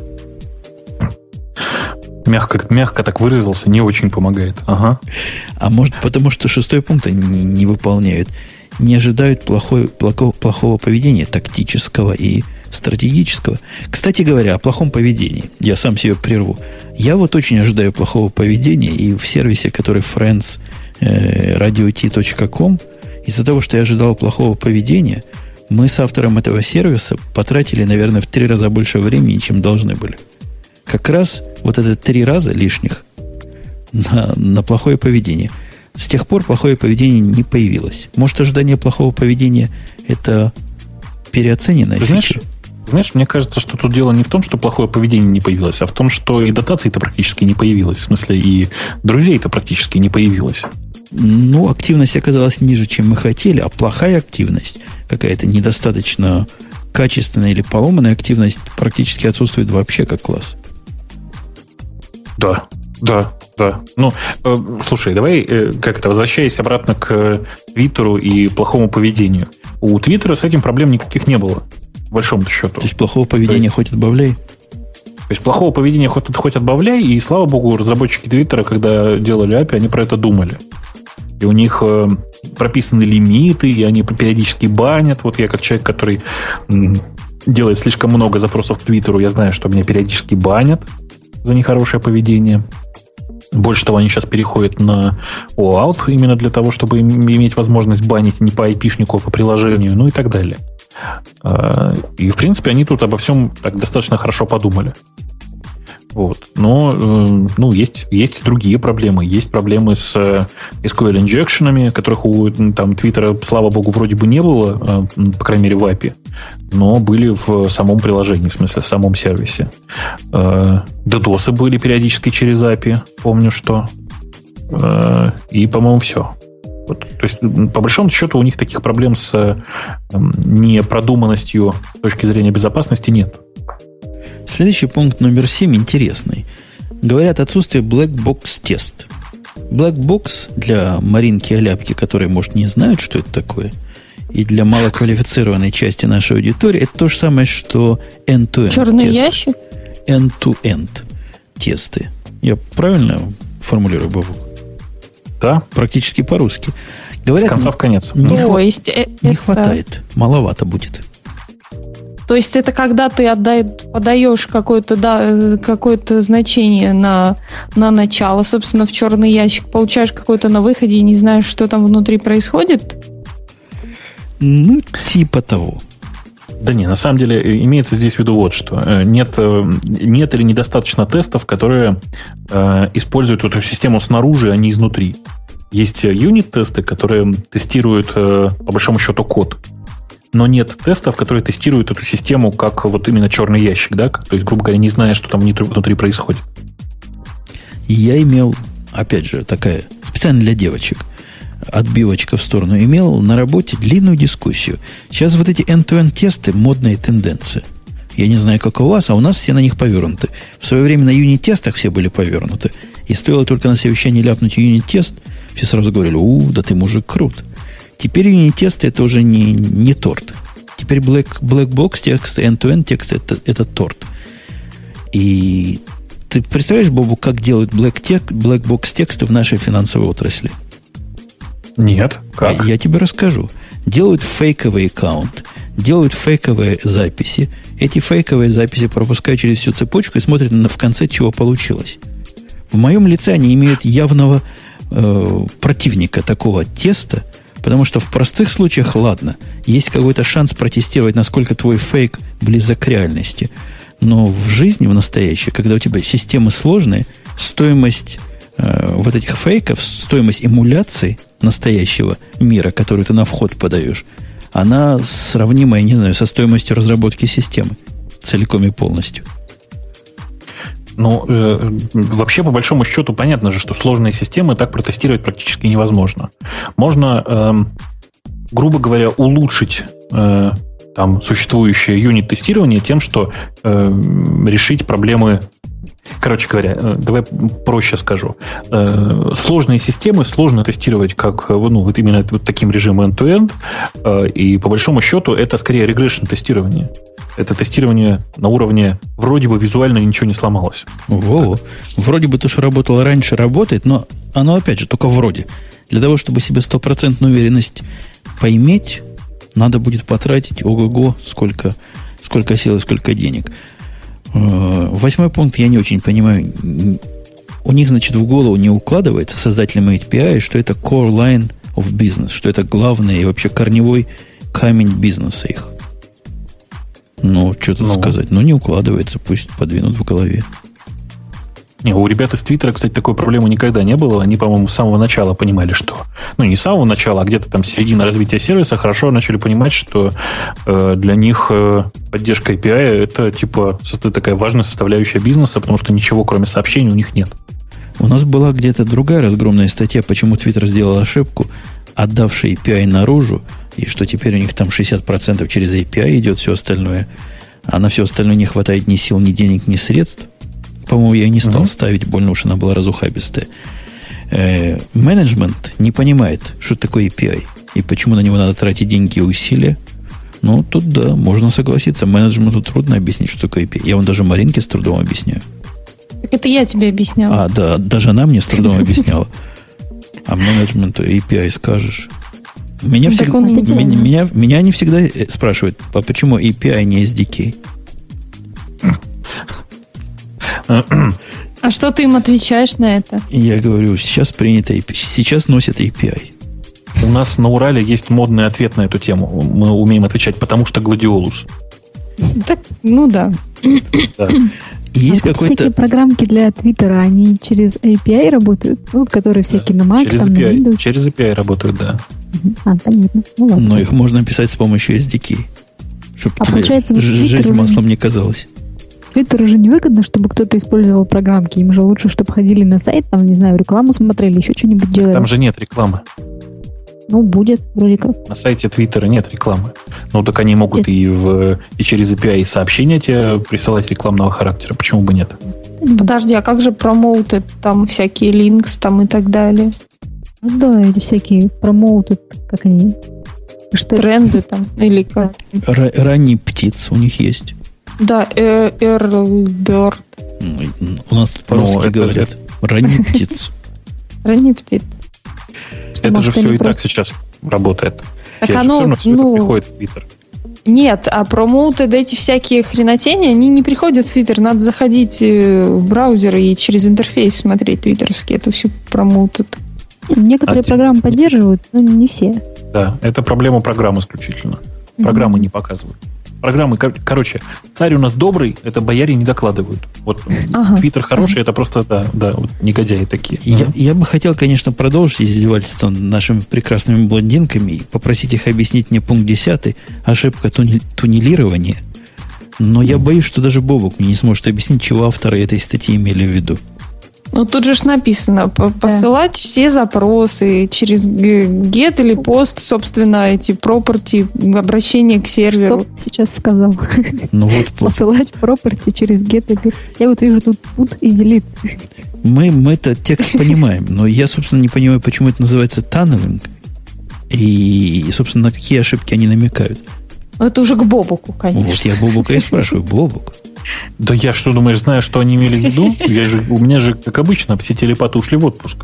Мягко, мягко так выразился, не очень помогает. Ага. А может, потому что шестой пункт они не выполняют. Не ожидают плохой, плохого, плохого поведения, тактического и стратегического. Кстати говоря, о плохом поведении. Я сам себе прерву. Я вот очень ожидаю плохого поведения, и в сервисе, который friends radio t точка com, из-за того, что я ожидал плохого поведения, мы с автором этого сервиса потратили, наверное, в три раза больше времени, чем должны были. Как раз вот это три раза лишних на, на плохое поведение. С тех пор плохое поведение не появилось. Может, ожидание плохого поведения – это переоцененная фича? Знаешь, знаешь, мне кажется, что тут дело не в том, что плохое поведение не появилось, а в том, что и дотаций-то практически не появилось. В смысле, и друзей-то практически не появилось. Ну, активность оказалась ниже, чем мы хотели, а плохая активность, какая-то недостаточно качественная или поломанная активность практически отсутствует вообще как класс. Да, да, да. Ну, э, слушай, давай э, как это, возвращаясь обратно к Твиттеру и плохому поведению. У Твиттера с этим проблем никаких не было, по большому счету. То есть плохого поведения есть, хоть отбавляй? То есть плохого поведения хоть, хоть отбавляй, и, слава богу, разработчики Твиттера, когда делали эй пи ай, они про это думали. И у них э, прописаны лимиты, и они периодически банят. Вот я как человек, который м, делает слишком много запросов к Твиттеру, я знаю, что меня периодически банят за нехорошее поведение. Больше того, они сейчас переходят на о-аут именно для того, чтобы иметь возможность банить не по айпишнику, а по приложению, ну и так далее. И, в принципе, они тут обо всем так достаточно хорошо подумали. Вот. Но ну, есть, есть другие проблемы. Есть проблемы с эс кью эль-инжекшенами, которых у там, Твиттера, слава богу, вроде бы не было, по крайней мере, в эй пи ай, но были в самом приложении, в смысле, в самом сервисе. ддосы были периодически через эй пи ай, помню, что. И, по-моему, все. Вот. То есть, по большому счету, у них таких проблем с непродуманностью с точки зрения безопасности нет. Следующий пункт номер семь интересный. Говорят, отсутствие black box тест. Black box для Маринки Аляпки, которые, может, не знают, что это такое, и для малоквалифицированной части нашей аудитории, это то же самое, что end-to-end черный тест. ящик? End-to-end тесты. Я правильно формулирую, Бабук? Да. Практически по-русски. Говорят, с конца в конец. Не, То хва- есть не это... хватает. Маловато будет. То есть это когда ты отдай, подаешь какое-то, да, какое-то значение на, на начало, собственно, в черный ящик, получаешь какое-то на выходе и не знаешь, что там внутри происходит? Ну, типа того. Да не, на самом деле имеется здесь в виду вот что. Нет, нет или недостаточно тестов, которые э, используют эту систему снаружи, а не изнутри. Есть юнит-тесты, которые тестируют, э, по большому счету, код. Но нет тестов, которые тестируют эту систему как вот именно черный ящик, да? То есть, грубо говоря, не зная, что там внутри происходит. Я имел, опять же, такая специально для девочек отбивочка в сторону, имел на работе длинную дискуссию. Сейчас вот эти end-to-end тесты модная тенденция. Я не знаю, как у вас, а у нас все на них повернуты. В свое время на юнит-тестах все были повернуты. И стоило только на совещании ляпнуть юнит-тест, все сразу говорили: у, да ты мужик крут. Теперь юнит-тесты это уже не, не торт. Теперь black, black box тексты, end-to-end тексты это, это торт. И ты представляешь, Бобу, как делают black, тек, black box тексты в нашей финансовой отрасли? Нет, как? Я тебе расскажу. Делают фейковый аккаунт, делают фейковые записи. Эти фейковые записи пропускают через всю цепочку и смотрят на, в конце, чего получилось. В моем лице они имеют явного э, противника такого теста, Потому что в простых случаях, ладно, есть какой-то шанс протестировать, насколько твой фейк близок к реальности. Но в жизни, в настоящей, когда у тебя системы сложные, стоимость э, вот этих фейков, стоимость эмуляции настоящего мира, который ты на вход подаешь, она сравнима, я не знаю, со стоимостью разработки системы целиком и полностью. Ну, э, вообще, по большому счету, понятно же, что сложные системы так протестировать практически невозможно. Можно, э, грубо говоря, улучшить э, там, существующее юнит-тестирование тем, что э, решить проблемы. Короче говоря, э, давай проще скажу. Э, сложные системы сложно тестировать как, ну, вот именно вот таким режимом end-to-end, э, и по большому счету это скорее регрессион-тестирование. Это тестирование на уровне вроде бы визуально ничего не сломалось. Во-во. Вроде бы то, что работало раньше, работает, но оно, опять же, только вроде. Для того, чтобы себе стопроцентную уверенность поиметь, надо будет потратить ого-го, сколько, сколько сил и сколько денег. Восьмой пункт я не очень понимаю. У них, значит, в голову не укладывается создателям эй пи ай, что это core line of business, что это главный и вообще корневой камень бизнеса их. Ну, что тут ну. сказать? Ну, не укладывается, пусть подвинут в голове. Не, у ребят из Твиттера, кстати, такой проблемы никогда не было. Они, по-моему, с самого начала понимали, что... Ну, не с самого начала, а где-то там середина развития сервиса хорошо начали понимать, что э, для них э, поддержка эй пи ай это, типа, такая важная составляющая бизнеса, потому что ничего, кроме сообщений, у них нет. У нас была где-то другая разгромная статья, почему Твиттер сделал ошибку, отдавший эй пи ай наружу, и что теперь у них там шестьдесят процентов через эй пи ай идет все остальное, а на все остальное не хватает ни сил, ни денег, ни средств. По-моему, я не стал mm-hmm. ставить, больно уж она была разухабистая. Э, менеджмент не понимает, что такое эй пи ай, и почему на него надо тратить деньги и усилия. Ну, тут да, можно согласиться. Менеджменту трудно объяснить, что такое эй пи ай. Я вам даже Маринке с трудом объясняю. Так это я тебе объясняла. А, да, даже она мне с трудом объясняла. А менеджменту эй пи ай скажешь. Меня, всегда, меня, меня, меня они всегда спрашивают, а почему эй пи ай не эс ди кей? А что ты им отвечаешь на это? Я говорю, сейчас принято эй пи ай, сейчас носят эй пи ай. У нас на Урале есть модный ответ на эту тему. Мы умеем отвечать, потому что гладиолус. Так, ну да. Да. Есть а какой-то... всякие программки для Твиттера, они через эй пи ай работают? Ну, которые всякие да. на Mac, через там, эй пи ай, на Windows? Через эй пи ай работают, да. А, понятно. Ну, ладно. Но их можно писать с помощью эс ди кей. Чтобы а получается, жизнь маслом не казалась. Твиттеру же невыгодно, чтобы кто-то использовал программки. Им же лучше, чтобы ходили на сайт, там, не знаю, рекламу смотрели, еще что-нибудь делали. Там же нет рекламы. Ну, будет, вроде как. На сайте Твиттера нет рекламы. Ну, так они могут нет. и, в, и через эй пи ай сообщения тебе присылать рекламного характера. Почему бы нет? Подожди, а как же промоуты, там всякие линкс там и так далее? Ну да, эти всякие промоуты, как они? Что тренды там, или как? Р- ранний птиц у них есть. Да, Earl Bird. Ну, у нас тут по-русски ну, говорят. Же... Ранний птиц. Ранний птиц. Это Может, же все и просто... так сейчас работает. Так оно, все равно все ну... это приходит в Твиттер. Нет, а промоуты, да, эти всякие хренотени, они не приходят в Твиттер. Надо заходить в браузер и через интерфейс смотреть твиттеровский. Это все промоутят. Некоторые а программы те... поддерживают, но не все. Да, это проблема программ исключительно. Программы mm-hmm. не показывают. Программы, короче, царь у нас добрый, это бояре не докладывают. Вот ага. Твиттер хороший, ага. это просто, да, да, вот негодяи такие. Я, ага. я бы хотел, конечно, продолжить издевательство над нашими прекрасными блондинками и попросить их объяснить мне пункт десятый, ошибка туни, туннелирования. Но я боюсь, что даже Бобук мне не сможет объяснить, чего авторы этой статьи имели в виду. Ну, тут же ж написано, посылать да. все запросы через get или post, собственно, эти property, обращение к серверу. Что сейчас сказал? Ну, вот, посылать property через get или... Я вот вижу тут put и delete. Мы, мы этот текст понимаем, но я, собственно, не понимаю, почему это называется tunneling и, и, собственно, на какие ошибки они намекают. Это уже к Бобуку, конечно. Вот я Бобука и спрашиваю. Бобук. Да я что, думаешь, знаю, что они имели в виду? Я же, у меня же, как обычно, все телепаты ушли в отпуск.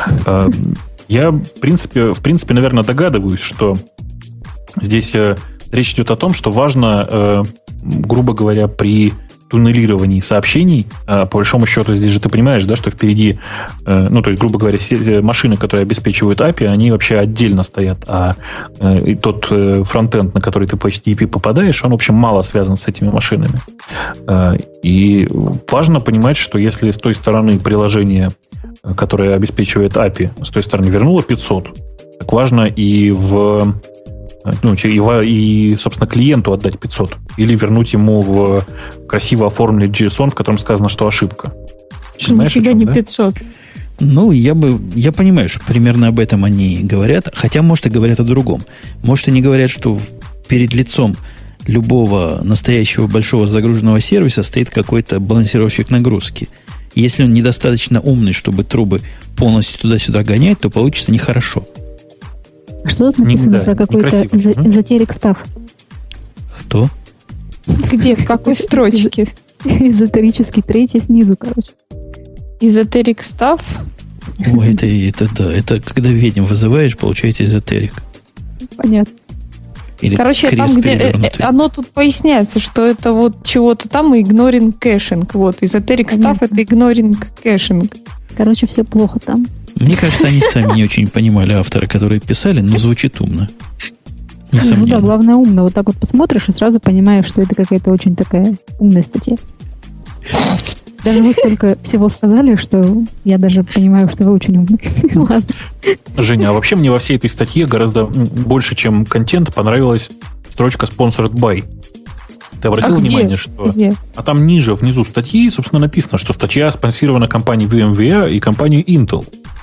Я, в принципе, в принципе, наверное, догадываюсь, что здесь речь идет о том, что важно, грубо говоря, при туннелировании сообщений, по большому счету, здесь же ты понимаешь, да, что впереди, ну, то есть, грубо говоря, машины, которые обеспечивают эй пи ай, они вообще отдельно стоят, а и тот фронтенд, на который ты по эйч ти ти пи попадаешь, он, в общем, мало связан с этими машинами. И важно понимать, что если с той стороны приложение, которое обеспечивает эй пи ай, с той стороны вернуло пятьсот, так важно и в... Ну, и, собственно, клиенту отдать пятьсот. Или вернуть ему в красиво оформленный JSON, в котором сказано, что ошибка. Понимаешь, нифига не да? пятьсот. Ну, я бы, я понимаю, что примерно об этом они говорят, хотя, может, и говорят о другом. Может, они говорят, что перед лицом любого настоящего большого загруженного сервиса стоит какой-то балансировщик нагрузки. Если он недостаточно умный, чтобы трубы полностью туда-сюда гонять, то получится нехорошо. А что тут написано не, да, про какой-то эзотерик став? Кто? Где? В какой строчке? Эзотерический, третий снизу, короче. Эзотерик став? Ой, это, это да. Это когда ведьм вызываешь, получается эзотерик. Понятно. Или короче, там, где оно тут поясняется, что это вот чего-то там и игноринг кэшинг. Вот, эзотерик став — это игноринг кэшинг. Короче, все плохо там. Мне кажется, они сами не очень понимали авторы, которые писали, но звучит умно. Несомненно. Ну да, главное умно. Вот так вот посмотришь и сразу понимаешь, что это какая-то очень такая умная статья. Даже вы столько всего сказали, что я даже понимаю, что вы очень умны. Ладно. Женя, а вообще мне во всей этой статье гораздо больше, чем контент, понравилась строчка «Sponsored by». Ты обратил а внимание, где? что... Где? А там ниже, внизу статьи, собственно, написано, что статья спонсирована компанией VMware и компанией Intel.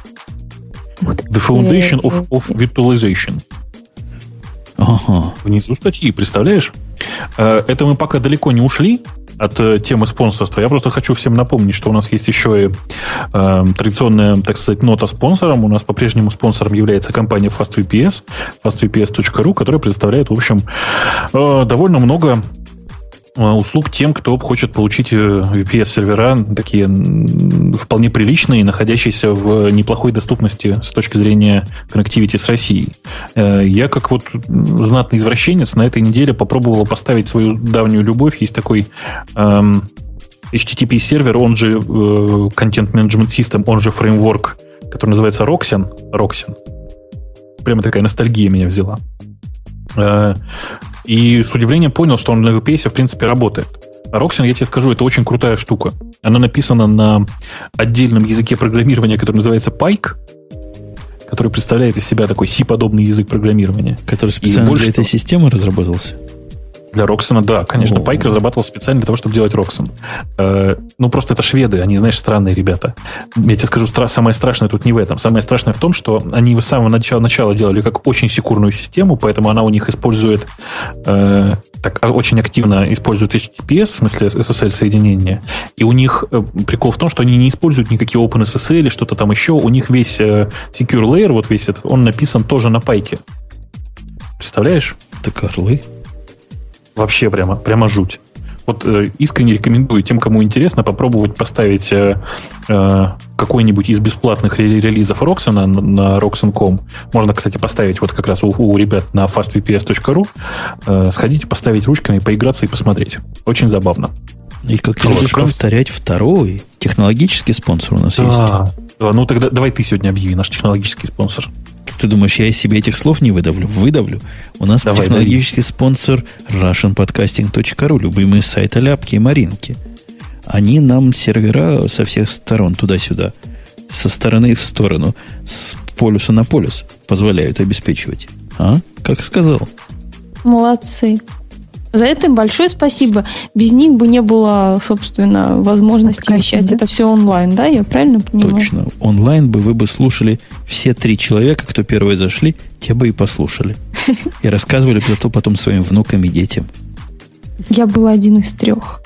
The Foundation of, of Virtualization. Ага. Внизу статьи, представляешь? Это мы пока далеко не ушли от темы спонсорства. Я просто хочу всем напомнить, что у нас есть еще и э, традиционная, так сказать, нота спонсором. У нас по-прежнему спонсором является компания FastVPS, fastVPS точка ру, которая предоставляет, в общем, э, довольно много услуг тем, кто хочет получить ви пи эс-сервера такие вполне приличные, находящиеся в неплохой доступности с точки зрения коннективити с Россией. Я, как вот знатный извращенец, на этой неделе попробовал поставить свою давнюю любовь. Есть такой эм, эйч ти ти пи-сервер, он же э, Content Management System, он же фреймворк, который называется Roxen. Roxen. Прямо такая ностальгия меня взяла. И с удивлением понял, что он на ви пи эс, в принципе, работает. А Roxen, я тебе скажу, это очень крутая штука. Она написана на отдельном языке программирования, который называется Pike, который представляет из себя такой си-подобный язык программирования. Который специально для этой системы разработался? Для Roxen, да, конечно. Pike разрабатывал специально для того, чтобы делать Roxen. Э, ну, просто это шведы, они, знаешь, странные ребята. Я тебе скажу, стра- самое страшное тут не в этом. Самое страшное в том, что они с самого начала, начала делали как очень секурную систему, поэтому она у них использует, э, так, очень активно использует эйч ти ти пи эс, в смысле эс эс эль-соединение. И у них э, прикол в том, что они не используют никакие OpenSSL или что-то там еще. У них весь э, Secure Layer, вот весь этот, он написан тоже на Pike. Представляешь? Так орлы. Вообще прямо, прямо жуть. Вот э, искренне рекомендую тем, кому интересно, попробовать поставить э, э, какой-нибудь из бесплатных релизов Roxen на, на roxen точка ком. Можно, кстати, поставить вот как раз у, у ребят на fastVPS точка ру. Э, сходите, поставить ручками, поиграться и посмотреть. Очень забавно. И как ты будешь повторять второй технологический спонсор у нас да, есть. Да, ну тогда давай ты сегодня объяви наш технологический спонсор. Ты думаешь, я из себя этих слов не выдавлю? Выдавлю. У нас Давай, технологический давай. спонсор russian podcasting точка ру, любимые сайты Ляпки и Маринки. Они нам сервера со всех сторон, туда-сюда, со стороны в сторону, с полюса на полюс позволяют обеспечивать. А? Как сказал? Молодцы. За это им большое спасибо. Без них бы не было, собственно, возможности Подкасting, вещать. Да? Это все онлайн, да? Я правильно понимаю? Точно. Онлайн бы вы бы слушали все три человека, кто первые зашли, те бы и послушали. И рассказывали бы зато потом своим внукам и детям. Я был один из трех.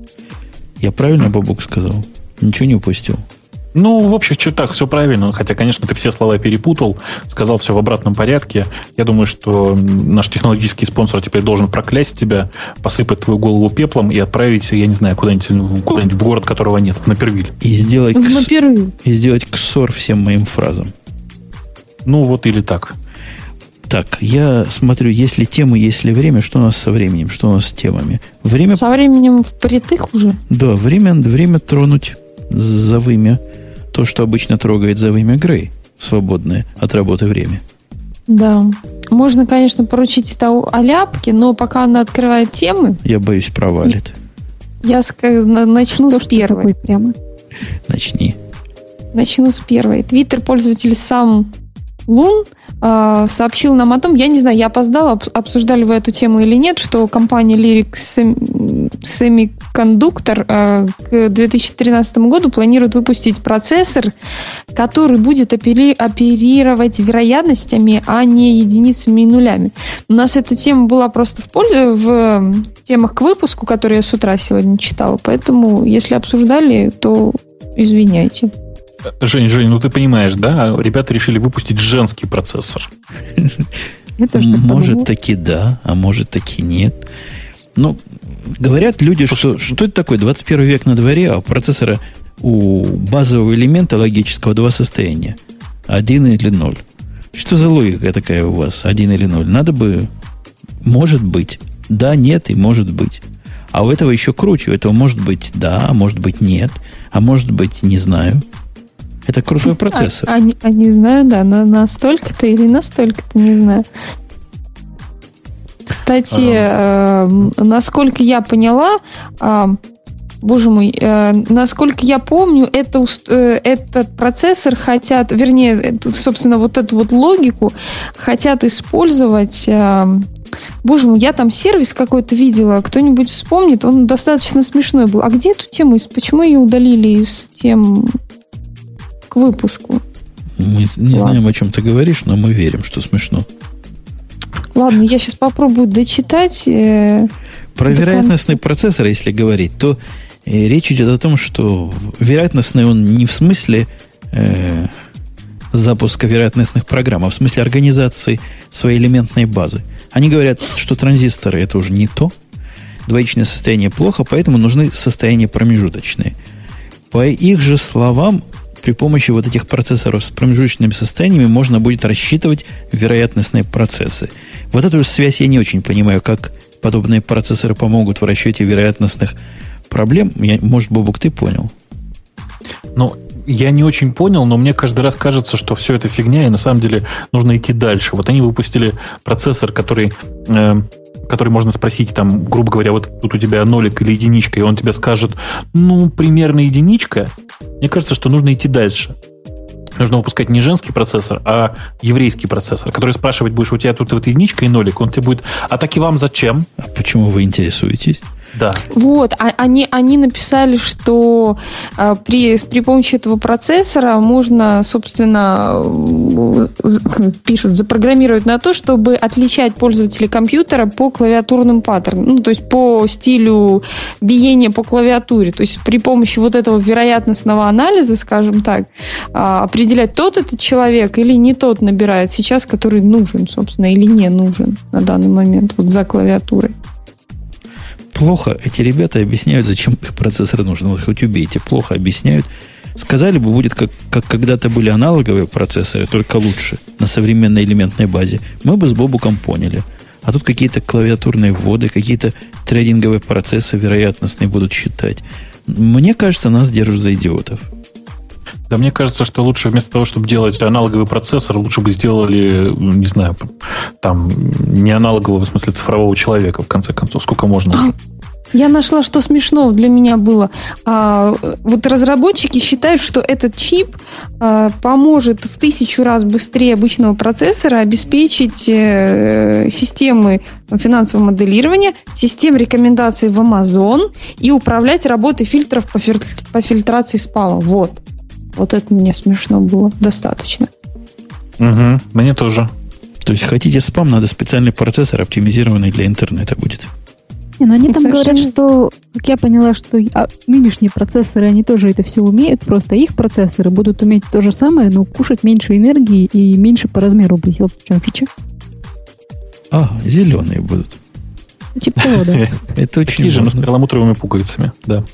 Я правильно, Бобук, сказал? Ничего не упустил? Ну, в общих чертах все правильно, хотя, конечно, ты все слова перепутал, сказал все в обратном порядке. Я думаю, что наш технологический спонсор теперь должен проклясть тебя, посыпать твою голову пеплом и отправить, я не знаю, куда-нибудь, куда-нибудь в город, которого нет, в Напервиль. И сделать, кс... и сделать ксор всем моим фразам. Ну, вот или так. Так, я смотрю, есть ли темы, есть ли время, что у нас со временем, что у нас с темами. Время... Со временем впритык уже? Да, время, время тронуть за вымя то, что обычно трогает за вымя Грей, свободное от работы время. Да. Можно, конечно, поручить это Аляпке, но пока она открывает темы... Я боюсь, провалит. Я скажу, начну То, с первой. Прямо. Начни. Начну с первой. Твиттер-пользователь сам Лун э, сообщил нам о том, я не знаю, я опоздала, обсуждали вы эту тему или нет, что компания Lyric Semiconductor э, к две тысячи тринадцатому году планирует выпустить процессор, который будет опери- оперировать вероятностями, а не единицами и нулями. У нас эта тема была просто в, пользу, в темах к выпуску, которые я с утра сегодня читала, поэтому если обсуждали, то извиняйте. Жень, Жень, ну ты понимаешь, да? Ребята решили выпустить женский процессор. Может таки да, а может таки нет. Ну, говорят люди, что, что это такое, двадцать первый век на дворе, а у процессора у базового элемента логического два состояния. Один или ноль. Что за логика такая у вас? Один или ноль? Надо бы... Может быть. Да, нет и может быть. А у этого еще круче. У этого может быть да, а может быть нет. А может быть не знаю. Это крутой процессор. А, а, а не знаю, да, на, настолько-то или настолько-то, не знаю. Кстати, э, насколько я поняла, э, боже мой, э, насколько я помню, это, э, этот процессор хотят, вернее, это, собственно, вот эту вот логику хотят использовать... Э, боже мой, я там сервис какой-то видела, кто-нибудь вспомнит, он достаточно смешной был. А где эту тему, почему ее удалили из тем... к выпуску? Мы не Ладно. знаем, о чем ты говоришь, но мы верим, что смешно. Ладно, я сейчас попробую дочитать. Э, Про вероятностный конца. процессор, если говорить, то э, речь идет о том, что вероятностный он не в смысле э, запуска вероятностных программ, а в смысле организации своей элементной базы. Они говорят, что транзисторы это уже не то, двоичное состояние плохо, поэтому нужны состояния промежуточные. По их же словам, при помощи вот этих процессоров с промежуточными состояниями можно будет рассчитывать вероятностные процессы. Вот эту связь я не очень понимаю, как подобные процессоры помогут в расчете вероятностных проблем. Я, может, Бобук, ты понял? Ну, я не очень понял, но мне каждый раз кажется, что все это фигня, и на самом деле нужно идти дальше. Вот они выпустили процессор, который... Э, который можно спросить, там, грубо говоря, вот тут у тебя нолик или единичка, и он тебе скажет, ну, примерно единичка. Мне кажется, что нужно идти дальше. Нужно выпускать не женский процессор, а еврейский процессор, который спрашивать будешь, у тебя тут вот единичка и нолик, он тебе будет, а так и вам зачем? А почему вы интересуетесь? Да. Вот, а, они, они написали, что а, при, при помощи этого процессора можно, собственно, пишут, запрограммировать на то, чтобы отличать пользователя компьютера по клавиатурным паттернам, ну, то есть по стилю биения по клавиатуре. То есть при помощи вот этого вероятностного анализа, скажем так, а, определять, тот этот человек или не тот набирает сейчас, который нужен, собственно, или не нужен на данный момент вот за клавиатурой. Плохо эти ребята объясняют, зачем их процессор нужен. Вот хоть убейте, плохо объясняют. Сказали бы, будет как, как когда-то были аналоговые процессоры, только лучше, на современной элементной базе. Мы бы с Бобуком поняли. А тут какие-то клавиатурные вводы, какие-то трейдинговые процессы вероятностные будут считать. Мне кажется, нас держат за идиотов. Да, мне кажется, что лучше вместо того, чтобы делать аналоговый процессор, лучше бы сделали, не знаю, там, не аналогового, в смысле цифрового человека, в конце концов. Сколько можно уже? Я нашла, что смешно для меня было. А, вот разработчики считают, что этот чип а, поможет в тысячу раз быстрее обычного процессора обеспечить э, системы финансового моделирования, системы рекомендаций в Amazon и управлять работой фильтров по, фи- по фильтрации спама. Вот. Вот это мне смешно было. Достаточно. Угу, мне тоже. То есть хотите спам, надо специальный процессор, оптимизированный для интернета будет. Не, но они там Совершенно... говорят, что, как я поняла, что а, нынешние процессоры, они тоже это все умеют, просто их процессоры будут уметь то же самое, но кушать меньше энергии и меньше по размеру быть. Вот в чем фича. А, зеленые будут. Типа того, да. Это очень Такие же, но с перламутровыми пуговицами, да.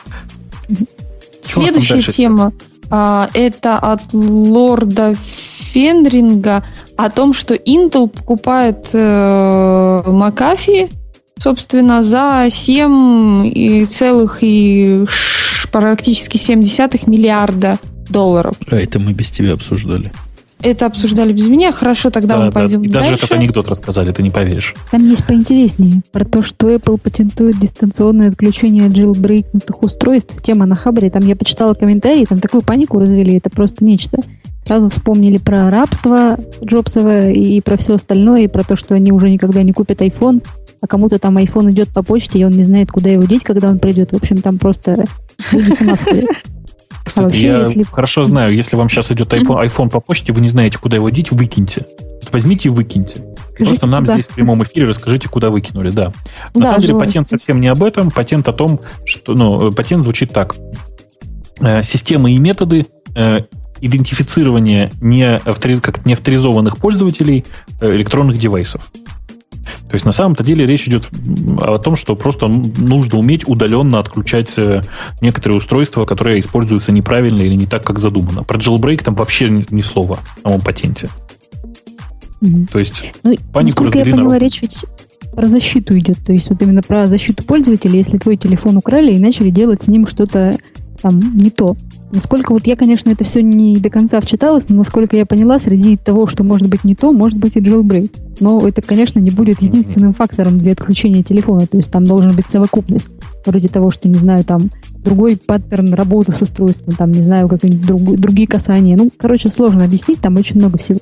Следующая тема а, это от лорда Фенринга о том, что Intel покупает э, McAfee, собственно, за семь целых практически семь десятых миллиарда долларов. А это мы без тебя обсуждали. Это обсуждали без меня. Хорошо, тогда да, мы пойдем да. И дальше. даже этот анекдот рассказали, ты не поверишь. Там есть поинтереснее про то, что Apple патентует дистанционное отключение джилбрейкнутых устройств. Тема на Хабре. Там я почитала комментарии, там такую панику развели, это просто нечто. Сразу вспомнили про рабство Джобсовое и про все остальное, и про то, что они уже никогда не купят iPhone, а кому-то там iPhone идет по почте, и он не знает, куда его деть, когда он придет. В общем, там просто люди с ума сходят. Кстати, а вообще, я если... хорошо знаю, если вам сейчас идет iPhone, iPhone по почте, вы не знаете, куда его деть, выкиньте. Возьмите и выкиньте. Скажите, просто нам куда? Здесь в прямом эфире расскажите, куда выкинули, да. На да, самом деле желательно. Патент совсем не об этом. Патент о том, что... Ну, патент звучит так. Системы и методы идентифицирования не автори... как неавторизованных пользователей электронных девайсов. То есть на самом-то деле речь идет о том, что просто нужно уметь удаленно отключать некоторые устройства, которые используются неправильно или не так, как задумано. Про jailbreak там вообще ни слова в самом патенте. Mm-hmm. То есть ну, панику развели я поняла, народ. Речь ведь про защиту идет. То есть вот именно про защиту пользователя, если твой телефон украли и начали делать с ним что-то там не то. Насколько вот я, конечно, это все не до конца вчиталась, но насколько я поняла, среди того, что может быть не то, может быть и jailbreak. Но это, конечно, не будет единственным фактором для отключения телефона. То есть там должен быть совокупность. Вроде того, что, не знаю, там другой паттерн работы с устройством, там, не знаю, какие-нибудь друг, другие касания. Ну, короче, сложно объяснить, там очень много всего.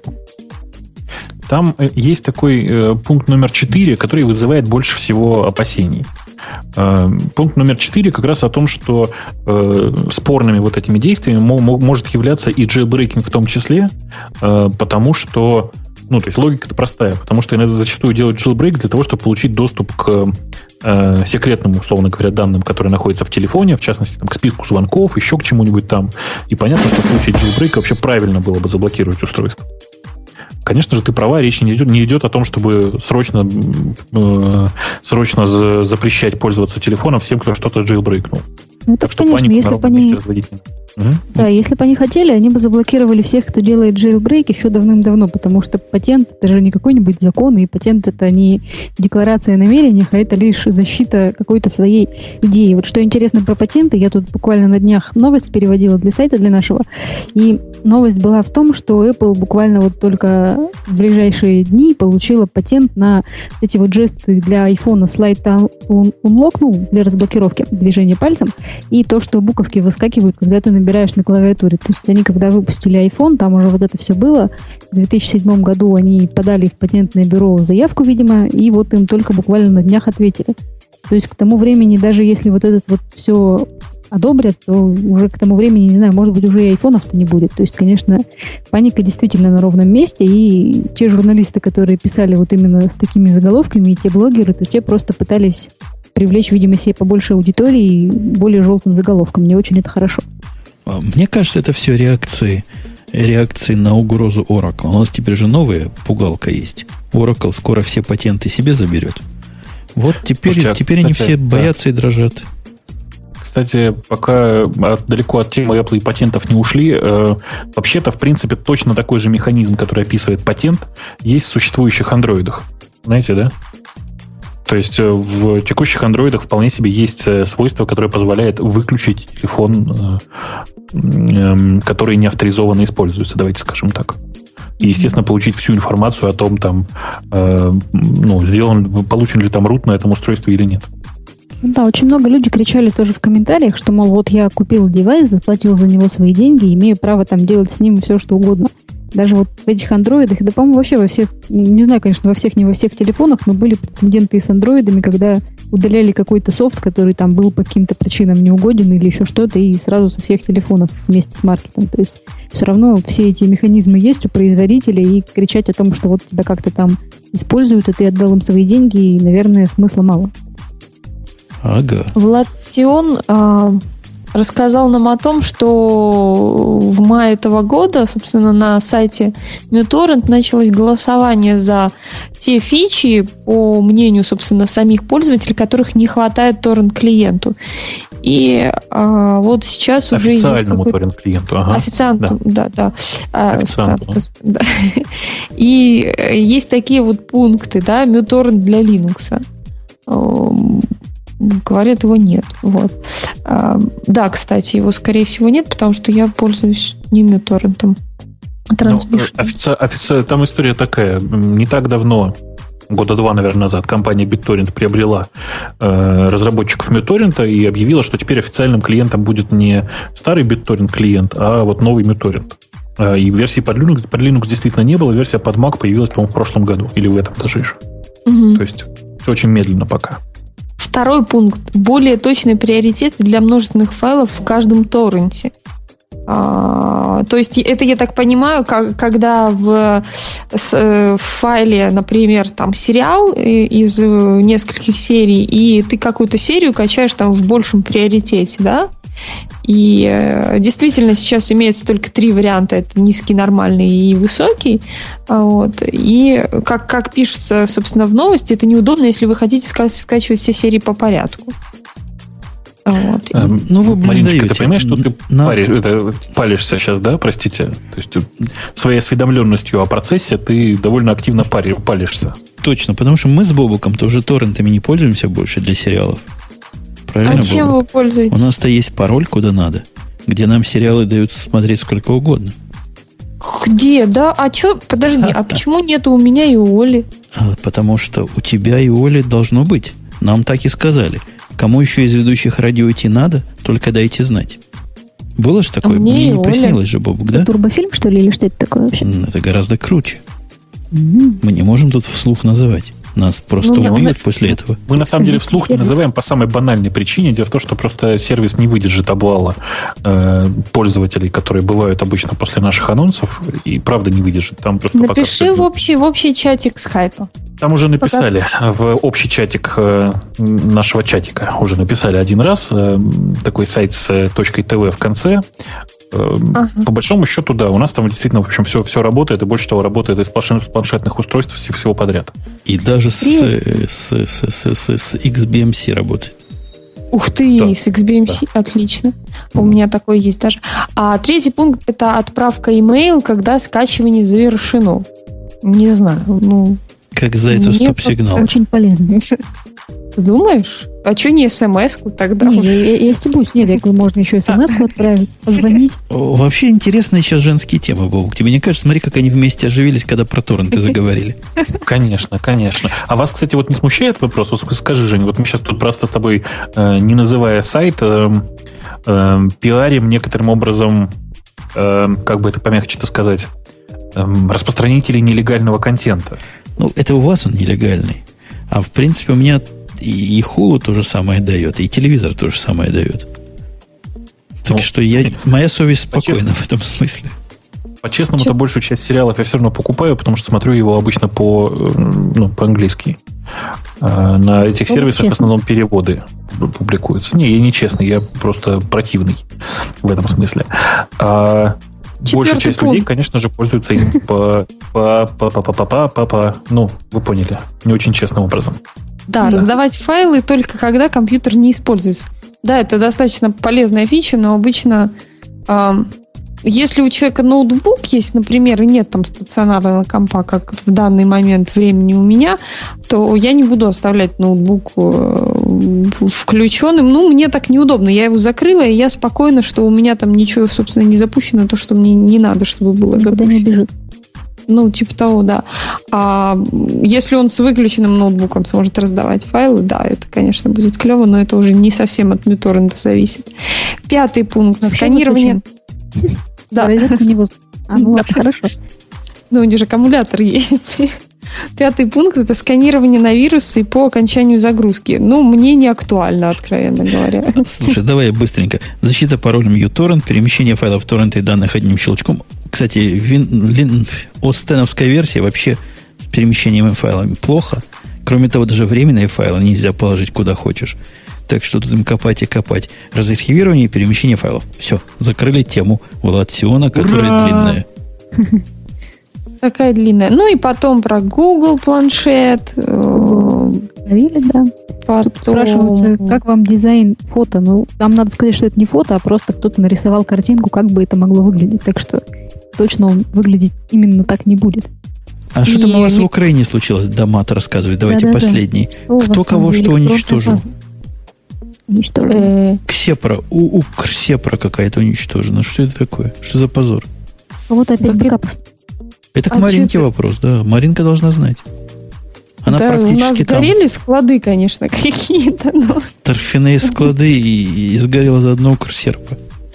Там есть такой э, пункт номер четыре, который вызывает больше всего опасений. Э, пункт номер четыре как раз о том, что э, спорными вот этими действиями мо- может являться и jailbreaking в том числе, э, потому что, ну, то есть логика-то простая, потому что иногда зачастую делают jailbreak для того, чтобы получить доступ к э, секретным, условно говоря, данным, которые находятся в телефоне, в частности, там, к списку звонков, еще к чему-нибудь там. И понятно, что в случае jailbreak вообще правильно было бы заблокировать устройство. Конечно же, ты права, речь не идет, не идет о том, чтобы срочно, э, срочно за, запрещать пользоваться телефоном всем, кто что-то jailbreakнул. Ну, так, так конечно, если бы они... Угу. Да, если бы они хотели, они бы заблокировали всех, кто делает jailbreak еще давным-давно, потому что патент — это же не какой-нибудь закон, и патент — это не декларация о намерениях, а это лишь защита какой-то своей идеи. Вот что интересно про патенты, я тут буквально на днях новость переводила для сайта, для нашего, и новость была в том, что Apple буквально вот только в ближайшие дни получила патент на эти вот жесты для iPhone Slide Unlock, ну, для разблокировки движения пальцем, и то, что буковки выскакивают, когда ты набираешь на клавиатуре. То есть они, когда выпустили iPhone, там уже вот это все было. В две тысячи седьмом году они подали в патентное бюро заявку, видимо, и вот им только буквально на днях ответили. То есть к тому времени, даже если вот этот вот все одобрят, то уже к тому времени, не знаю, может быть, уже и айфонов-то не будет. То есть, конечно, паника действительно на ровном месте, и те журналисты, которые писали вот именно с такими заголовками, и те блогеры, то те просто пытались привлечь, видимо, себе побольше аудитории и более желтым заголовком. Не очень это хорошо. Мне кажется, это все реакции, реакции на угрозу Oracle. У нас теперь же новая пугалка есть. Oracle скоро все патенты себе заберет. Вот теперь, Слушайте, теперь кстати, они все боятся да. и дрожат. Кстати, пока далеко от темы Apple и патентов не ушли, э, вообще-то, в принципе, точно такой же механизм, который описывает патент, есть в существующих андроидах. Знаете, да? То есть в текущих андроидах вполне себе есть свойство, которое позволяет выключить телефон, который не авторизованно используется, давайте скажем так. И, естественно, получить всю информацию о том, там, ну, сделан, получен ли там рут на этом устройстве или нет. Да, очень много людей кричали тоже в комментариях, что, мол, вот я купил девайс, заплатил за него свои деньги, имею право там делать с ним все, что угодно. Даже вот в этих андроидах, да, по-моему, вообще во всех, не знаю, конечно, во всех, не во всех телефонах, но были прецеденты и с андроидами, когда удаляли какой-то софт, который там был по каким-то причинам неугоден или еще что-то, и сразу со всех телефонов вместе с маркетом. То есть все равно все эти механизмы есть у производителей, и кричать о том, что вот тебя как-то там используют, и ты отдал им свои деньги, и, наверное, смысла мало. Ага. Влад Сион... А... рассказал нам о том, что в мае этого года, собственно, на сайте MuTorrent началось голосование за те фичи, по мнению, собственно, самих пользователей, которых не хватает торрент-клиенту. И а, вот сейчас уже есть... Официальному торрент-клиенту. Ага. Официанту, да, да. да. Официанту, Официант, да. И есть такие вот пункты, да, MuTorrent для Linux. Говорят, его нет. Вот. А, да, кстати, его, скорее всего, нет, потому что я пользуюсь не MuTorrent. Transmission. Ну, офици... Офици... Там история такая. Не так давно, года два, наверное, назад, компания BitTorrent приобрела э, разработчиков MuTorrent и объявила, что теперь официальным клиентом будет не старый BitTorrent клиент, а вот новый MuTorrent. Э, и версии под Linux, под Linux действительно не было, версия под Mac появилась, по-моему, в прошлом году, или в этом даже еще. Угу. То есть все очень медленно пока. Второй пункт. Более точный приоритет для множественных файлов в каждом торренте. А, то есть это, я так понимаю, как, когда в, с, в файле, например, там сериал из нескольких серий, и ты какую-то серию качаешь там в большем приоритете, да? И э, действительно сейчас имеется только три варианта. Это низкий, нормальный и высокий. Вот. И как, как пишется, собственно, в новости, это неудобно, если вы хотите ска- скачивать все серии по порядку. Вот. А, ну, вы, Мариночка, ты понимаешь, что ты на... паришь, это, палишься сейчас, да, простите? То есть своей осведомленностью о процессе ты довольно активно паришь, палишься. Точно, потому что мы с Бобуком тоже торрентами не пользуемся больше для сериалов. Правильно, а чем Бобук? вы пользуетесь? У нас-то есть пароль куда надо, где нам сериалы дают смотреть сколько угодно. Где, да? А что? Подожди, а почему нету у меня и у Оли? А, потому что у тебя и у Оли должно быть. Нам так и сказали. Кому еще из ведущих радио идти надо, только дайте знать. Было же такое? А мне мне не Оля. приснилось же, Бобук, да? Это турбофильм, что ли, или что это такое вообще? Это гораздо круче. Mm-hmm. Мы не можем тут вслух называть. Нас просто Ну, убьют да. после этого. Мы на самом деле вслух не Сервис. называем по самой банальной причине. Дело в том, что просто сервис не выдержит обвала э, пользователей, которые бывают обычно после наших анонсов, и правда не выдержит. Там просто пока Напиши все- в общий, в общий чатик с хайпа. Там уже написали в общий чатик э, нашего чатика, уже написали один раз, э, такой сайт с э, точкой ТВ в конце. Э, Ага. По большому счету, да, у нас там действительно, в общем, все, все работает, и больше того, работает из планшет- планшетных устройств всего, всего подряд. И даже с, Привет. с, с, с, с, с икс би эм си работает. Ух ты, Да. с икс би эм си, отлично. У меня такой есть даже. А третий пункт – это отправка имейл, когда скачивание завершено. Не знаю, ну... Как зайцу Мне стоп-сигнал. Очень полезно. Ты думаешь? А что не смс-ку тогда? Не, я, я, я стебусь. Нет, я говорю, можно еще смс-ку отправить, позвонить. О, вообще интересные сейчас женские темы, Бобук. Тебе не кажется? Смотри, как они вместе оживились, когда про торренты заговорили. Конечно, конечно. А вас, кстати, вот не смущает вопрос? Вот скажи, Жень, вот мы сейчас тут просто с тобой, э, не называя сайт, э, э, пиарим некоторым образом, э, как бы это помягче-то сказать, э, распространителей нелегального контента. Ну, это у вас он нелегальный. А в принципе у меня и, и Hulu то же самое дает, и телевизор то же самое дает. Так Ну, что я, моя совесть спокойна по-честному. в этом смысле. По-честному, Чё? то большую часть сериалов я все равно покупаю, потому что смотрю его обычно по, э, ну, по-английски. Э, На этих Ну, сервисах честно. в основном переводы публикуются. Не, я не честный, я просто противный в этом смысле. А большая Четвертый часть пункт. людей, конечно же, пользуются им по, по, по, по, по, по, по, по, по, ну, вы поняли, не очень честным образом. Да, Да. раздавать файлы только когда компьютер не используется. Да, это достаточно полезная фича, но обычно, ам, если у человека ноутбук есть, например, и нет там стационарного компа, как в данный момент времени у меня, то я не буду оставлять ноутбук э, включенным. Ну, мне так неудобно. Я его закрыла, и я спокойна, что у меня там ничего, собственно, не запущено, то, что мне не надо, чтобы было Никуда не запущено. убежит. Ну, типа того, да. А если он с выключенным ноутбуком сможет раздавать файлы, да, это, конечно, будет клево, но это уже не совсем от MuTorrent зависит. Пятый пункт. Вообще Сканирование. Да, Розетку не буду. А, ну ладно, хорошо. ну у них же аккумулятор есть. Пятый пункт – это сканирование на вирусы по окончанию загрузки. Ну, мне не актуально, откровенно говоря. Слушай, давай я быстренько. Защита паролем uTorrent, перемещение файлов торрента и данных одним щелчком. Кстати, вин, лин, остеновская версия вообще с перемещением файлами плохо. Кроме того, даже временные файлы нельзя положить куда хочешь. Так что тут им копать и копать. Разархивирование и перемещение файлов. Все, закрыли тему Влад Сиона, которая Ура! длинная. Такая длинная. Ну и потом про Google планшет. Говорили, да. Потом... Тут спрашивается, как вам дизайн фото? Ну, там надо сказать, что это не фото, а просто кто-то нарисовал картинку, как бы это могло выглядеть. Так что точно он выглядеть именно так не будет. А что там у вас не... в Украине случилось? Дамат рассказывает. Давайте Да-да-да. последний. Что у Кто вас там кого за что электронная уничтожил? база? Уничтожил. Э, Ксепра. У, у Ксепра какая-то уничтожена. Что это такое? Что за позор? Кого-то опять Так бэкап. Это к А Маринке чё ты- вопрос, да. Маринка должна знать. Она да, у нас практически там горели склады, конечно, какие-то, но... торфяные склады и, и сгорела заодно Укрсерпа.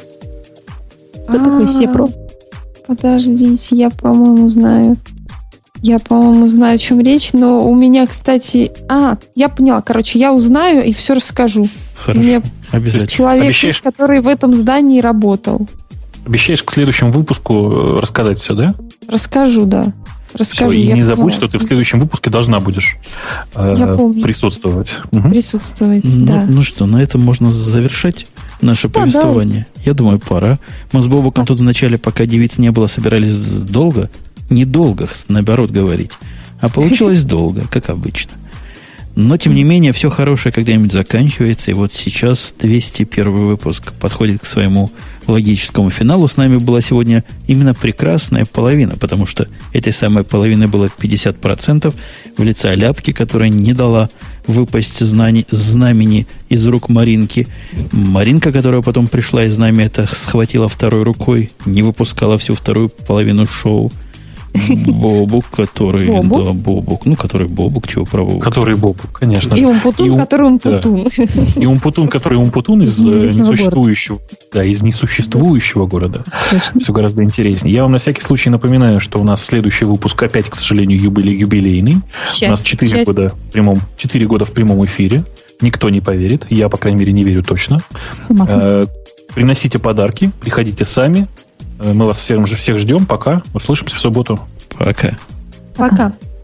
Кто такой Сепро? Подождите, я, по-моему, знаю. Я, по-моему, знаю, о чем речь, но у меня, кстати... А, я поняла. Короче, я узнаю и все расскажу. Хорошо, Мне обязательно. человек Обещаешь? есть, который в этом здании работал. Обещаешь к следующему выпуску э, рассказать все, да? Расскажу, да. Все, Расскажу. и я не забудь, поняла. что ты в следующем выпуске должна будешь э, Я помню. присутствовать. Мгм. Присутствовать, Ну, да. ну что, на этом можно завершать наше Да, повествование. Я думаю, пора. Мы с Бобуком тут вначале, пока девиц не было, собирались долго. Недолго, наоборот, говорить. А получилось долго, как обычно. Но, тем не менее, все хорошее когда-нибудь заканчивается. И вот сейчас двести первый выпуск подходит к своему логическому финалу. С нами была сегодня именно прекрасная половина, потому что этой самой половины было пятьдесят процентов в лице Аляпки, которая не дала выпасть знани, знамени из рук Маринки. Маринка, которая потом пришла и знамя это схватила второй рукой, не выпускала всю вторую половину шоу. Бобук, который... Бобук? Да, Бобук. Ну, который Бобук, чего про Бобук. Который Бобук, конечно И же. Умпутун, И Ум- который Умпутун. И Умпутун, который Умпутун из Из э, неизвестного несуществующего, да, из несуществующего города. Точно. Все гораздо интереснее. Я вам на всякий случай напоминаю, что у нас следующий выпуск опять, к сожалению, юбилей юбилейный. У нас четыре года в прямом, четыре года в прямом эфире. Никто не поверит. Я, по крайней мере, не верю точно. С ума сойти. Э, Приносите подарки, приходите сами. Э, Мы вас всем же всех ждем. Пока. Услышимся в субботу. Пока. Пока.